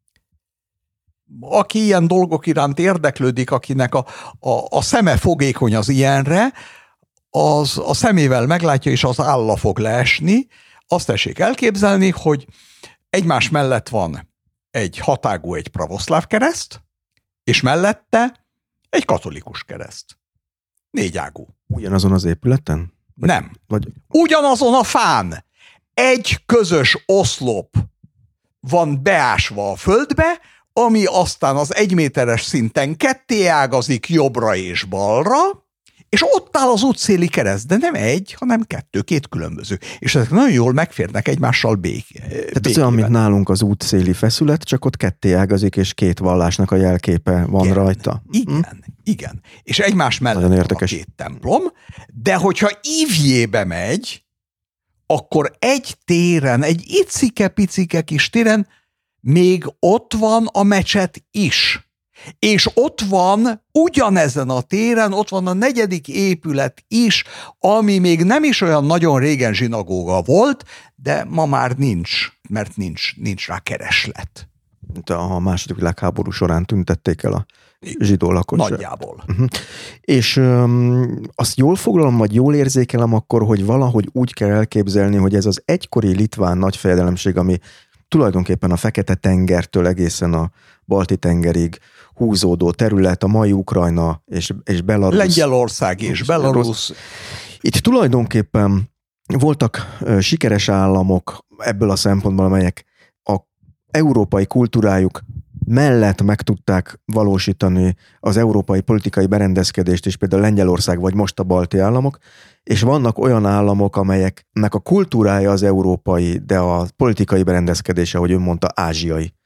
Aki ilyen dolgok iránt érdeklődik, akinek a, a, a szeme fogékony az ilyenre, az a szemével meglátja, és az álla fog leesni. Azt tessék elképzelni, hogy egymás mellett van egy hatágú, egy pravoszláv kereszt, és mellette egy katolikus kereszt. Négyágú. Ugyanazon az épületen? Vagy, Nem. Vagy... Ugyanazon a fán. Egy közös oszlop van beásva a földbe, ami aztán az egyméteres szinten ketté ágazik jobbra és balra, és ott áll az útszéli kereszt, de nem egy, hanem kettő, két különböző. És ezek nagyon jól megférnek egymással bék, Tehát az olyan, mint nálunk az útszéli feszület, csak ott ketté ágazik, és két vallásnak a jelképe van igen, rajta. Igen, hm? igen. És egymás mellett van a két templom, de hogyha ívjébe megy, akkor egy téren, egy icike-picike kis téren még ott van a mecset is. És ott van, ugyanezen a téren, ott van a negyedik épület is, ami még nem is olyan nagyon régen zsinagóga volt, de ma már nincs, mert nincs, nincs rá kereslet. A második világháború során tüntették el a zsidó lakosság. Nagyjából. Uh-huh. És um, azt jól foglalom, vagy jól érzékelem akkor, hogy valahogy úgy kell elképzelni, hogy ez az egykori litván nagyfejedelemség, ami tulajdonképpen a Fekete-tengertől egészen a Balti-tengerig húzódó terület, a mai Ukrajna és, és Belarus. Lengyelország és Belarus. Itt tulajdonképpen voltak sikeres államok ebből a szempontból, amelyek a európai kultúrájuk mellett meg tudták valósítani az európai politikai berendezkedést, és például Lengyelország vagy most a balti államok, és vannak olyan államok, amelyeknek a kultúrája az európai, de a politikai berendezkedése, ahogy ön mondta, ázsiai.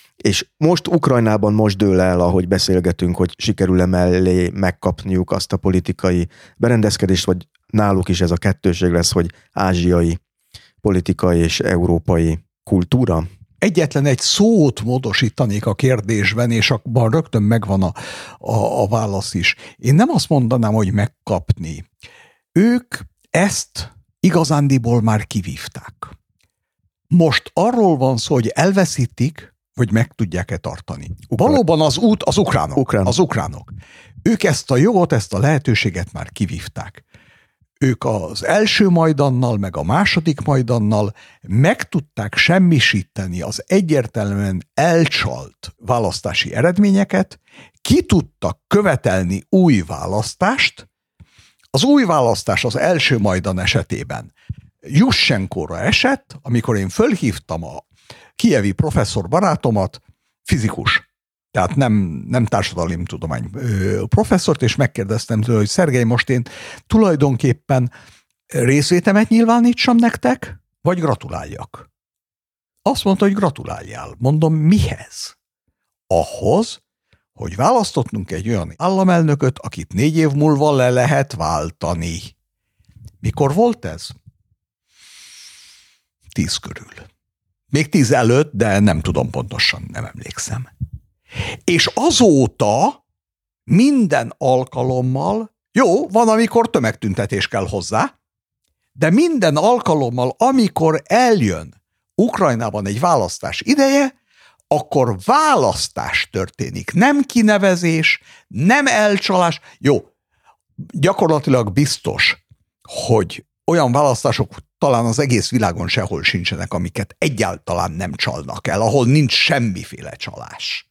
És most Ukrajnában most dől el, ahogy beszélgetünk, hogy sikerül-e mellé megkapniuk azt a politikai berendezkedést, vagy náluk is ez a kettőség lesz, hogy ázsiai politikai és európai kultúra? Egyetlen egy szót módosítanék a kérdésben, és abban rögtön megvan a, a, a válasz is. Én nem azt mondanám, hogy megkapni. Ők ezt igazándiból már kivívták. Most arról van szó, hogy elveszítik, vagy meg tudják-e tartani. Ukrán. Valóban az út az ukránok. Ukrán. Az ukránok. Ők ezt a jogot, ezt a lehetőséget már kivívták. Ők az első Majdannal, meg a második Majdannal meg tudták semmisíteni az egyértelműen elcsalt választási eredményeket, ki tudtak követelni új választást. Az új választás az első Majdan esetében Jusszenkóra esett, amikor én fölhívtam a kijevi professzor barátomat, fizikus, tehát nem, nem társadalomtudomány professzort, és megkérdeztem tőle, hogy Szergej, most én tulajdonképpen részvétemet nyilvánítsam nektek, vagy gratuláljak? Azt mondta, hogy gratuláljál. Mondom, mihez? Ahhoz, hogy választottunk egy olyan államelnököt, akit négy év múlva le lehet váltani. Mikor volt ez? tíz körül. Még tíz előtt, de nem tudom pontosan, nem emlékszem. És azóta minden alkalommal, jó, van, amikor tömegtüntetés kell hozzá, de minden alkalommal, amikor eljön Ukrajnában egy választás ideje, akkor választás történik. Nem kinevezés, nem elcsalás. Jó, gyakorlatilag biztos, hogy olyan választások talán az egész világon sehol sincsenek, amiket egyáltalán nem csalnak el, ahol nincs semmiféle csalás.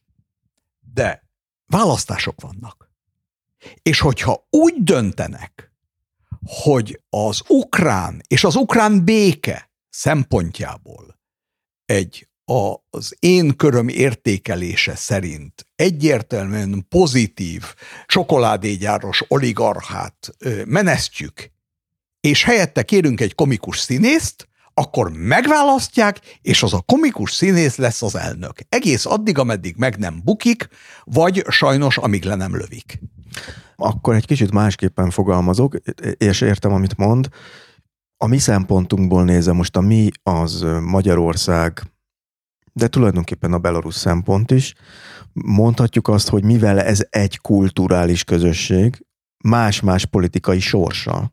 De választások vannak. És hogyha úgy döntenek, hogy az ukrán és az ukrán béke szempontjából egy az én köröm értékelése szerint egyértelműen pozitív csokoládégyáros oligarchát menesztjük, és helyette kérünk egy komikus színészt, akkor megválasztják, és az a komikus színész lesz az elnök. Egész addig, ameddig meg nem bukik, vagy sajnos, amíg le nem lövik. Akkor egy kicsit másképpen fogalmazok, és értem, amit mond. A mi szempontunkból nézve most a mi az Magyarország, de tulajdonképpen a belarusz szempont is, mondhatjuk azt, hogy mivel ez egy kulturális közösség, más-más politikai sorssal,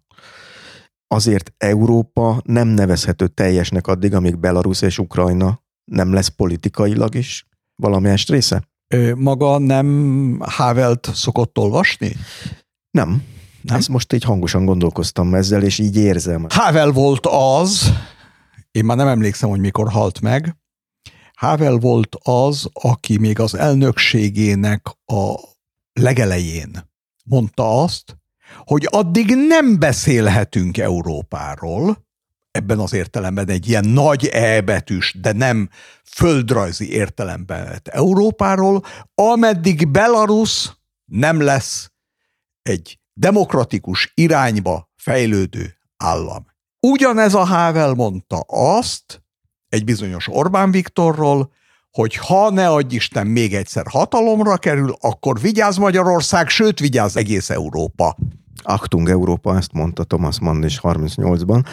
azért Európa nem nevezhető teljesnek addig, amíg Belarusz és Ukrajna nem lesz politikailag is valamelyest része? Maga nem Havelt szokott olvasni? Nem. nem. Ezt most így hangosan gondolkoztam ezzel, és így érzem. Havel volt az, én már nem emlékszem, hogy mikor halt meg, Havel volt az, aki még az elnökségének a legelején mondta azt, hogy addig nem beszélhetünk Európáról, ebben az értelemben egy ilyen nagy E betűs, de nem földrajzi értelemben Európáról, ameddig Belarus nem lesz egy demokratikus irányba fejlődő állam. Ugyanez a Havel mondta azt egy bizonyos Orbán Viktorról, hogy ha ne adj Isten még egyszer hatalomra kerül, akkor vigyázz Magyarország, sőt vigyázz egész Európa. Achtung Európa, ezt mondta Thomas Mann is harmincnyolcban.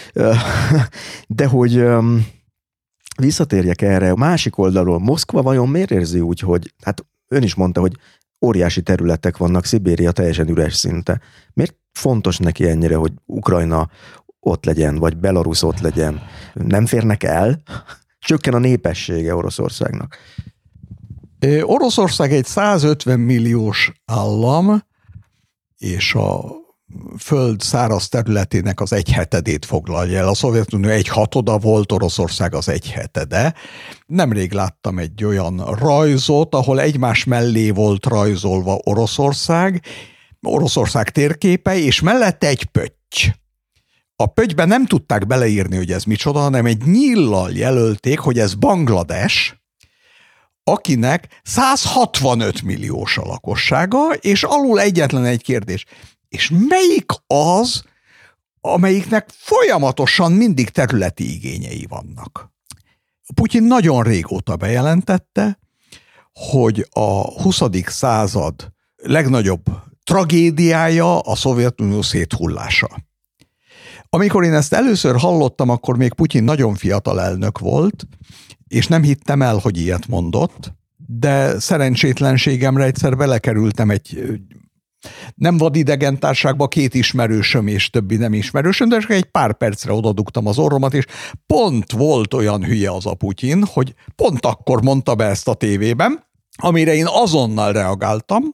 De hogy visszatérjek erre, a másik oldalról, Moszkva vajon miért érzi úgy, hogy, hát ön is mondta, hogy óriási területek vannak, Szibéria teljesen üres szinte. Miért fontos neki ennyire, hogy Ukrajna ott legyen, vagy Belarus ott legyen? Nem férnek el? Csökken a népessége Oroszországnak. Oroszország egy százötven milliós állam, és a föld száraz területének az egyhetedét foglalja el. A Szovjetunió egy hatoda volt, Oroszország az egyhetede. Nemrég láttam egy olyan rajzot, ahol egymás mellé volt rajzolva Oroszország, Oroszország térképe, és mellette egy pötty. A pöttyben nem tudták beleírni, hogy ez micsoda, hanem egy nyíllal jelölték, hogy ez Banglades, akinek száz hatvanöt milliós a lakossága, és alul egyetlen egy kérdés. És melyik az, amelyiknek folyamatosan mindig területi igényei vannak? Putyin nagyon régóta bejelentette, hogy a huszadik század legnagyobb tragédiája a Szovjetunió széthullása. Amikor én ezt először hallottam, akkor még Putyin nagyon fiatal elnök volt, és nem hittem el, hogy ilyet mondott, de szerencsétlenségemre egyszer belekerültem egy nem vadidegen társágba, két ismerősöm és többi nem ismerősöm, de csak egy pár percre odadugtam az orromat, és pont volt olyan hülye az a Putyin, hogy pont akkor mondta be ezt a tévében, amire én azonnal reagáltam,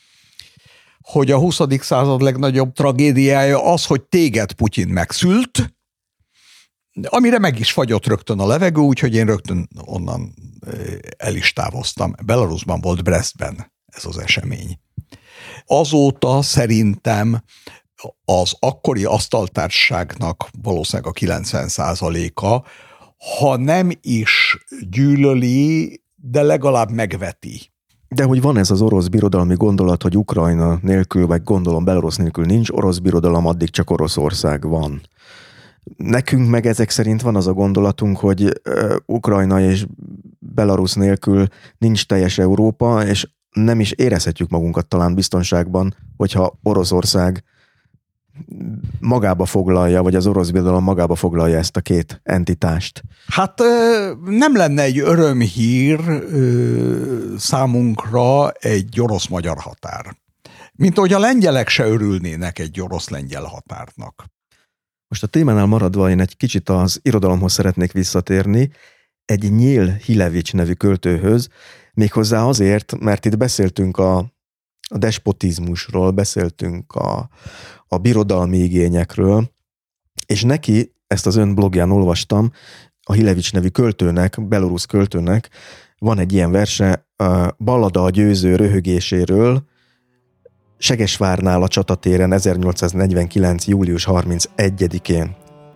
hogy a huszadik század legnagyobb tragédiája az, hogy téged Putyin megszült, amire meg is fagyott rögtön a levegő, úgyhogy én rögtön onnan el is távoztam. Belarusban volt, Brestben ez az esemény. Azóta szerintem az akkori asztaltársaságnak valószínűleg a kilencven százaléka, ha nem is gyűlöli, de legalább megveti. De hogy van ez az orosz birodalmi gondolat, hogy Ukrajna nélkül, vagy gondolom Belarus nélkül nincs orosz birodalom, addig csak Oroszország van. Nekünk meg ezek szerint van az a gondolatunk, hogy uh, Ukrajna és Belarus nélkül nincs teljes Európa, és nem is érezhetjük magunkat talán biztonságban, hogyha Oroszország magába foglalja, vagy az orosz birodalom magába foglalja ezt a két entitást? Hát nem lenne egy örömhír számunkra egy orosz-magyar határ. Mint ahogy a lengyelek se örülnének egy orosz-lengyel határnak. Most a témánál maradva én egy kicsit az irodalomhoz szeretnék visszatérni, egy Nyíl Hilevics nevű költőhöz, méghozzá azért, mert itt beszéltünk a, a despotizmusról, beszéltünk a, a birodalmi igényekről, és neki, ezt az ön blogján olvastam, a Hilevics nevű költőnek, belorusz költőnek van egy ilyen verse, a Ballada a győző röhögéséről, Segesvárnál a csatatéren ezernyolcszáznegyvenkilenc. július harmincegyedikén.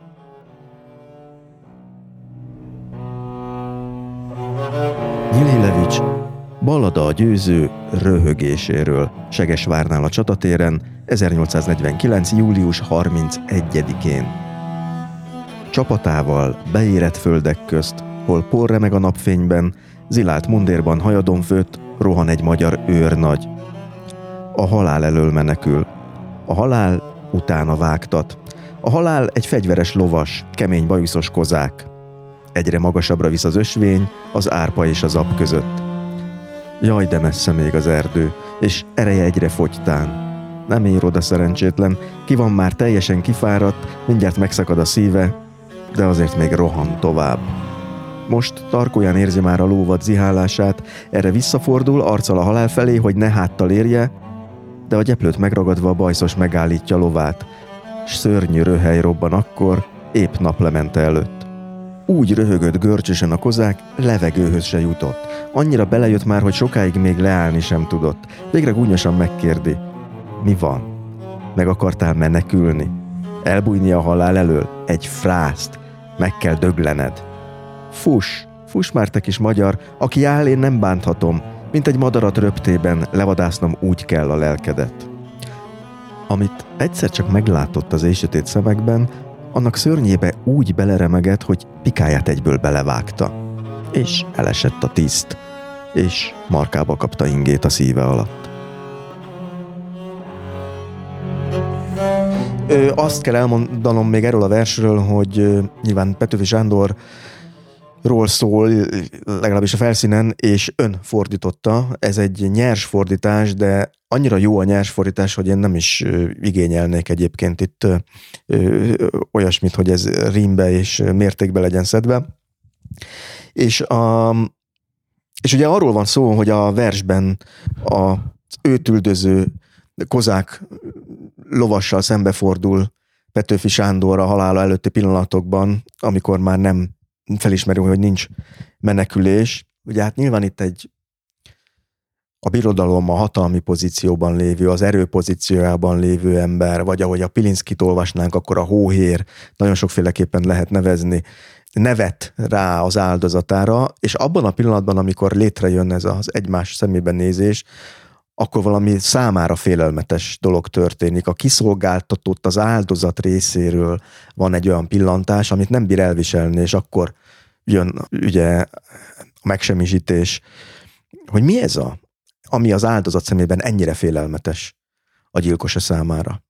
Nyíl Hilevics, Ballada a győző röhögéséről, Segesvárnál a csatatéren ezernyolcszáznegyvenkilenc. július harmincegyedikén. Csapatával beérett földek közt, hol por remeg a napfényben, zilált mundérban hajadon főtt, rohan egy magyar őrnagy. A halál elől menekül. A halál utána vágtat. A halál egy fegyveres lovas, kemény bajuszos kozák. Egyre magasabbra visz az ösvény, az árpa és az ap között. Jaj, de messze még az erdő, és ereje egyre fogytán. Nem ér oda szerencsétlen, ki van már teljesen kifáradt, mindjárt megszakad a szíve, de azért még rohan tovább. Most tarkóján érzi már a lóvad zihálását, erre visszafordul, arccal a halál felé, hogy ne háttal érje, de a gyeplőt megragadva a bajszos megállítja lovát, s szörnyű röhely robban akkor, épp naplemente előtt. Úgy röhögött görcsösen a kozák, levegőhöz se jutott. Annyira belejött már, hogy sokáig még leállni sem tudott. Végre gúnyosan megkérdi. Mi van? Meg akartál menekülni? Elbújni a halál elől? Egy frászt. Meg kell döglened. Fuss, fuss már te kis magyar, aki áll, én nem bánthatom. Mint egy madarat röptében, levadásznom úgy kell a lelkedet. Amit egyszer csak meglátott az éjsötét szemekben, annak szörnyébe úgy beleremegett, hogy pikáját egyből belevágta. És elesett a tiszt, és markába kapta ingét a szíve alatt. Ö, azt kell elmondanom még erről a versről, hogy ö, nyilván Petőfi Sándor ról szól, legalábbis a felszínen, és ön fordította. Ez egy nyers fordítás, de annyira jó a nyers fordítás, hogy én nem is igényelnék egyébként itt ö, ö, olyasmit, hogy ez rímbe és mértékbe legyen szedve. És, a, és ugye arról van szó, hogy a versben az őt üldöző kozák lovassal szembefordul Petőfi Sándor a halála előtti pillanatokban, amikor már nem felismeri, hogy nincs menekülés. Ugye hát nyilván itt egy a birodalom, a hatalmi pozícióban lévő, az erő pozíciójában lévő ember, vagy ahogy a Pilinszkit olvasnánk, akkor a hóhér, nagyon sokféleképpen lehet nevezni, nevet rá az áldozatára, és abban a pillanatban, amikor létrejön ez az egymás szemében nézés, akkor valami számára félelmetes dolog történik. A kiszolgáltatott, az áldozat részéről van egy olyan pillantás, amit nem bír elviselni, és akkor jön ugye a megsemmisítés, hogy mi ez a, ami az áldozat szemében ennyire félelmetes a gyilkosa számára.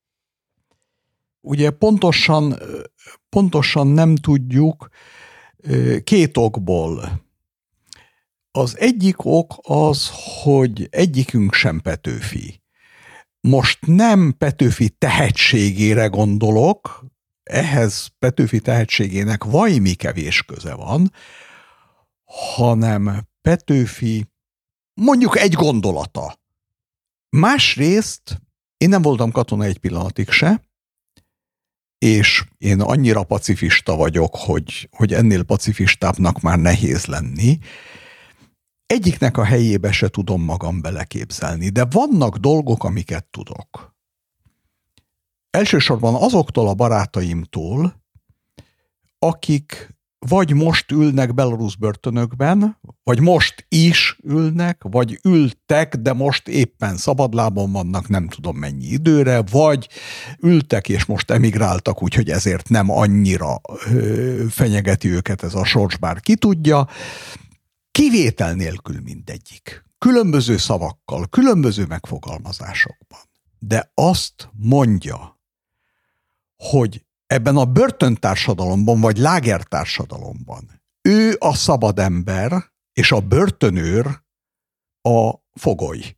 Ugye pontosan, pontosan nem tudjuk két okból. Az egyik ok az, hogy egyikünk sem Petőfi. Most nem Petőfi tehetségére gondolok, ehhez Petőfi tehetségének vajmi kevés köze van, hanem Petőfi mondjuk egy gondolata. Másrészt én nem voltam katona egy pillanatig se, és én annyira pacifista vagyok, hogy, hogy ennél pacifistábbnak már nehéz lenni. Egyiknek a helyébe se tudom magam beleképzelni, de vannak dolgok, amiket tudok. Elsősorban azoktól a barátaimtól, akik vagy most ülnek belorusz börtönökben, vagy most is ülnek, vagy ültek, de most éppen szabadlábon vannak, nem tudom mennyi időre, vagy ültek és most emigráltak, úgyhogy ezért nem annyira ö, fenyegeti őket ez a sors, bár ki tudja. Kivétel nélkül mindegyik. Különböző szavakkal, különböző megfogalmazásokban. De azt mondja, hogy ebben a börtöntársadalomban, vagy lágertársadalomban ő a szabad ember, és a börtönőr a fogoly.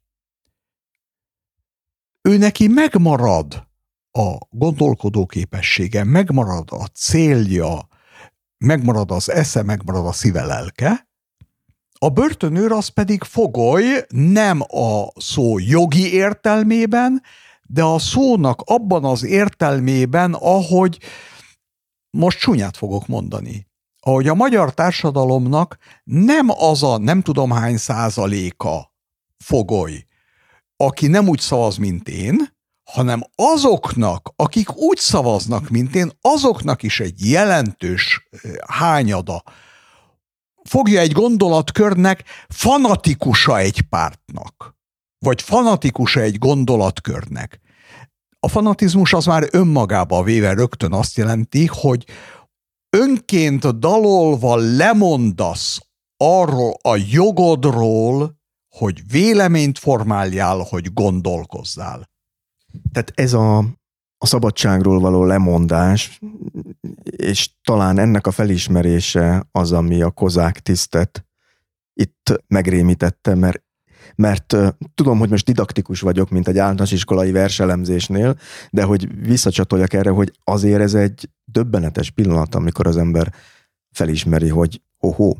Ő neki megmarad a gondolkodó képessége, megmarad a célja, megmarad az esze, megmarad a szíve, lelke. A börtönőr az pedig fogoly, nem a szó jogi értelmében, de a szónak abban az értelmében, ahogy most csúnyát fogok mondani, ahogy a magyar társadalomnak nem az a nem tudom hány százaléka fogoly, aki nem úgy szavaz, mint én, hanem azoknak, akik úgy szavaznak, mint én, azoknak is egy jelentős hányada fogja egy gondolatkörnek, fanatikusa egy pártnak, vagy fanatikusa egy gondolatkörnek. A fanatizmus az már önmagába véve rögtön azt jelenti, hogy önként dalolva lemondasz arról a jogodról, hogy véleményt formáljál, hogy gondolkozzál. Tehát ez a, a szabadságról való lemondás, és talán ennek a felismerése az, ami a kozák tisztet itt megrémítette, mert, mert tudom, hogy most didaktikus vagyok, mint egy általános iskolai verselemzésnél, de hogy visszacsatoljak erre, hogy azért ez egy döbbenetes pillanat, amikor az ember felismeri, hogy ohó,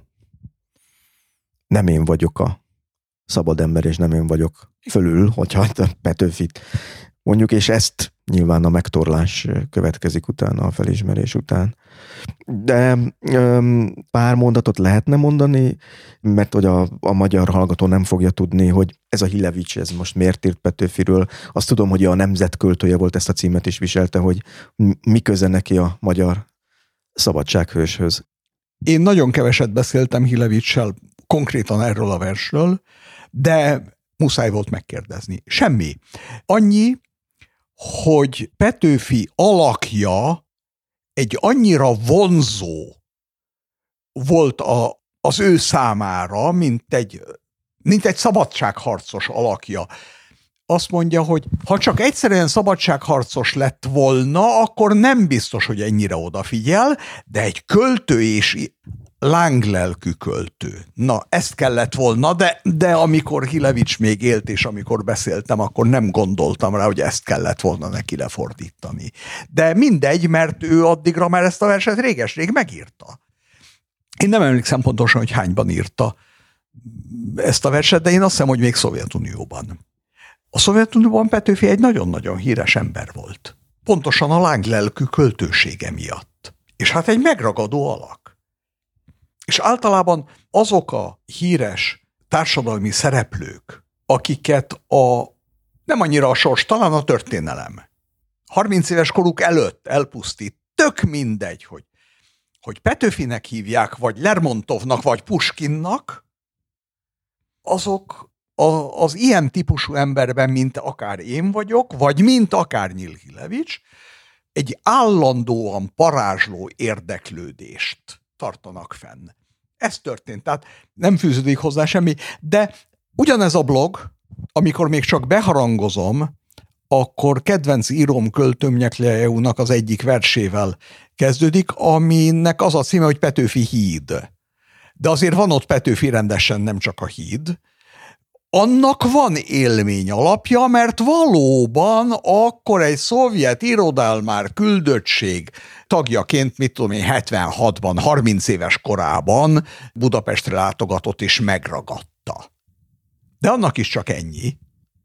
nem én vagyok a szabad ember, és nem én vagyok fölül, hogyha a Petőfit mondjuk, és ezt nyilván a megtorlás következik utána, a felismerés után. De öm, pár mondatot lehetne mondani, mert hogy a, a magyar hallgató nem fogja tudni, hogy ez a Hilevics, ez most miért írt Petőfiről. Azt tudom, hogy a Nemzet költője volt, ezt a címet is viselte, hogy mi köze neki a magyar szabadsághőshöz. Én nagyon keveset beszéltem Hilevicssel konkrétan erről a versről, de muszáj volt megkérdezni. Semmi. Annyi, hogy Petőfi alakja egy annyira vonzó volt a, az ő számára, mint egy, mint egy szabadságharcos alakja. Azt mondja, hogy ha csak egyszerűen szabadságharcos lett volna, akkor nem biztos, hogy ennyire odafigyel, de egy költő és lánglelkű költő. Na, ezt kellett volna, de, de amikor Hilevics még élt, és amikor beszéltem, akkor nem gondoltam rá, hogy ezt kellett volna neki lefordítani. De mindegy, mert ő addigra már ezt a verset réges-rég megírta. Én nem emlékszem pontosan, hogy hányban írta ezt a verset, de én azt hiszem, hogy még Szovjetunióban. A Szovjetunióban Petőfi egy nagyon-nagyon híres ember volt. Pontosan a lánglelkű költősége miatt. És hát egy megragadó alak. És általában azok a híres társadalmi szereplők, akiket a, nem annyira a sors, talán a történelem, harminc éves koruk előtt elpusztít, tök mindegy, hogy, hogy Petőfinek hívják, vagy Lermontovnak, vagy Puskinnak, azok a, az ilyen típusú emberben, mint akár én vagyok, vagy mint akár Nyíl Hilevics, egy állandóan parázsló érdeklődést tartanak fenn. Ez történt, tehát nem fűződik hozzá semmi, de ugyanez a blog, amikor még csak beharangozom, akkor kedvenc íróm költőm Nyeklejeúnak az egyik versével kezdődik, aminek az a címe, hogy Petőfi híd. De azért van ott Petőfi rendesen, nem csak a híd. Annak van élmény alapja, mert valóban akkor egy szovjet irodalmár küldöttség tagjaként, mit tudom én, hetvenhatban, harminc éves korában Budapestre látogatott és megragadta. De annak is csak ennyi.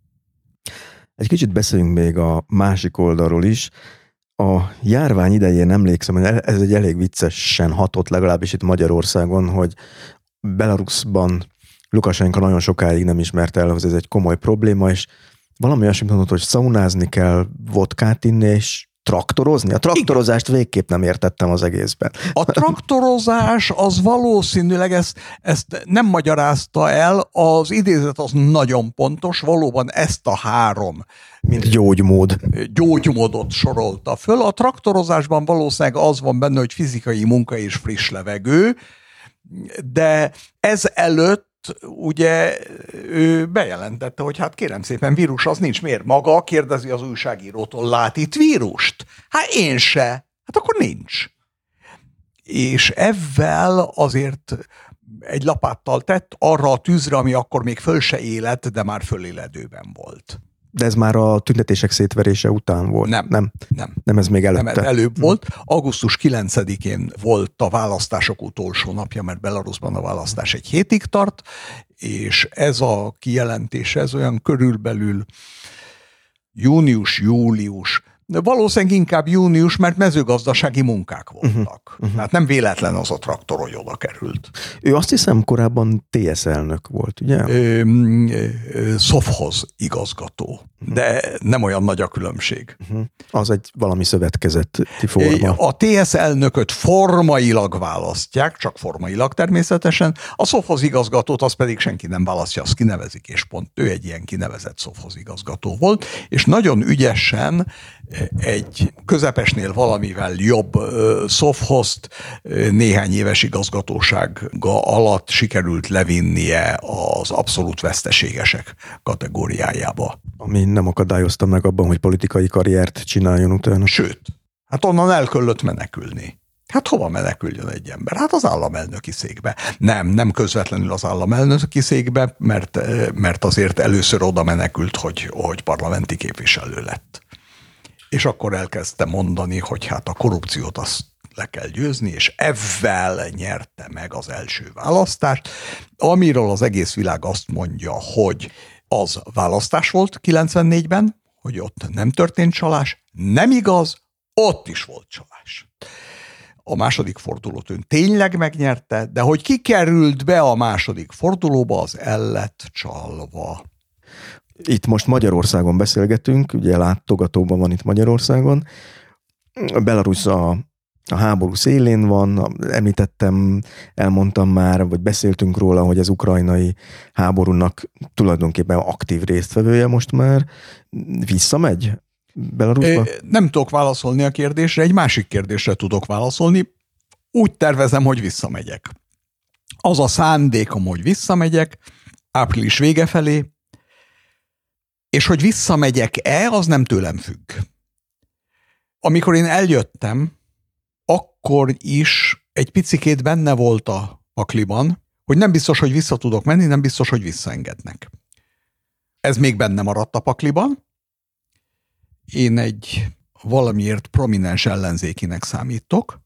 Egy kicsit beszéljünk még a másik oldalról is. A járvány idején emlékszem, hogy ez egy elég viccesen hatott, legalábbis itt Magyarországon, hogy Belarusban Lukasenka nagyon sokáig nem ismerte el, hogy ez egy komoly probléma, és valami olyasmit mondott, hogy szaunázni kell, vodkát inni, és traktorozni? A traktorozást végképp nem értettem az egészben. A traktorozás az valószínűleg ezt, ezt nem magyarázta el, az idézet az nagyon pontos, valóban ezt a három mint gyógymód. gyógymódot sorolta föl. A traktorozásban valószínűleg az van benne, hogy fizikai munka és friss levegő, de ez előtt ott ugye ő bejelentette, hogy hát kérem szépen, vírus az nincs. Miért? Maga kérdezi az újságírótól, lát itt vírust? Hát én se. Hát akkor nincs. És ezzel azért egy lapáttal tett arra a tűzre, ami akkor még föl se élet, de már föléledőben volt. De ez már a tüntetések szétverése után volt. Nem. Nem, nem. nem ez még előtte. Nem, ez előbb volt. augusztus kilencedikén volt a választások utolsó napja, mert Belarusban a választás egy hétig tart, és ez a kijelentés, ez olyan körülbelül június-július, de valószínűleg inkább június, mert mezőgazdasági munkák voltak. Uh-huh, uh-huh. Tehát nem véletlen az a traktor, hogy oda került. Ő azt hiszem korábban té es elnök volt, ugye? Ö, ö, Szovhoz igazgató, de nem olyan nagy a különbség. Uh-huh. Az egy valami szövetkezeti forma. A té es elnököt formailag választják, csak formailag természetesen, a Szovhoz igazgatót az pedig senki nem választja, azt kinevezik, és pont ő egy ilyen kinevezett Szovhoz igazgató volt, és nagyon ügyesen egy közepesnél valamivel jobb Szovhozt néhány éves igazgatósága alatt sikerült levinnie az abszolút veszteségesek kategóriájába. Ami nem akadályozta meg abban, hogy politikai karriert csináljon utána. Sőt, hát onnan el kellett menekülni. Hát hova meneküljön egy ember? Hát az államelnöki székbe. Nem, nem közvetlenül az államelnöki székbe, mert, mert azért először oda menekült, hogy, hogy parlamenti képviselő lett. És akkor elkezdte mondani, hogy hát a korrupciót azt le kell győzni, és ezzel nyerte meg az első választást, amiről az egész világ azt mondja, hogy az választás volt kilencvennégyben, hogy ott nem történt csalás, nem igaz, ott is volt csalás. A második fordulót ön tényleg megnyerte, de hogy kikerült be a második fordulóba, az el lett csalva. Itt most Magyarországon beszélgetünk, ugye látogatóban van itt Magyarországon. Belarus a, a háború szélén van, említettem, elmondtam már, vagy beszéltünk róla, hogy az ukrajnai háborúnak tulajdonképpen aktív résztvevője most már. Visszamegy Belarusba? Nem tudok válaszolni a kérdésre, egy másik kérdésre tudok válaszolni. Úgy tervezem, hogy visszamegyek. Az a szándékom, hogy visszamegyek április vége felé, és hogy visszamegyek-e, az nem tőlem függ. Amikor én eljöttem, akkor is egy picikét benne volt a pakliban, hogy nem biztos, hogy vissza tudok menni, nem biztos, hogy visszaengednek. Ez még benne maradt a pakliban. Én egy valamiért prominens ellenzékinek számítok,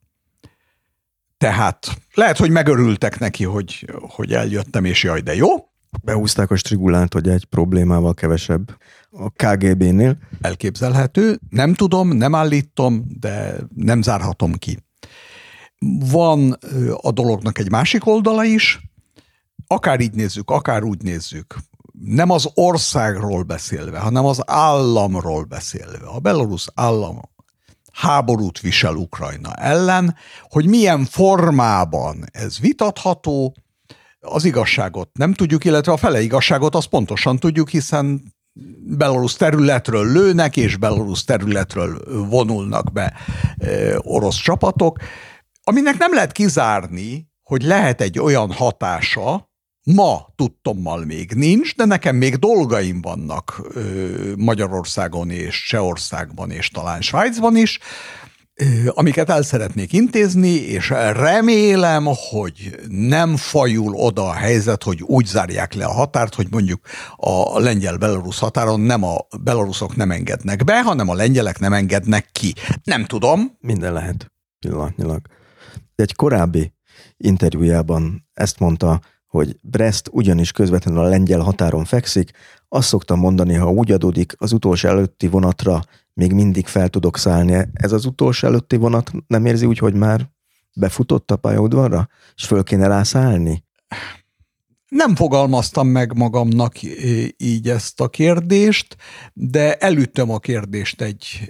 tehát lehet, hogy megörültek neki, hogy, hogy eljöttem, és jaj, de jó. Behúzták a strigulát, hogy egy problémával kevesebb a ká gé bé-nél. Elképzelhető. Nem tudom, nem állítom, de nem zárhatom ki. Van a dolognak egy másik oldala is. Akár így nézzük, akár úgy nézzük. Nem az országról beszélve, hanem az államról beszélve. A belarusz állam háborút visel Ukrajna ellen, hogy milyen formában ez vitatható, az igazságot nem tudjuk, illetve a fele igazságot azt pontosan tudjuk, hiszen belarusz területről lőnek, és belarusz területről vonulnak be orosz csapatok, aminek nem lehet kizárni, hogy lehet egy olyan hatása, ma tudtommal még nincs, de nekem még dolgaim vannak Magyarországon és Csehországban és talán Svájcban is, amiket el szeretnék intézni, és remélem, hogy nem fajul oda a helyzet, hogy úgy zárják le a határt, hogy mondjuk a lengyel-belarusz határon nem a belaruszok nem engednek be, hanem a lengyelek nem engednek ki. Nem tudom. Minden lehet pillanatnyilag. Egy korábbi interjújában ezt mondta, hogy Brest ugyanis közvetlenül a lengyel határon fekszik. Azt szoktam mondani, ha úgy adódik, az utolsó előtti vonatra még mindig fel tudok szállni. Ez az utolsó előtti vonat nem érzi úgy, hogy már befutott a pályaudvarra, és föl kéne rászállni? Nem fogalmaztam meg magamnak így ezt a kérdést, de elütöm a kérdést egy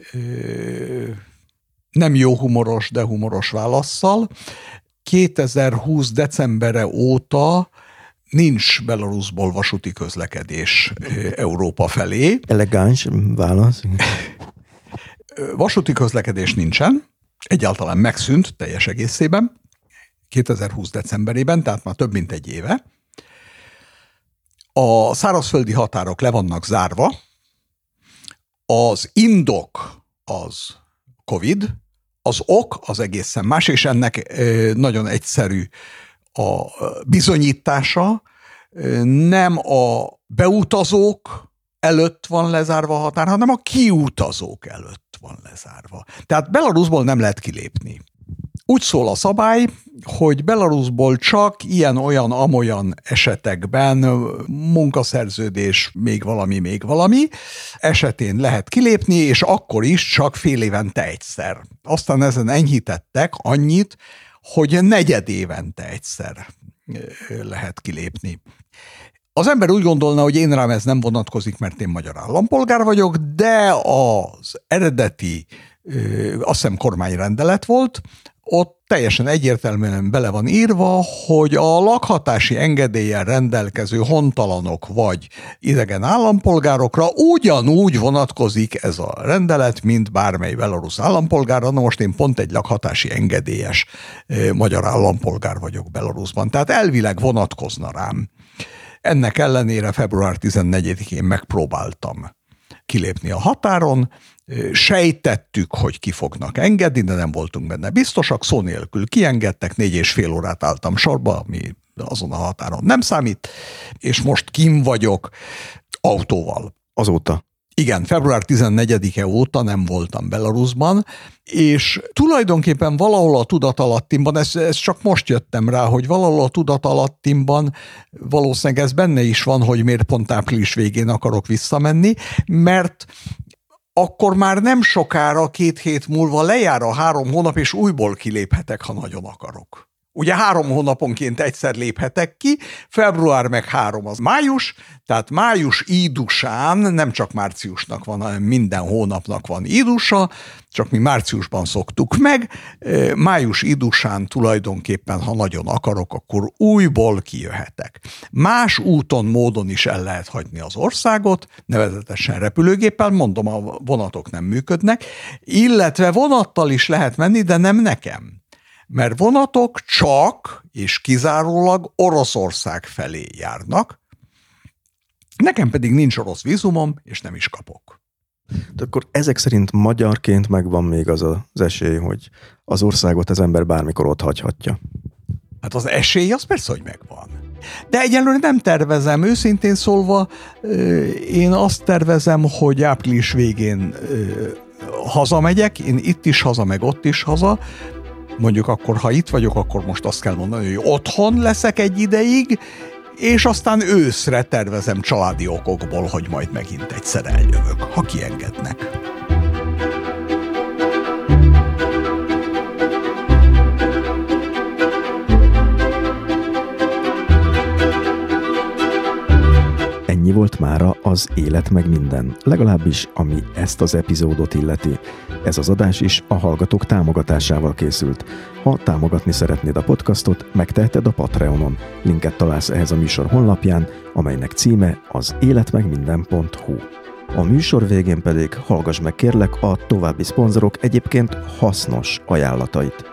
nem jó humoros, de humoros válasszal. kétezer-húsz decembere óta nincs Belarusból vasúti közlekedés Európa felé. Elegáns válasz. Vasúti közlekedés nincsen, egyáltalán megszűnt teljes egészében, kétezer-húsz decemberében, tehát már több mint egy éve. A szárazföldi határok le vannak zárva, az indok az Covid, az ok az egészen más, és ennek nagyon egyszerű a bizonyítása. Nem a beutazók előtt van lezárva a határ, hanem a kiutazók előtt van lezárva. Tehát Belarusból nem lehet kilépni. Úgy szól a szabály, hogy Belarusból csak ilyen-olyan-amolyan esetekben munkaszerződés, még valami, még valami esetén lehet kilépni, és akkor is csak fél évente egyszer. Aztán ezen enyhítettek annyit, hogy negyed évente egyszer lehet kilépni. Az ember úgy gondolna, hogy én rám ez nem vonatkozik, mert én magyar állampolgár vagyok, de az eredeti, azt hiszem kormányrendelet volt, ott teljesen egyértelműen bele van írva, hogy a lakhatási engedéllyel rendelkező hontalanok vagy idegen állampolgárokra ugyanúgy vonatkozik ez a rendelet, mint bármely belarusz állampolgárra. Na most én pont egy lakhatási engedélyes magyar állampolgár vagyok Belarusban, tehát elvileg vonatkozna rám. Ennek ellenére február tizennegyedikén megpróbáltam kilépni a határon, sejtettük, hogy ki fognak engedni, de nem voltunk benne biztosak, szó nélkül kiengedtek, négy és fél órát álltam sorba, ami azon a határon nem számít, és most kim vagyok autóval. Azóta? Igen, február tizennegyedike óta nem voltam Belarusban, és tulajdonképpen valahol a tudatalattimban, ez, ez csak most jöttem rá, hogy valahol a tudatalattimban valószínűleg ez benne is van, hogy miért pont április végén akarok visszamenni, mert akkor már nem sokára, két hét múlva lejár a három hónap, és újból kiléphetek, ha nagyon akarok. Ugye három hónaponként egyszer léphetek ki, február meg három az május, tehát május ídusán, nem csak márciusnak van, hanem minden hónapnak van ídusa, csak mi márciusban szoktuk meg, május ídusán tulajdonképpen, ha nagyon akarok, akkor újból kijöhetek. Más úton, módon is el lehet hagyni az országot, nevezetesen repülőgéppel, mondom, a vonatok nem működnek, illetve vonattal is lehet menni, de nem nekem. Mert vonatok csak és kizárólag Oroszország felé járnak, nekem pedig nincs orosz vízumom, és nem is kapok. De akkor ezek szerint magyarként megvan még az az esély, hogy az országot az ember bármikor ott hagyhatja. Hát az esély az persze, hogy megvan. De egyelőre nem tervezem, őszintén szólva, én azt tervezem, hogy április végén hazamegyek, én itt is haza, meg ott is haza. Mondjuk akkor, ha itt vagyok, akkor most azt kell mondani, hogy otthon leszek egy ideig, és aztán őszre tervezem családi okokból, hogy majd megint egyszer eljövök, ha kiengednek. Ennyi volt mára az Élet meg minden, legalábbis ami ezt az epizódot illeti. Ez az adás is a hallgatók támogatásával készült. Ha támogatni szeretnéd a podcastot, megteheted a Patreonon. Linket találsz ehhez a műsor honlapján, amelynek címe az életmegminden pont hu. A műsor végén pedig hallgass meg kérlek a további szponzorok egyébként hasznos ajánlatait.